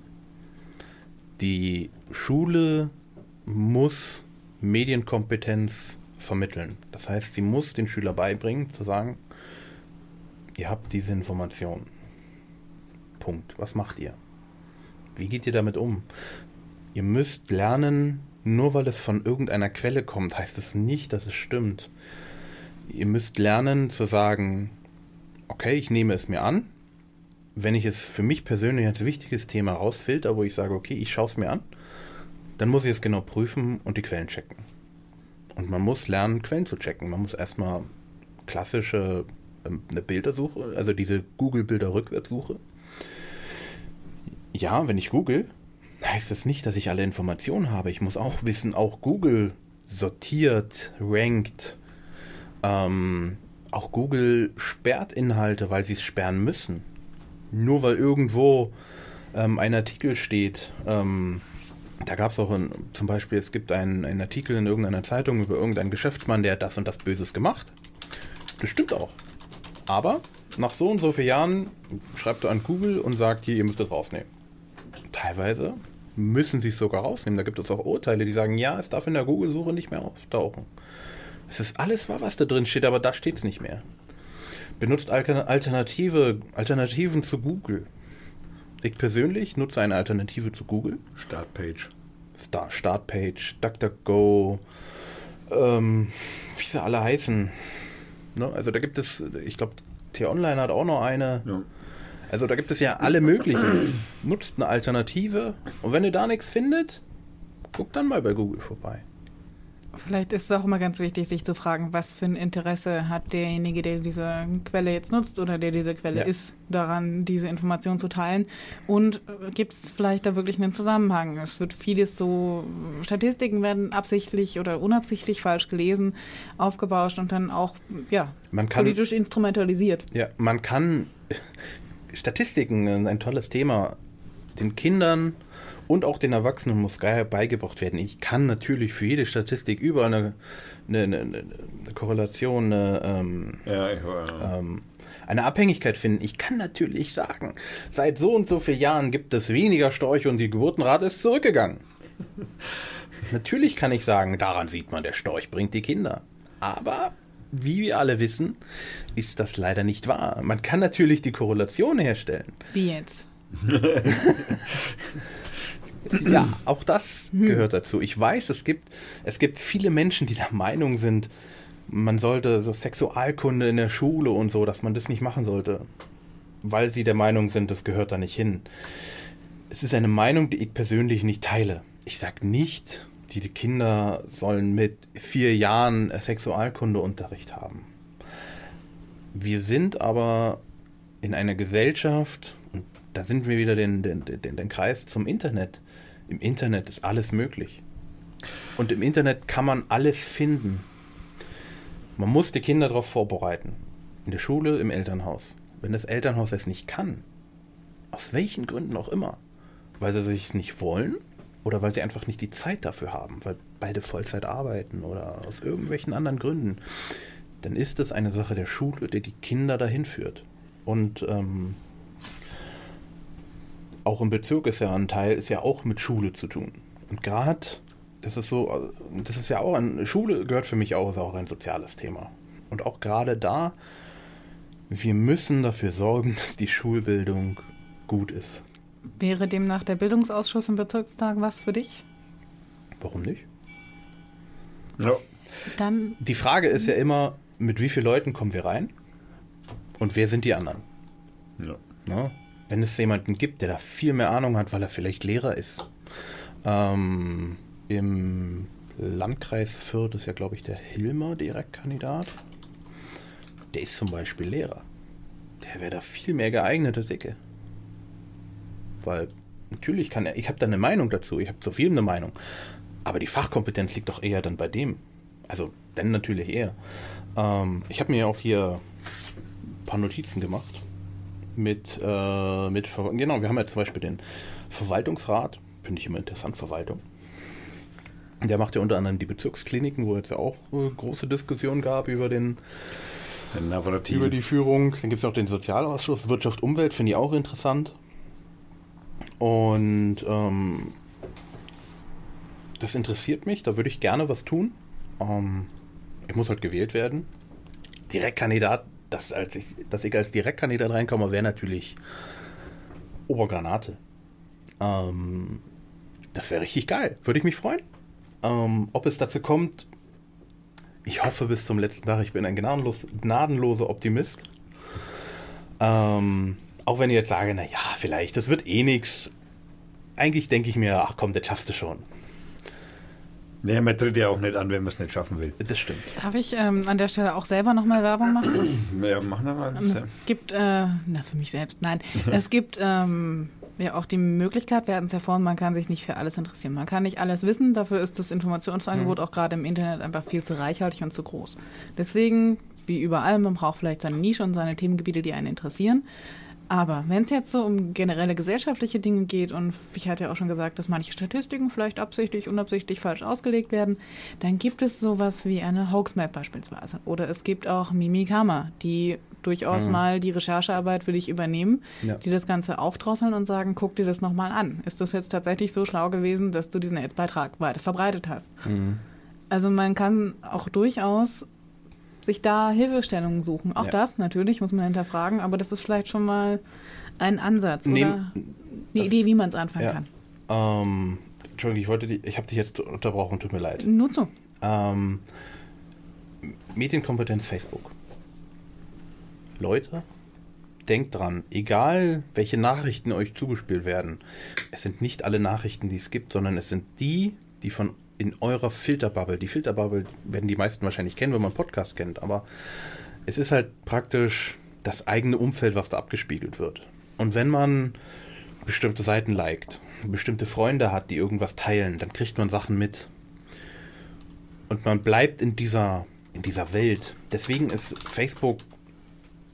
Die Schule muss Medienkompetenz vermitteln. Das heißt, sie muss den Schüler beibringen, zu sagen, ihr habt diese Information. Punkt. Was macht ihr? Wie geht ihr damit um? Ihr müsst lernen, nur weil es von irgendeiner Quelle kommt, heißt es nicht, dass es stimmt. Ihr müsst lernen zu sagen, okay, ich nehme es mir an. Wenn ich es für mich persönlich als wichtiges Thema rausfilter, wo ich sage, okay, ich schaue es mir an, dann muss ich es genau prüfen und die Quellen checken. Und man muss lernen, Quellen zu checken. Man muss erstmal klassische ähm, eine Bildersuche, also diese Google-Bilder-Rückwärtssuche. Ja, wenn ich google, heißt das nicht, dass ich alle Informationen habe. Ich muss auch wissen, auch Google sortiert, rankt. Ähm, auch Google sperrt Inhalte, weil sie es sperren müssen. Nur weil irgendwo ähm, ein Artikel steht, ähm, da gab es auch ein, zum Beispiel, es gibt einen, einen Artikel in irgendeiner Zeitung über irgendeinen Geschäftsmann, der hat das und das Böses gemacht. Das stimmt auch. Aber nach so und so vielen Jahren schreibt er an Google und sagt, hier, ihr müsst das rausnehmen. Teilweise müssen sie es sogar rausnehmen. Da gibt es auch Urteile, die sagen, ja, es darf in der Google-Suche nicht mehr auftauchen. Es ist alles wahr, was da drin steht, aber da steht es nicht mehr. Benutzt Alternative, Alternativen zu Google. Ich persönlich nutze eine Alternative zu Google. Startpage. Star, Startpage, DuckDuckGo, ähm, wie sie alle heißen. Ne? Also da gibt es, ich glaube, T-Online hat auch noch eine. Ja. Also da gibt es ja alle möglichen. Nutzt eine Alternative und wenn ihr da nichts findet, guckt dann mal bei Google vorbei. Vielleicht ist es auch immer ganz wichtig, sich zu fragen, was für ein Interesse hat derjenige, der diese Quelle jetzt nutzt oder der diese Quelle Ja. ist, daran, diese Information zu teilen. Und gibt es vielleicht da wirklich einen Zusammenhang? Es wird vieles so, Statistiken werden absichtlich oder unabsichtlich falsch gelesen, aufgebauscht und dann auch ja, Man kann, politisch instrumentalisiert. ja, man kann Statistiken, ein tolles Thema, den Kindern Und auch den Erwachsenen muss geil beigebracht werden. Ich kann natürlich für jede Statistik über eine, eine, eine, eine Korrelation, eine, ähm, Ja, ich war, ähm, eine Abhängigkeit finden. Ich kann natürlich sagen, seit so und so vielen Jahren gibt es weniger Storche und die Geburtenrate ist zurückgegangen. Natürlich kann ich sagen, daran sieht man, der Storch bringt die Kinder. Aber wie wir alle wissen, ist das leider nicht wahr. Man kann natürlich die Korrelation herstellen. Wie jetzt? Ja, auch das gehört dazu. Ich weiß, es gibt, es gibt viele Menschen, die der Meinung sind, man sollte so Sexualkunde in der Schule und so, dass man das nicht machen sollte, weil sie der Meinung sind, das gehört da nicht hin. Es ist eine Meinung, die ich persönlich nicht teile. Ich sage nicht, die Kinder sollen mit vier Jahren Sexualkundeunterricht haben. Wir sind aber in einer Gesellschaft, und da sind wir wieder den, den, den, den Kreis zum Internet. Im Internet ist alles möglich. Und im Internet kann man alles finden. Man muss die Kinder darauf vorbereiten. In der Schule, im Elternhaus. Wenn das Elternhaus es nicht kann, aus welchen Gründen auch immer, weil sie sich nicht wollen oder weil sie einfach nicht die Zeit dafür haben, weil beide Vollzeit arbeiten oder aus irgendwelchen anderen Gründen, dann ist es eine Sache der Schule, die die Kinder dahin führt. Und ähm, auch im Bezirk ist ja ein Teil, ist ja auch mit Schule zu tun. Und gerade, das ist so, das ist ja auch ein, Schule gehört für mich auch, ist auch ein soziales Thema. Und auch gerade da, wir müssen dafür sorgen, dass die Schulbildung gut ist. Wäre demnach der Bildungsausschuss im Bezirkstag was für dich? Warum nicht? ja. Dann Die Frage ist ja immer, mit wie vielen Leuten kommen wir rein? Und wer sind die anderen? Ja. Ne? Wenn es jemanden gibt, der da viel mehr Ahnung hat, weil er vielleicht Lehrer ist. Ähm, Im Landkreis Fürth ist ja, glaube ich, der Hilmer Direktkandidat. Der ist zum Beispiel Lehrer. Der wäre da viel mehr geeignet als ich. Weil natürlich kann er, ich habe da eine Meinung dazu, ich habe zu viel eine Meinung. Aber die Fachkompetenz liegt doch eher dann bei dem. Also, dann natürlich eher. Ähm, ich habe mir auch hier ein paar Notizen gemacht. Mit, äh, mit, Ver- genau, wir haben ja zum Beispiel den Verwaltungsrat, finde ich immer interessant, Verwaltung. Der macht ja unter anderem die Bezirkskliniken, wo jetzt ja auch äh, große Diskussionen gab über den, Ein Navratil. über die Führung. Dann gibt es noch den Sozialausschuss, Wirtschaft, Umwelt, finde ich auch interessant. Und ähm, das interessiert mich, da würde ich gerne was tun. Ähm, ich muss halt gewählt werden. Direktkandidat, dass, als ich, dass ich als Direktkandidat reinkomme, wäre natürlich Obergranate. Ähm, das wäre richtig geil. Würde ich mich freuen. Ähm, ob es dazu kommt, ich hoffe bis zum letzten Tag. Ich bin ein gnadenlos, gnadenloser Optimist. Ähm, auch wenn ich jetzt sage, naja, vielleicht, das wird eh nichts. Eigentlich denke ich mir, ach komm, das schaffst du schon. Nee, man tritt ja auch nicht an, wenn man es nicht schaffen will. Das stimmt. darf ich ähm, an der Stelle auch selber nochmal Werbung machen? Ja, mach noch mal. Es gibt, äh, na für mich selbst, nein, es gibt ähm, ja auch die Möglichkeit, wir hatten es ja vorhin, man kann sich nicht für alles interessieren. Man kann nicht alles wissen, dafür ist das Informationsangebot auch gerade im Internet einfach viel zu reichhaltig und zu groß. Deswegen, wie überall, man braucht vielleicht seine Nische und seine Themengebiete, die einen interessieren. Aber wenn es jetzt so um generelle gesellschaftliche Dinge geht, und ich hatte ja auch schon gesagt, dass manche Statistiken vielleicht absichtlich, unabsichtlich falsch ausgelegt werden, dann gibt es sowas wie eine Hoaxmap beispielsweise. Oder es gibt auch Mimikama, die durchaus Mhm. mal die Recherchearbeit für dich übernehmen, Ja. die das Ganze aufdrosseln und sagen, guck dir das nochmal an. Ist das jetzt tatsächlich so schlau gewesen, dass du diesen Netzbeitrag weiter verbreitet hast? Mhm. Also man kann auch durchaus sich da Hilfestellungen suchen. Auch Ja. das natürlich muss man hinterfragen, aber das ist vielleicht schon mal ein Ansatz Nehm- oder eine Idee, wie man es anfangen Ja. kann. Ähm, Entschuldigung, ich wollte die, ich habe dich jetzt unterbrochen, tut mir leid. Nur so. Ähm, Medienkompetenz Facebook. Leute, denkt dran, egal welche Nachrichten euch zugespielt werden, es sind nicht alle Nachrichten, die es gibt, sondern es sind die, die von in eurer Filterbubble, die Filterbubble werden die meisten wahrscheinlich kennen, wenn man Podcast kennt, aber es ist halt praktisch das eigene Umfeld, was da abgespiegelt wird. Und wenn man bestimmte Seiten liked, bestimmte Freunde hat, die irgendwas teilen, dann kriegt man Sachen mit. Und man bleibt in dieser, in dieser Welt. Deswegen ist Facebook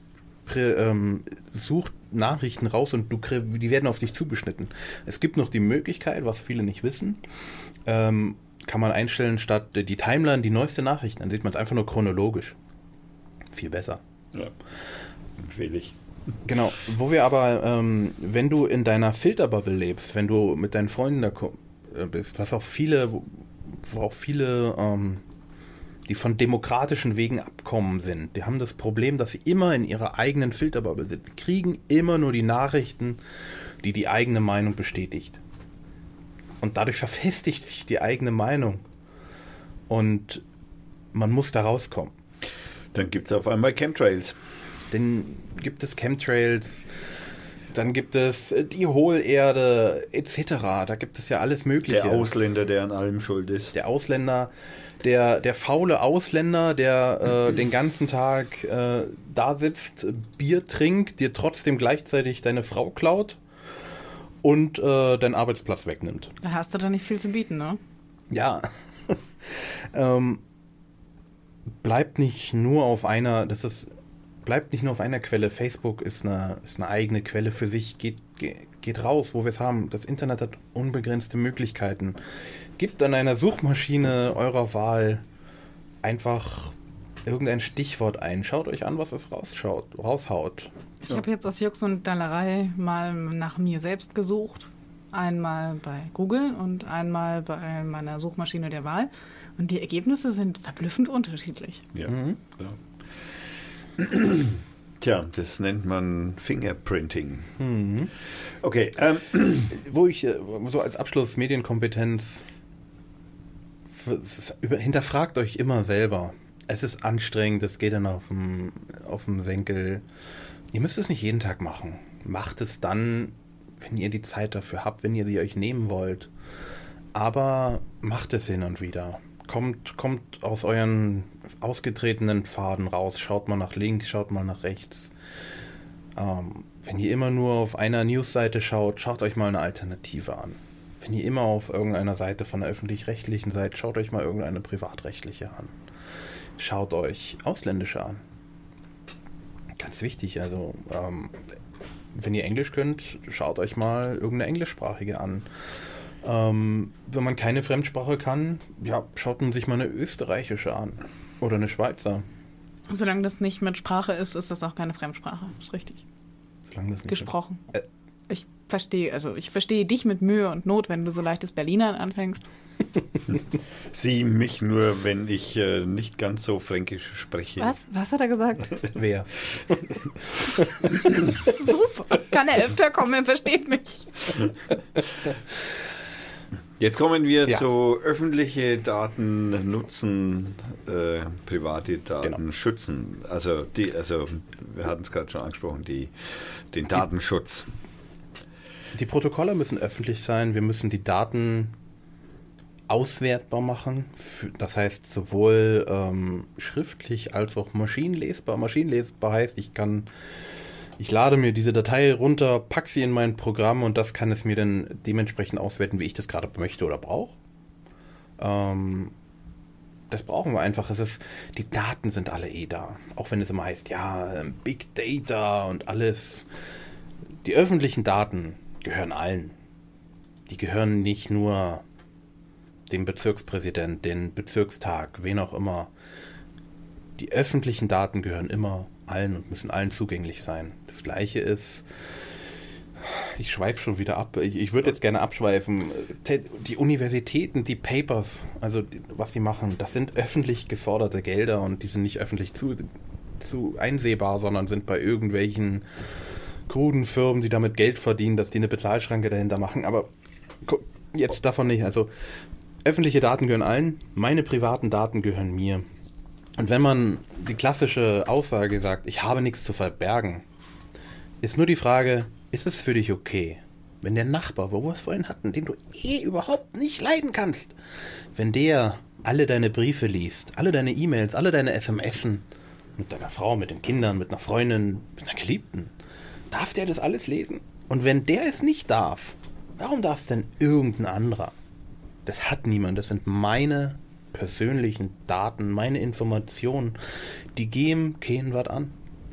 prä, ähm, sucht Nachrichten raus und du, krä- die werden auf dich zugeschnitten. Es gibt noch die Möglichkeit, was viele nicht wissen, ähm, kann man einstellen, statt die Timeline, die neueste Nachrichten, dann sieht man es einfach nur chronologisch. Viel besser. Ja, empfehle ich. Genau, wo wir aber, ähm, wenn du in deiner Filterbubble lebst, wenn du mit deinen Freunden da ko- äh, bist, was auch viele, wo, wo auch viele, ähm, die von demokratischen Wegen abkommen sind, die haben das Problem, dass sie immer in ihrer eigenen Filterbubble sind, die kriegen immer nur die Nachrichten, die die eigene Meinung bestätigt. Und dadurch verfestigt sich die eigene Meinung. Und man muss da rauskommen. Dann gibt es auf einmal Chemtrails. Dann gibt es Chemtrails, dann gibt es die Hohlerde et cetera. Da gibt es ja alles Mögliche. Der Ausländer, der an allem schuld ist. Der Ausländer, der, der faule Ausländer, der äh, den ganzen Tag äh, da sitzt, Bier trinkt, dir trotzdem gleichzeitig deine Frau klaut und äh, deinen Arbeitsplatz wegnimmt. Da hast du doch nicht viel zu bieten, ne? Ja. ähm, bleibt nicht nur auf einer, das ist, bleibt nicht nur auf einer Quelle. Facebook ist eine, ist eine eigene Quelle für sich. Geht, geht, geht raus, wo wir es haben. Das Internet hat unbegrenzte Möglichkeiten. Gebt an einer Suchmaschine eurer Wahl einfach irgendein Stichwort ein. Schaut euch an, was es rausschaut, raushaut. Ich habe jetzt aus Jux und Dallerei mal nach mir selbst gesucht. Einmal bei Google und einmal bei meiner Suchmaschine der Wahl. Und die Ergebnisse sind verblüffend unterschiedlich. Ja, Mhm. klar. Tja, das nennt man Fingerprinting. Mhm. Okay, ähm, Wo ich äh, so als Abschluss Medienkompetenz f- f- über- hinterfragt euch immer selber. Es ist anstrengend, es geht dann auf dem, auf dem Senkel. Ihr müsst es nicht jeden Tag machen. Macht es dann, wenn ihr die Zeit dafür habt, wenn ihr sie euch nehmen wollt. Aber macht es hin und wieder. Kommt, kommt aus euren ausgetretenen Pfaden raus. Schaut mal nach links, schaut mal nach rechts. Ähm, wenn ihr immer nur auf einer Newsseite schaut, schaut euch mal eine Alternative an. Wenn ihr immer auf irgendeiner Seite von der öffentlich-rechtlichen seid, schaut euch mal irgendeine privatrechtliche an. Schaut euch ausländische an. Ganz wichtig, also ähm, wenn ihr Englisch könnt, schaut euch mal irgendeine englischsprachige an. Ähm, wenn man keine Fremdsprache kann, ja, schaut man sich mal eine österreichische an. Oder eine Schweizer. Solange das nicht mit Sprache ist, ist das auch keine Fremdsprache. Ist richtig. Solange das nicht Gesprochen. Äh. Ich verstehe, also ich verstehe dich mit Mühe und Not, wenn du so leichtes Berliner anfängst. Sie mich nur, wenn ich äh, nicht ganz so fränkisch spreche. Was? Was hat er gesagt? Wer? Super. Kann er öfter kommen, er versteht mich. Jetzt kommen wir Ja. zu öffentliche Daten nutzen, äh, private Daten Genau. schützen. Also die, also wir hatten es gerade schon angesprochen, die, den Datenschutz. Die Protokolle müssen öffentlich sein. Wir müssen die Daten auswertbar machen. Für- Das heißt sowohl ähm, schriftlich als auch maschinenlesbar. Maschinenlesbar heißt, ich kann, ich lade mir diese Datei runter, pack sie in mein Programm und das kann es mir dann dementsprechend auswerten, wie ich das gerade möchte oder brauche. Ähm, das brauchen wir einfach. Es ist, die Daten sind alle eh da. Auch wenn es immer heißt, ja, ähm, Big Data und alles. Die öffentlichen Daten gehören allen. Die gehören nicht nur dem Bezirkspräsident, den Bezirkstag, wen auch immer. Die öffentlichen Daten gehören immer allen und müssen allen zugänglich sein. Das Gleiche ist, ich schweife schon wieder ab, ich, ich würde jetzt gerne abschweifen, Te- die Universitäten, die Papers, also die, was sie machen, das sind öffentlich geforderte Gelder und die sind nicht öffentlich zu, zu einsehbar, sondern sind bei irgendwelchen kruden Firmen, die damit Geld verdienen, dass die eine Bezahlschranke dahinter machen, aber gu- jetzt davon nicht, also öffentliche Daten gehören allen, meine privaten Daten gehören mir. Und wenn man die klassische Aussage sagt, ich habe nichts zu verbergen, ist nur die Frage, ist es für dich okay, wenn der Nachbar, wo wir es vorhin hatten, den du eh überhaupt nicht leiden kannst, wenn der alle deine Briefe liest, alle deine E-Mails, alle deine S M Sen mit deiner Frau, mit den Kindern, mit einer Freundin, mit einer Geliebten, darf der das alles lesen? Und wenn der es nicht darf, warum darf es denn irgendein anderer? Das hat niemand, das sind meine persönlichen Daten, meine Informationen, die geben keinen was an.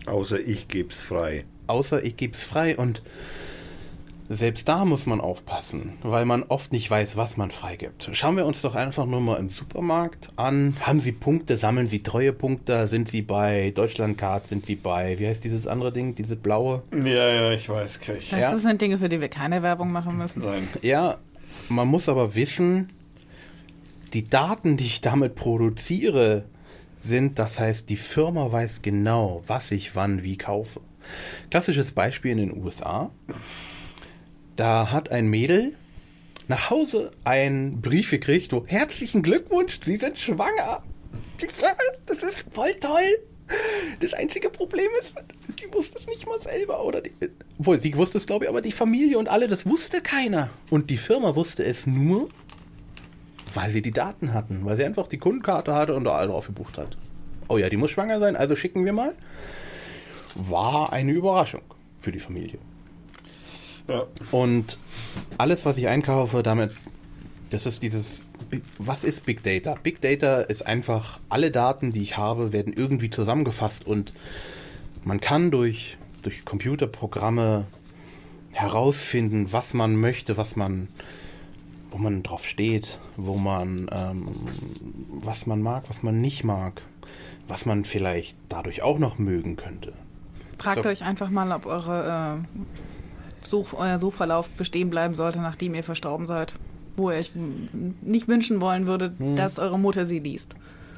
Außer ich geb's frei. Außer ich gebe es frei und selbst da muss man aufpassen, weil man oft nicht weiß, was man freigibt. Schauen wir uns doch einfach nur mal im Supermarkt an. Haben Sie Punkte, sammeln Sie Treuepunkte, sind Sie bei Deutschlandcard, sind Sie bei, wie heißt dieses andere Ding, diese blaue? Ja, ja, ich weiß, Kirch. Das Ja. sind Dinge, für die wir keine Werbung machen müssen. Nein. Ja, man muss aber wissen, die Daten, die ich damit produziere, sind, das heißt, die Firma weiß genau, was ich wann wie kaufe. Klassisches Beispiel in den U S A. Da hat ein Mädel nach Hause einen Brief gekriegt, wo herzlichen Glückwunsch, Sie sind schwanger. Das ist voll toll. Das einzige Problem ist, die wusste es nicht mal selber. Oder die, obwohl, sie wusste es, glaube ich, aber die Familie und alle, das wusste keiner. Und die Firma wusste es nur, weil sie die Daten hatten. Weil sie einfach die Kundenkarte hatte und da alle drauf gebucht hat. Oh ja, die muss schwanger sein, also schicken wir mal. War eine Überraschung für die Familie. Ja. Und alles, was ich einkaufe, damit, das ist dieses, was ist Big Data? Big Data ist einfach, alle Daten, die ich habe, werden irgendwie zusammengefasst und man kann durch, durch Computerprogramme herausfinden, was man möchte, was man, wo man drauf steht, wo man, ähm, was man mag, was man nicht mag, was man vielleicht dadurch auch noch mögen könnte. Fragt So. euch einfach mal, ob eure, äh, Such, euer Suchverlauf bestehen bleiben sollte, nachdem ihr verstorben seid. Wo ihr euch m- nicht wünschen wollen würdet, Hm. dass eure Mutter sie liest.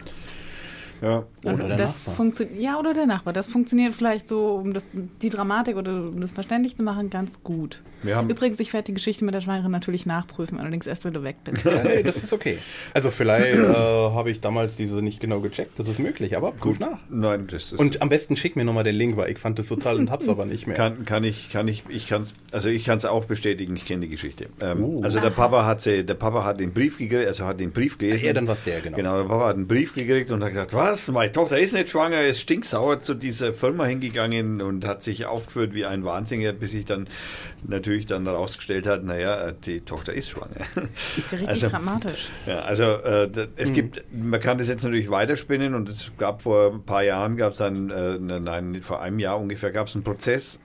Ja. Und Oder der das Nachbar. funktioniert, ja, oder der Nachbar. Das funktioniert vielleicht so, um das, die Dramatik oder um das verständlich zu machen, ganz gut. Wir haben Übrigens, ich werde die Geschichte mit der Schwangeren natürlich nachprüfen, allerdings erst, wenn du weg bist. Ja, nee, das ist okay. Also vielleicht äh, habe ich damals diese nicht genau gecheckt, das ist möglich, aber prüf nach. Nein, das ist. Und am besten schick mir nochmal den Link, weil ich fand das total und hab's aber nicht mehr. Kann, kann ich, kann ich, ich kann's, also ich kann es auch bestätigen, ich kenne die Geschichte. Ähm, Oh. Also der Papa hat sie, der Papa hat den Brief gekriegt, also hat den Brief gelesen. Ja, dann war's der, genau. Genau, der Papa hat einen Brief gekriegt und hat gesagt, was, meine Tochter ist nicht schwanger, ist stinksauer zu dieser Firma hingegangen und hat sich aufgeführt wie ein Wahnsinniger, bis sich dann natürlich dann herausgestellt hat, naja, die Tochter ist schwanger. Ist ja richtig Also- dramatisch. Ja, also äh, da- es Mhm. gibt, man kann das jetzt natürlich weiterspinnen und es gab vor ein paar Jahren, gab es dann, äh, nein, vor einem Jahr ungefähr gab es einen Prozess,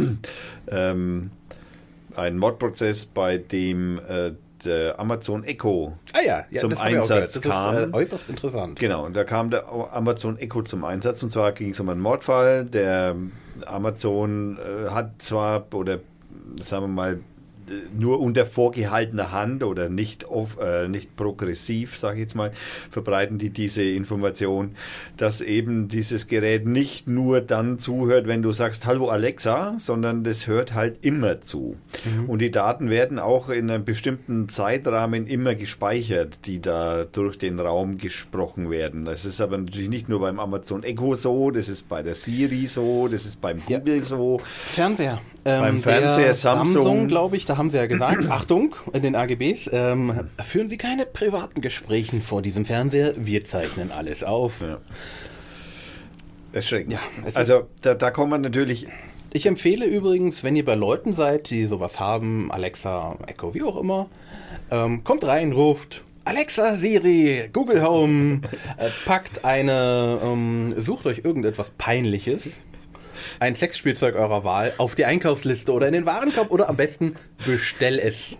ähm, einen Mordprozess, bei dem äh, der Amazon Echo, Ah ja, ja zum das hab ich auch Einsatz gehört. Das kam. ist äh, äußerst interessant. genau, und da kam der Amazon Echo zum Einsatz und zwar ging es um einen Mordfall. Der Amazon äh, hat zwar, oder sagen wir mal, nur unter vorgehaltener Hand oder nicht, auf, äh, nicht progressiv, sage ich jetzt mal, verbreiten die diese Information, dass eben dieses Gerät nicht nur dann zuhört, wenn du sagst, hallo Alexa, sondern das hört halt immer zu. Und die Daten werden auch in einem bestimmten Zeitrahmen immer gespeichert, die da durch den Raum gesprochen werden. Das ist aber natürlich nicht nur beim Amazon Echo so, das ist bei der Siri so, das ist beim Ja. Google so. Fernseher. Ähm, Beim Fernseher der Samsung. Samsung, glaube ich, da haben sie ja gesagt, Achtung, in den A G Bs, ähm, führen Sie keine privaten Gespräche vor diesem Fernseher, wir zeichnen alles auf. Ja. Erschreckend. Ja, es ist- also da, da kommt man natürlich, Ich empfehle übrigens, wenn ihr bei Leuten seid, die sowas haben, Alexa, Echo, wie auch immer, ähm, kommt rein, ruft Alexa, Siri, Google Home, äh, packt eine, ähm, sucht euch irgendetwas Peinliches, ein Sexspielzeug eurer Wahl, auf die Einkaufsliste oder in den Warenkorb oder am besten bestell es.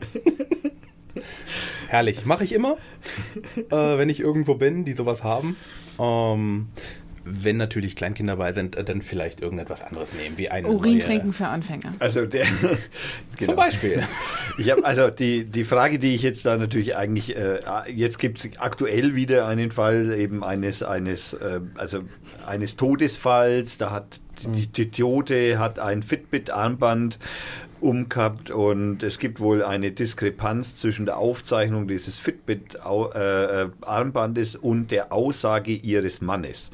Herrlich, mache ich immer, äh, wenn ich irgendwo bin, die sowas haben. Ähm, wenn natürlich Kleinkinder dabei sind, äh, dann vielleicht irgendetwas anderes nehmen, wie eine Urin neue, trinken für Anfänger. also der Zum genau. Beispiel. Ich habe also die, die Frage, die ich jetzt da natürlich eigentlich, äh, jetzt gibt es aktuell wieder einen Fall eben eines, eines, äh, also eines Todesfalls, da hat die, die Tote hat ein Fitbit-Armband umgehabt und es gibt wohl eine Diskrepanz zwischen der Aufzeichnung dieses Fitbit-Armbandes und der Aussage ihres Mannes.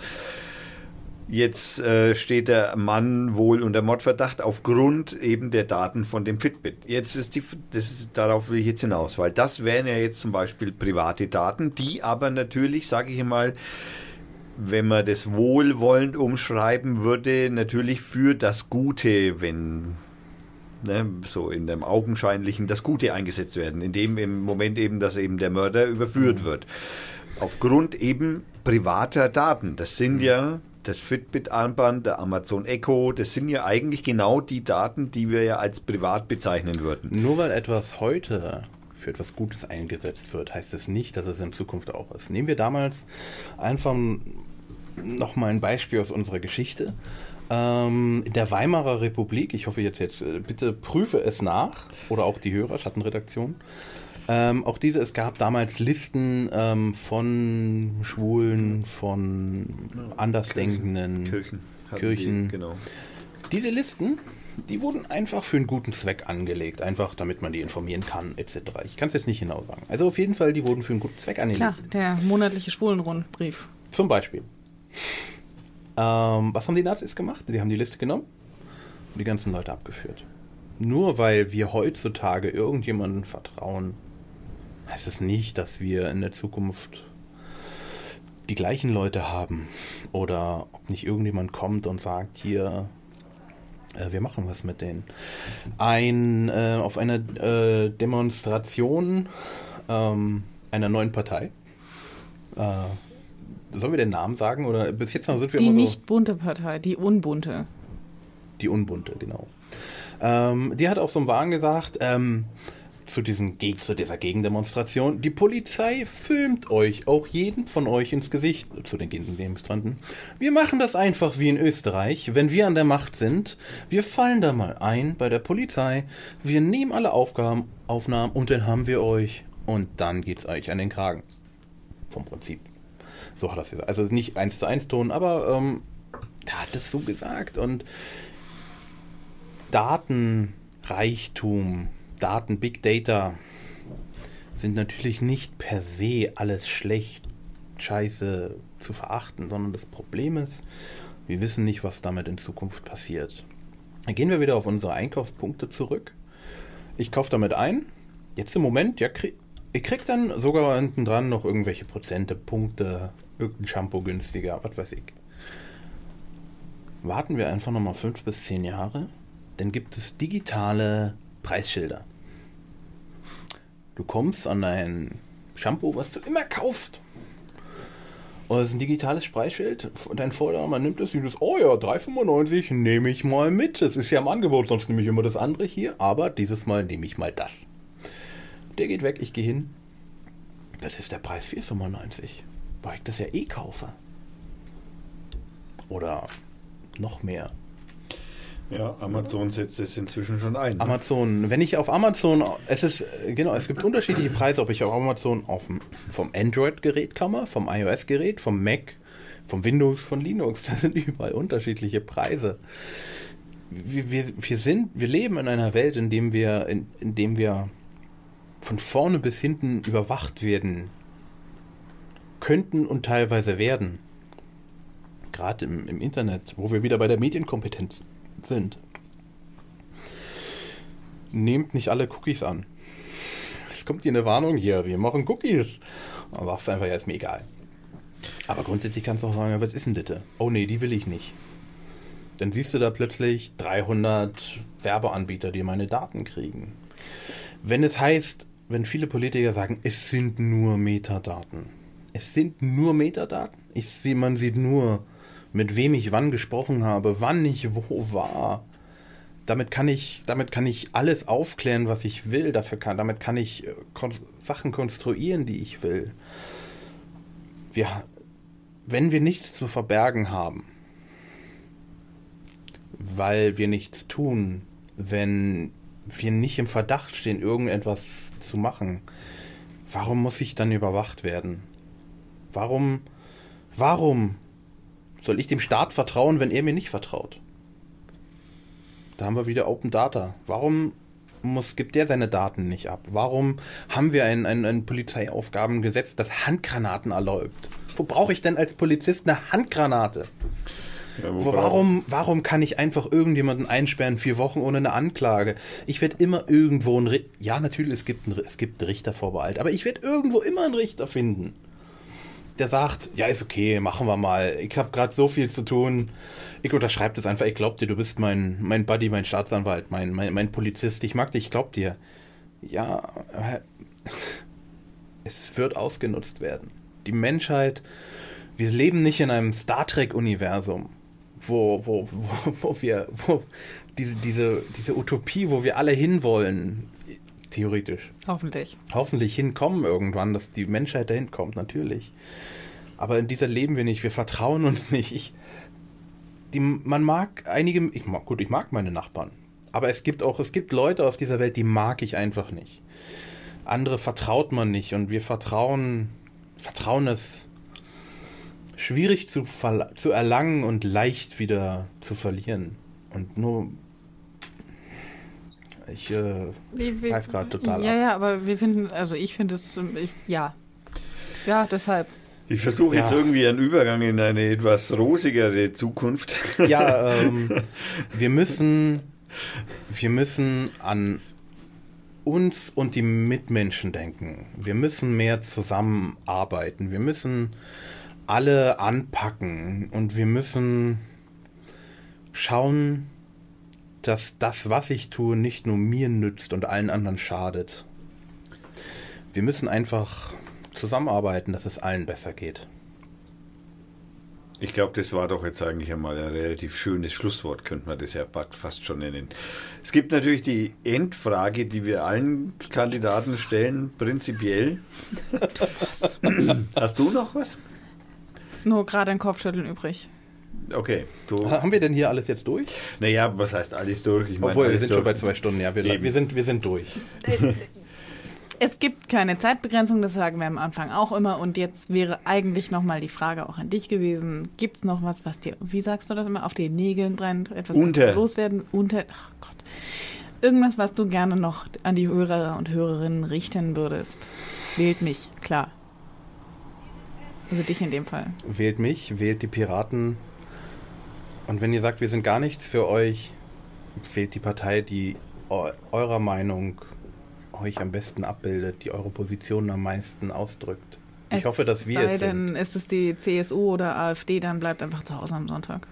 Jetzt äh, steht der Mann wohl unter Mordverdacht aufgrund eben der Daten von dem Fitbit. Jetzt ist die, das ist, darauf will ich jetzt hinaus, weil das wären ja jetzt zum Beispiel private Daten, die aber natürlich, sage ich mal, wenn man das wohlwollend umschreiben würde, natürlich für das Gute, wenn ne, so in dem Augenscheinlichen das Gute eingesetzt werden, in dem im Moment eben, dass eben der Mörder überführt wird. Aufgrund eben privater Daten. Das sind ja das Fitbit-Armband, der Amazon Echo, das sind ja eigentlich genau die Daten, die wir ja als privat bezeichnen würden. Nur weil etwas heute für etwas Gutes eingesetzt wird, heißt es nicht, dass es in Zukunft auch ist. Nehmen wir damals einfach nochmal ein Beispiel aus unserer Geschichte. Ähm, in der Weimarer Republik, ich hoffe jetzt, jetzt äh, bitte prüfe es nach, oder auch die Hörer, Schattenredaktion. Ähm, auch diese, es gab damals Listen ähm, von Schwulen, von Andersdenkenden, Kirchen. hatten Kirchen. Die, genau. Diese Listen, die wurden einfach für einen guten Zweck angelegt, einfach damit man die informieren kann, et cetera. Ich kann es jetzt nicht genau sagen. Also auf jeden Fall, die wurden für einen guten Zweck angelegt. Klar, der monatliche Schwulenrundbrief. Zum Beispiel. Ähm, was haben die Nazis gemacht? Die haben die Liste genommen und die ganzen Leute abgeführt. Nur weil wir heutzutage irgendjemandem vertrauen, heißt es nicht, dass wir in der Zukunft die gleichen Leute haben. Oder ob nicht irgendjemand kommt und sagt, hier, äh, wir machen was mit denen. Ein, äh, auf einer äh, Demonstration ähm, einer neuen Partei. Äh, sollen wir den Namen sagen? Oder bis jetzt noch sind wir Die immer so... nicht bunte Partei, die unbunte. Die Unbunte, genau. Ähm, die hat auf so einem Wagen gesagt, ähm, zu, diesen, zu dieser Gegendemonstration, die Polizei filmt euch, auch jeden von euch ins Gesicht, zu den Gegendemonstranten. Wir machen das einfach wie in Österreich, wenn wir an der Macht sind. Wir fallen da mal ein bei der Polizei, wir nehmen alle Aufgaben, Aufnahmen und dann haben wir euch und dann geht's euch an den Kragen. Vom Prinzip. So hat das gesagt. Also nicht eins zu eins Ton, aber ähm, er hat es so gesagt und Datenreichtum, Daten, Big Data sind natürlich nicht per se alles schlecht, scheiße zu verachten, sondern das Problem ist, wir wissen nicht, was damit in Zukunft passiert. Dann gehen wir wieder auf unsere Einkaufspunkte zurück. Ich kaufe damit ein. Jetzt im Moment, ja, krieg, ich krieg dann sogar hinten dran noch irgendwelche Prozente, Punkte, irgendein Shampoo günstiger, was weiß ich. Warten wir einfach nochmal fünf bis zehn Jahre. Dann gibt es digitale Preisschilder. Du kommst an dein Shampoo, was du immer kaufst. Und es ist ein digitales Preisschild. Dein Vorder, man nimmt es und das, oh ja, drei fünfundneunzig nehme ich mal mit. Das ist ja im Angebot, sonst nehme ich immer das andere hier. Aber dieses Mal nehme ich mal das. Der geht weg, ich gehe hin. Das ist der Preis vier fünfundneunzig. Weil ich das ja eh kaufe. Oder noch mehr. Ja, Amazon setzt es inzwischen schon ein. Ne? Amazon, wenn ich auf Amazon, es ist, genau, es gibt unterschiedliche Preise, ob ich auf Amazon auf dem, vom Android-Gerät komme, vom iOS-Gerät, vom Mac, vom Windows, von Linux, das sind überall unterschiedliche Preise. Wir, wir, wir sind, wir leben in einer Welt, in dem wir, in, in dem wir von vorne bis hinten überwacht werden könnten und teilweise werden. Gerade im, im Internet, wo wir wieder bei der Medienkompetenz sind. Nehmt nicht alle Cookies an. Es kommt hier eine Warnung hier, wir machen Cookies. Dann sagst du einfach, ja, ist mir egal. Aber grundsätzlich kannst du auch sagen, was ist denn das? Oh nee, die will ich nicht. Dann siehst du da plötzlich dreihundert Werbeanbieter, die meine Daten kriegen. Wenn es heißt, wenn viele Politiker sagen, es sind nur Metadaten. Es sind nur Metadaten. Ich sehe, man sieht nur, mit wem ich wann gesprochen habe, wann ich wo war. Damit kann ich, damit kann ich alles aufklären, was ich will. Dafür kann, damit kann ich kon- Sachen konstruieren, die ich will. Wir, wenn wir nichts zu verbergen haben, weil wir nichts tun, wenn wir nicht im Verdacht stehen, irgendetwas zu machen, warum muss ich dann überwacht werden? Warum, warum soll ich dem Staat vertrauen, wenn er mir nicht vertraut? Da haben wir wieder Open Data. Warum muss, gibt der seine Daten nicht ab? Warum haben wir ein, ein, ein Polizeiaufgabengesetz, das Handgranaten erlaubt? Wo brauche ich denn als Polizist eine Handgranate? Ja, Wo, warum, warum kann ich einfach irgendjemanden einsperren, vier Wochen ohne eine Anklage? Ich werde immer irgendwo einen Richter... Ja, natürlich, es gibt, einen, es gibt einen Richtervorbehalt, aber ich werde irgendwo immer einen Richter finden, der sagt, ja, ist okay, machen wir mal. Ich habe gerade so viel zu tun. Ich unterschreibe das einfach. Ich glaub dir, du bist mein, mein Buddy, mein Staatsanwalt, mein, mein, mein Polizist. Ich mag dich, ich glaub dir. Ja, es wird ausgenutzt werden. Die Menschheit wir leben nicht in einem Star Trek-Universum, wo, wo, wo, wo wir, wo diese, diese, diese Utopie, wo wir alle hinwollen, theoretisch. Hoffentlich. Hoffentlich hinkommen irgendwann, dass die Menschheit dahin kommt, natürlich. Aber in dieser leben wir nicht, wir vertrauen uns nicht. Ich, die, man mag einige, ich mag, gut, ich mag meine Nachbarn, aber es gibt auch, es gibt Leute auf dieser Welt, die mag ich einfach nicht. Andere vertraut man nicht und wir vertrauen, Vertrauen ist schwierig zu, verla- zu erlangen und leicht wieder zu verlieren. Und nur, ich äh, greife gerade total Ja, ab. ja, aber wir finden, also ich finde es, ähm, ich, ja. Ja, deshalb. Ich versuche jetzt Ja. irgendwie einen Übergang in eine etwas rosigere Zukunft. Ja, ähm, wir müssen, wir müssen an uns und die Mitmenschen denken. Wir müssen mehr zusammenarbeiten. Wir müssen alle anpacken und wir müssen schauen, dass das, was ich tue, nicht nur mir nützt und allen anderen schadet. Wir müssen einfach zusammenarbeiten, dass es allen besser geht. Ich glaube, das war doch jetzt eigentlich einmal ein relativ schönes Schlusswort, könnte man das ja fast schon nennen. Es gibt natürlich die Endfrage, die wir allen Kandidaten stellen, prinzipiell. Hast du noch was? Nur gerade ein Kopfschütteln übrig. Okay, du. Haben wir denn hier alles jetzt durch? Naja, was heißt alles durch? Ich meine, Obwohl, wir alles sind durch. schon bei zwei Stunden. Ja, wir, Eben. wir, sind, wir sind durch. Es gibt keine Zeitbegrenzung, das sagen wir am Anfang auch immer. Und jetzt wäre eigentlich nochmal die Frage auch an dich gewesen. Gibt es noch was, was dir, wie sagst du das immer, auf den Nägeln brennt? Etwas, Unter. was du loswerden? Unter. Ach Gott. Irgendwas, was du gerne noch an die Hörer und Hörerinnen richten würdest. Wählt mich, klar. Also dich in dem Fall. Wählt mich, wählt die Piraten. Und wenn ihr sagt, wir sind gar nichts für euch, wählt die Partei, die eu- eurer Meinung euch am besten abbildet, die eure Positionen am meisten ausdrückt. Ich Es hoffe, dass wir sei es denn, sind. ist es die C S U oder AfD, dann bleibt einfach zu Hause am Sonntag.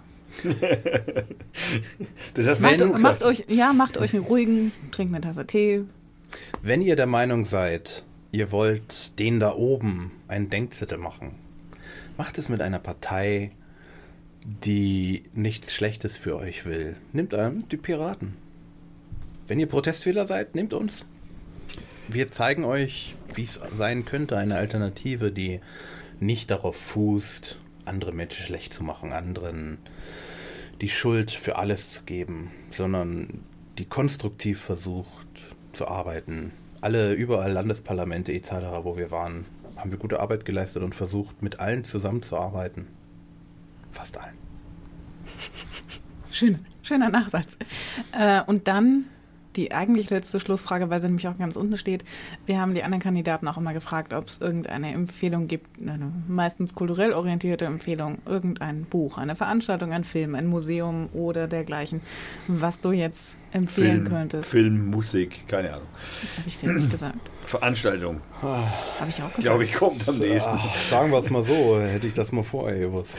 Das hast Macht, du macht gesagt. euch, ja, macht euch einen ruhigen, trinkt eine Tasse Tee. Wenn ihr der Meinung seid, ihr wollt den da oben einen Denkzettel machen, macht es mit einer Partei, die nichts Schlechtes für euch will. Nehmt ähm, die Piraten. Wenn ihr Protestwähler seid, nehmt uns. Wir zeigen euch, wie es sein könnte, eine Alternative, die nicht darauf fußt, andere Menschen schlecht zu machen, anderen die Schuld für alles zu geben, sondern die konstruktiv versucht zu arbeiten. Alle, überall Landesparlamente et cetera, wo wir waren, haben wir gute Arbeit geleistet und versucht, mit allen zusammenzuarbeiten. Fast allen. Schön, schöner Nachsatz. Äh, und dann die eigentlich letzte Schlussfrage, weil sie nämlich auch ganz unten steht. Wir haben die anderen Kandidaten auch immer gefragt, ob es irgendeine Empfehlung gibt, eine meistens kulturell orientierte Empfehlung, irgendein Buch, eine Veranstaltung, ein Film, ein Museum oder dergleichen, was du jetzt empfehlen Film, könntest. Film, Musik, keine Ahnung. Habe ich Film nicht gesagt. Veranstaltung, Habe ich auch gesagt. glaube ich, kommt am nächsten. Ach, sagen wir es mal so, hätte ich das mal vorher gewusst.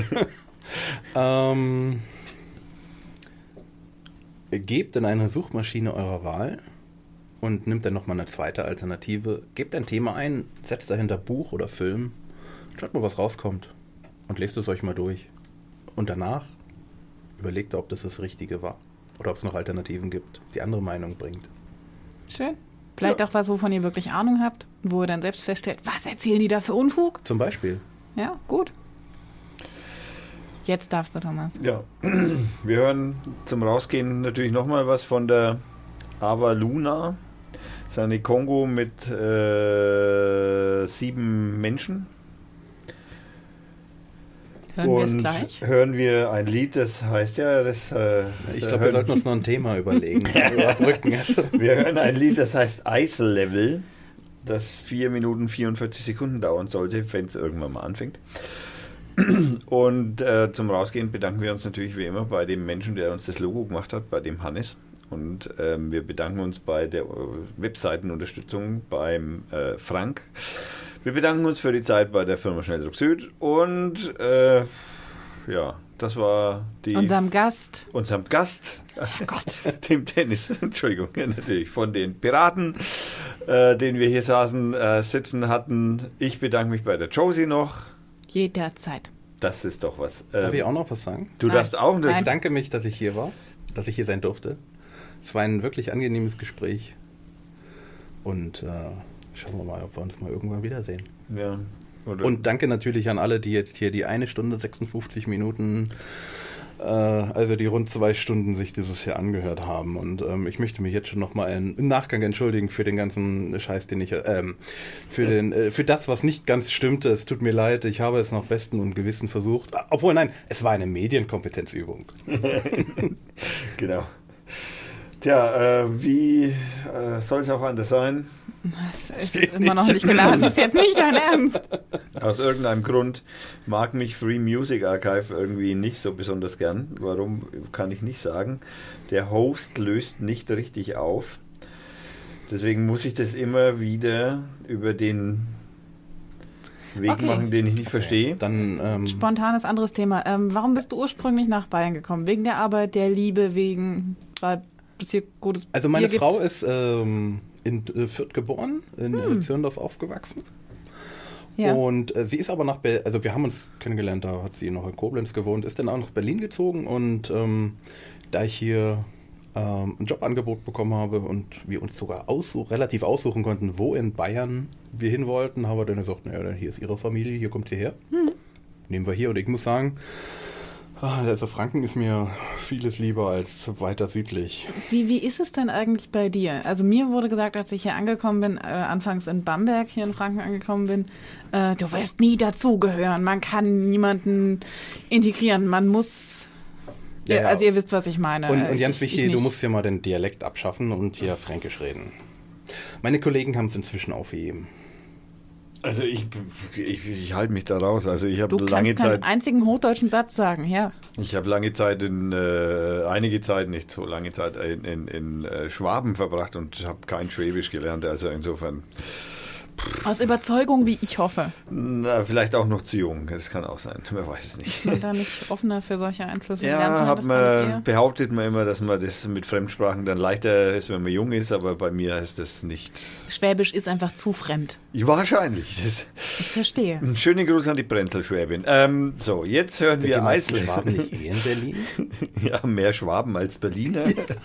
ähm, gebt in eine Suchmaschine eurer Wahl und nimmt dann nochmal eine zweite Alternative. Gebt ein Thema ein, setzt dahinter Buch oder Film, schaut mal, was rauskommt und lest es euch mal durch. Und danach überlegt, ob das das Richtige war oder ob es noch Alternativen gibt, die andere Meinung bringt. Schön. Vielleicht auch was, wovon ihr wirklich Ahnung habt, wo ihr dann selbst feststellt, was erzählen die da für Unfug? Zum Beispiel. Ja, gut. Jetzt darfst du, Thomas. Ja, wir hören zum Rausgehen natürlich nochmal was von der Ava Luna. Das ist eine Kongo mit äh, sieben Menschen. Hören wir es Und gleich? hören wir ein Lied, das heißt ja, das, äh, Ich das glaube, wir hören, sollten uns noch ein Thema überlegen. Überbrücken. wir hören ein Lied, das heißt Ice Level, das vier Minuten vierundvierzig Sekunden dauern sollte, wenn es irgendwann mal anfängt. Und äh, zum Rausgehen bedanken wir uns natürlich wie immer bei dem Menschen, der uns das Logo gemacht hat, bei dem Hannes. Und ähm, wir bedanken uns bei der äh, Webseitenunterstützung beim äh, Frank. Wir bedanken uns für die Zeit bei der Firma Schnelldruck Süd. Und äh, ja, das war die... Unserem Gast. unserem Gast, Oh Gott. dem Dennis, Entschuldigung, ja, natürlich, von den Piraten, äh, den wir hier saßen, äh, sitzen hatten. Ich bedanke mich bei der Josie noch. Jederzeit. Das ist doch was. Darf Ähm, ich auch noch was sagen? du Nein. darfst auch Ich nicht. bedanke mich, dass ich hier war, dass ich hier sein durfte. Es war ein wirklich angenehmes Gespräch. Und äh, schauen wir mal, ob wir uns mal irgendwann wiedersehen. Ja. Oder Und danke natürlich an alle, die jetzt hier die eine Stunde sechsundfünfzig Minuten, äh, also die rund zwei Stunden sich dieses hier angehört haben. Und ähm, ich möchte mich jetzt schon nochmal im Nachgang entschuldigen für den ganzen Scheiß, den ich, ähm, für den, äh, für das, was nicht ganz stimmte. Es tut mir leid, ich habe es nach bestem und Gewissen versucht. Obwohl, nein, es war eine Medienkompetenzübung. Genau. Tja, äh, wie äh, soll es auch anders sein? Es ist immer noch nicht geladen. Das ist jetzt nicht dein Ernst. Aus irgendeinem Grund mag mich Free Music Archive irgendwie nicht so besonders gern. Warum, kann ich nicht sagen. Der Host löst nicht richtig auf. Deswegen muss ich das immer wieder über den Weg Okay. machen, den ich nicht verstehe. Dann, ähm, Spontanes anderes Thema. Ähm, warum bist du ursprünglich nach Bayern gekommen? Wegen der Arbeit, der Liebe, wegen, weil es hier gutes also meine Bier Frau gibt? ist ähm, in äh, Fürth geboren, in hm. Zürndorf aufgewachsen. Ja. Und äh, sie ist aber nach Berlin, also wir haben uns kennengelernt, da hat sie noch in Koblenz gewohnt, ist dann auch nach Berlin gezogen und ähm, da ich hier ähm, ein Jobangebot bekommen habe und wir uns sogar aussuch, relativ aussuchen konnten, wo in Bayern wir hin wollten, haben wir dann gesagt, naja, hier ist ihre Familie, hier kommt sie her. Hm. Nehmen wir hier und ich muss sagen, also Franken ist mir vieles lieber als weiter südlich. Wie, wie ist es denn eigentlich bei dir? Also mir wurde gesagt, als ich hier angekommen bin, äh, anfangs in Bamberg, hier in Franken angekommen bin, äh, du wirst nie dazugehören, man kann niemanden integrieren, man muss... Ja, Ja, ja. also ihr wisst, was ich meine. Und, Äh, und ich- Jens ich Michi, du nicht. musst ja mal den Dialekt abschaffen und hier Fränkisch reden. Meine Kollegen haben es inzwischen aufgegeben. Also ich, ich, ich halte mich da raus. Also ich habe Du lange kannst keinen Zeit, einzigen hochdeutschen Satz sagen, ja. ich habe lange Zeit in äh, einige Zeit, nicht so lange Zeit in, in, in äh, Schwaben verbracht und habe kein Schwäbisch gelernt. Also insofern Aus Überzeugung, wie ich hoffe. na, vielleicht auch noch zu jung. Das kann auch sein. Wer weiß es nicht. Ist man da nicht offener für solche Einflüsse? Ja, Lernt man hat das da nicht man, eher? behauptet man immer, dass man das mit Fremdsprachen dann leichter ist, wenn man jung ist, aber bei mir ist das nicht. Schwäbisch ist einfach zu fremd. Ja, wahrscheinlich. Das, Ich verstehe. einen schönen Gruß an die Brenzelschwäbin. Ähm, so, jetzt hören Sind wir die meisten Eisle. Schwaben nicht eh in Berlin? Ja, mehr Schwaben als Berliner.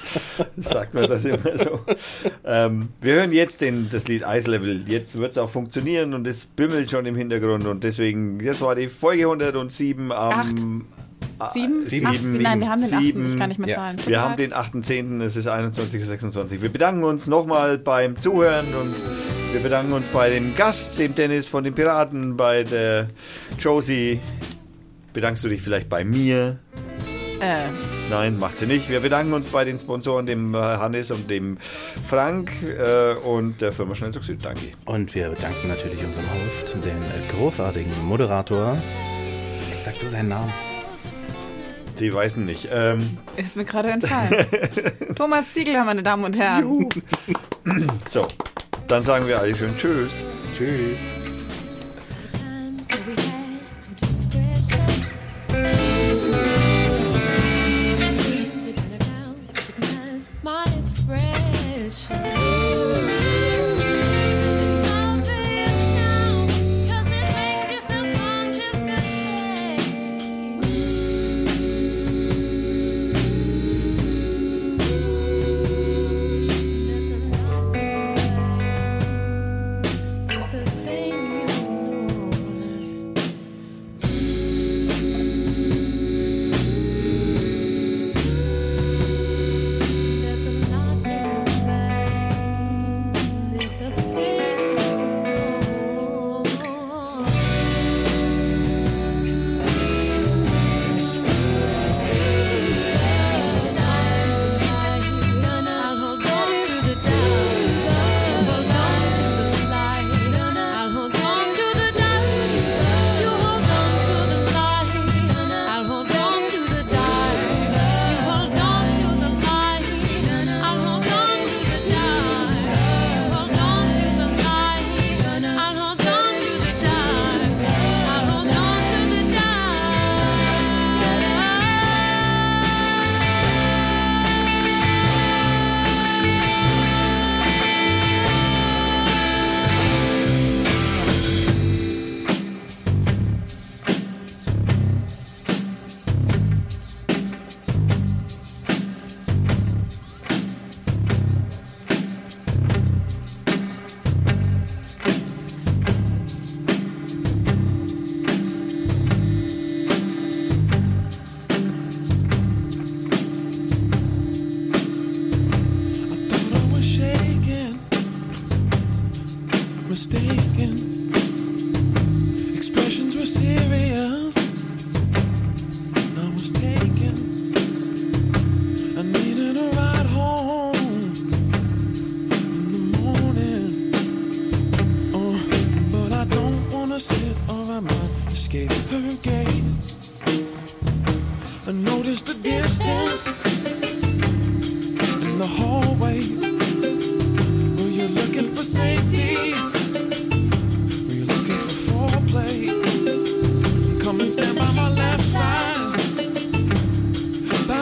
Sagt man das immer so. Ähm, wir hören jetzt den, das Lied Eislevel. Jetzt wird es auch funktionieren und es bimmelt schon im Hintergrund. Und deswegen, das war die Folge hundertsieben am... Acht. Ah, Sieben? sieben. Acht? Nein, wir haben den Sieben. achten. Ich kann nicht mehr Ja. zahlen. Wir haben den achten zehnten Es ist einundzwanzig Uhr sechsundzwanzig. Wir bedanken uns nochmal beim Zuhören und wir bedanken uns bei dem Gast, dem Dennis von den Piraten, bei der Josie. Bedankst du dich vielleicht bei mir? Äh, Nein, macht sie nicht. Wir bedanken uns bei den Sponsoren, dem äh, Hannes und dem Frank äh, und der Firma Schnellzug Süd. Danke. Und wir bedanken natürlich unserem Host, den äh, großartigen Moderator. Jetzt sag du seinen Namen. Die weißen nicht. Ähm, ist mir gerade entfallen. Thomas Ziegler, meine Damen und Herren. so, dann sagen wir alle schön Tschüss. Tschüss. My expression. It's obvious now, 'cause it makes you self-conscious to say that the love is a thing you ignore. That the knot in your back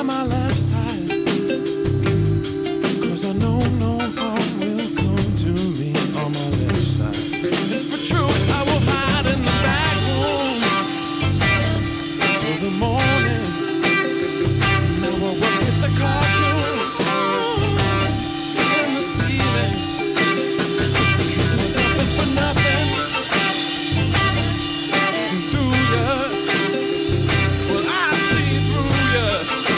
my left side, 'cause I know no harm will come to me on my left side. And for truth, I will hide in the back room till the morning. Now I work at the cartoon in the ceiling. Something for nothing. Do ya? Well, I see through ya.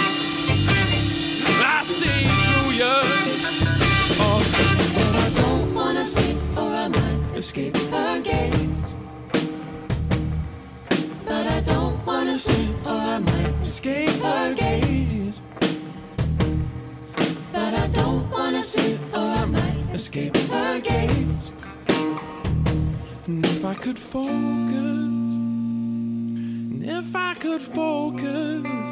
I see through ya. Oh, But I don't wanna see, or I might escape her gaze. But I don't wanna see, or I might escape her gaze. But I don't wanna see, or I might escape her gaze. and if I could focus, and if I could focus,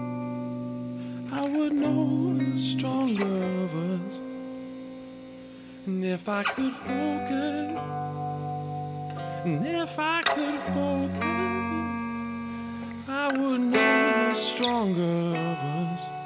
I would know the stronger of us. And if I could focus, and if I could focus, I would know the stronger of us.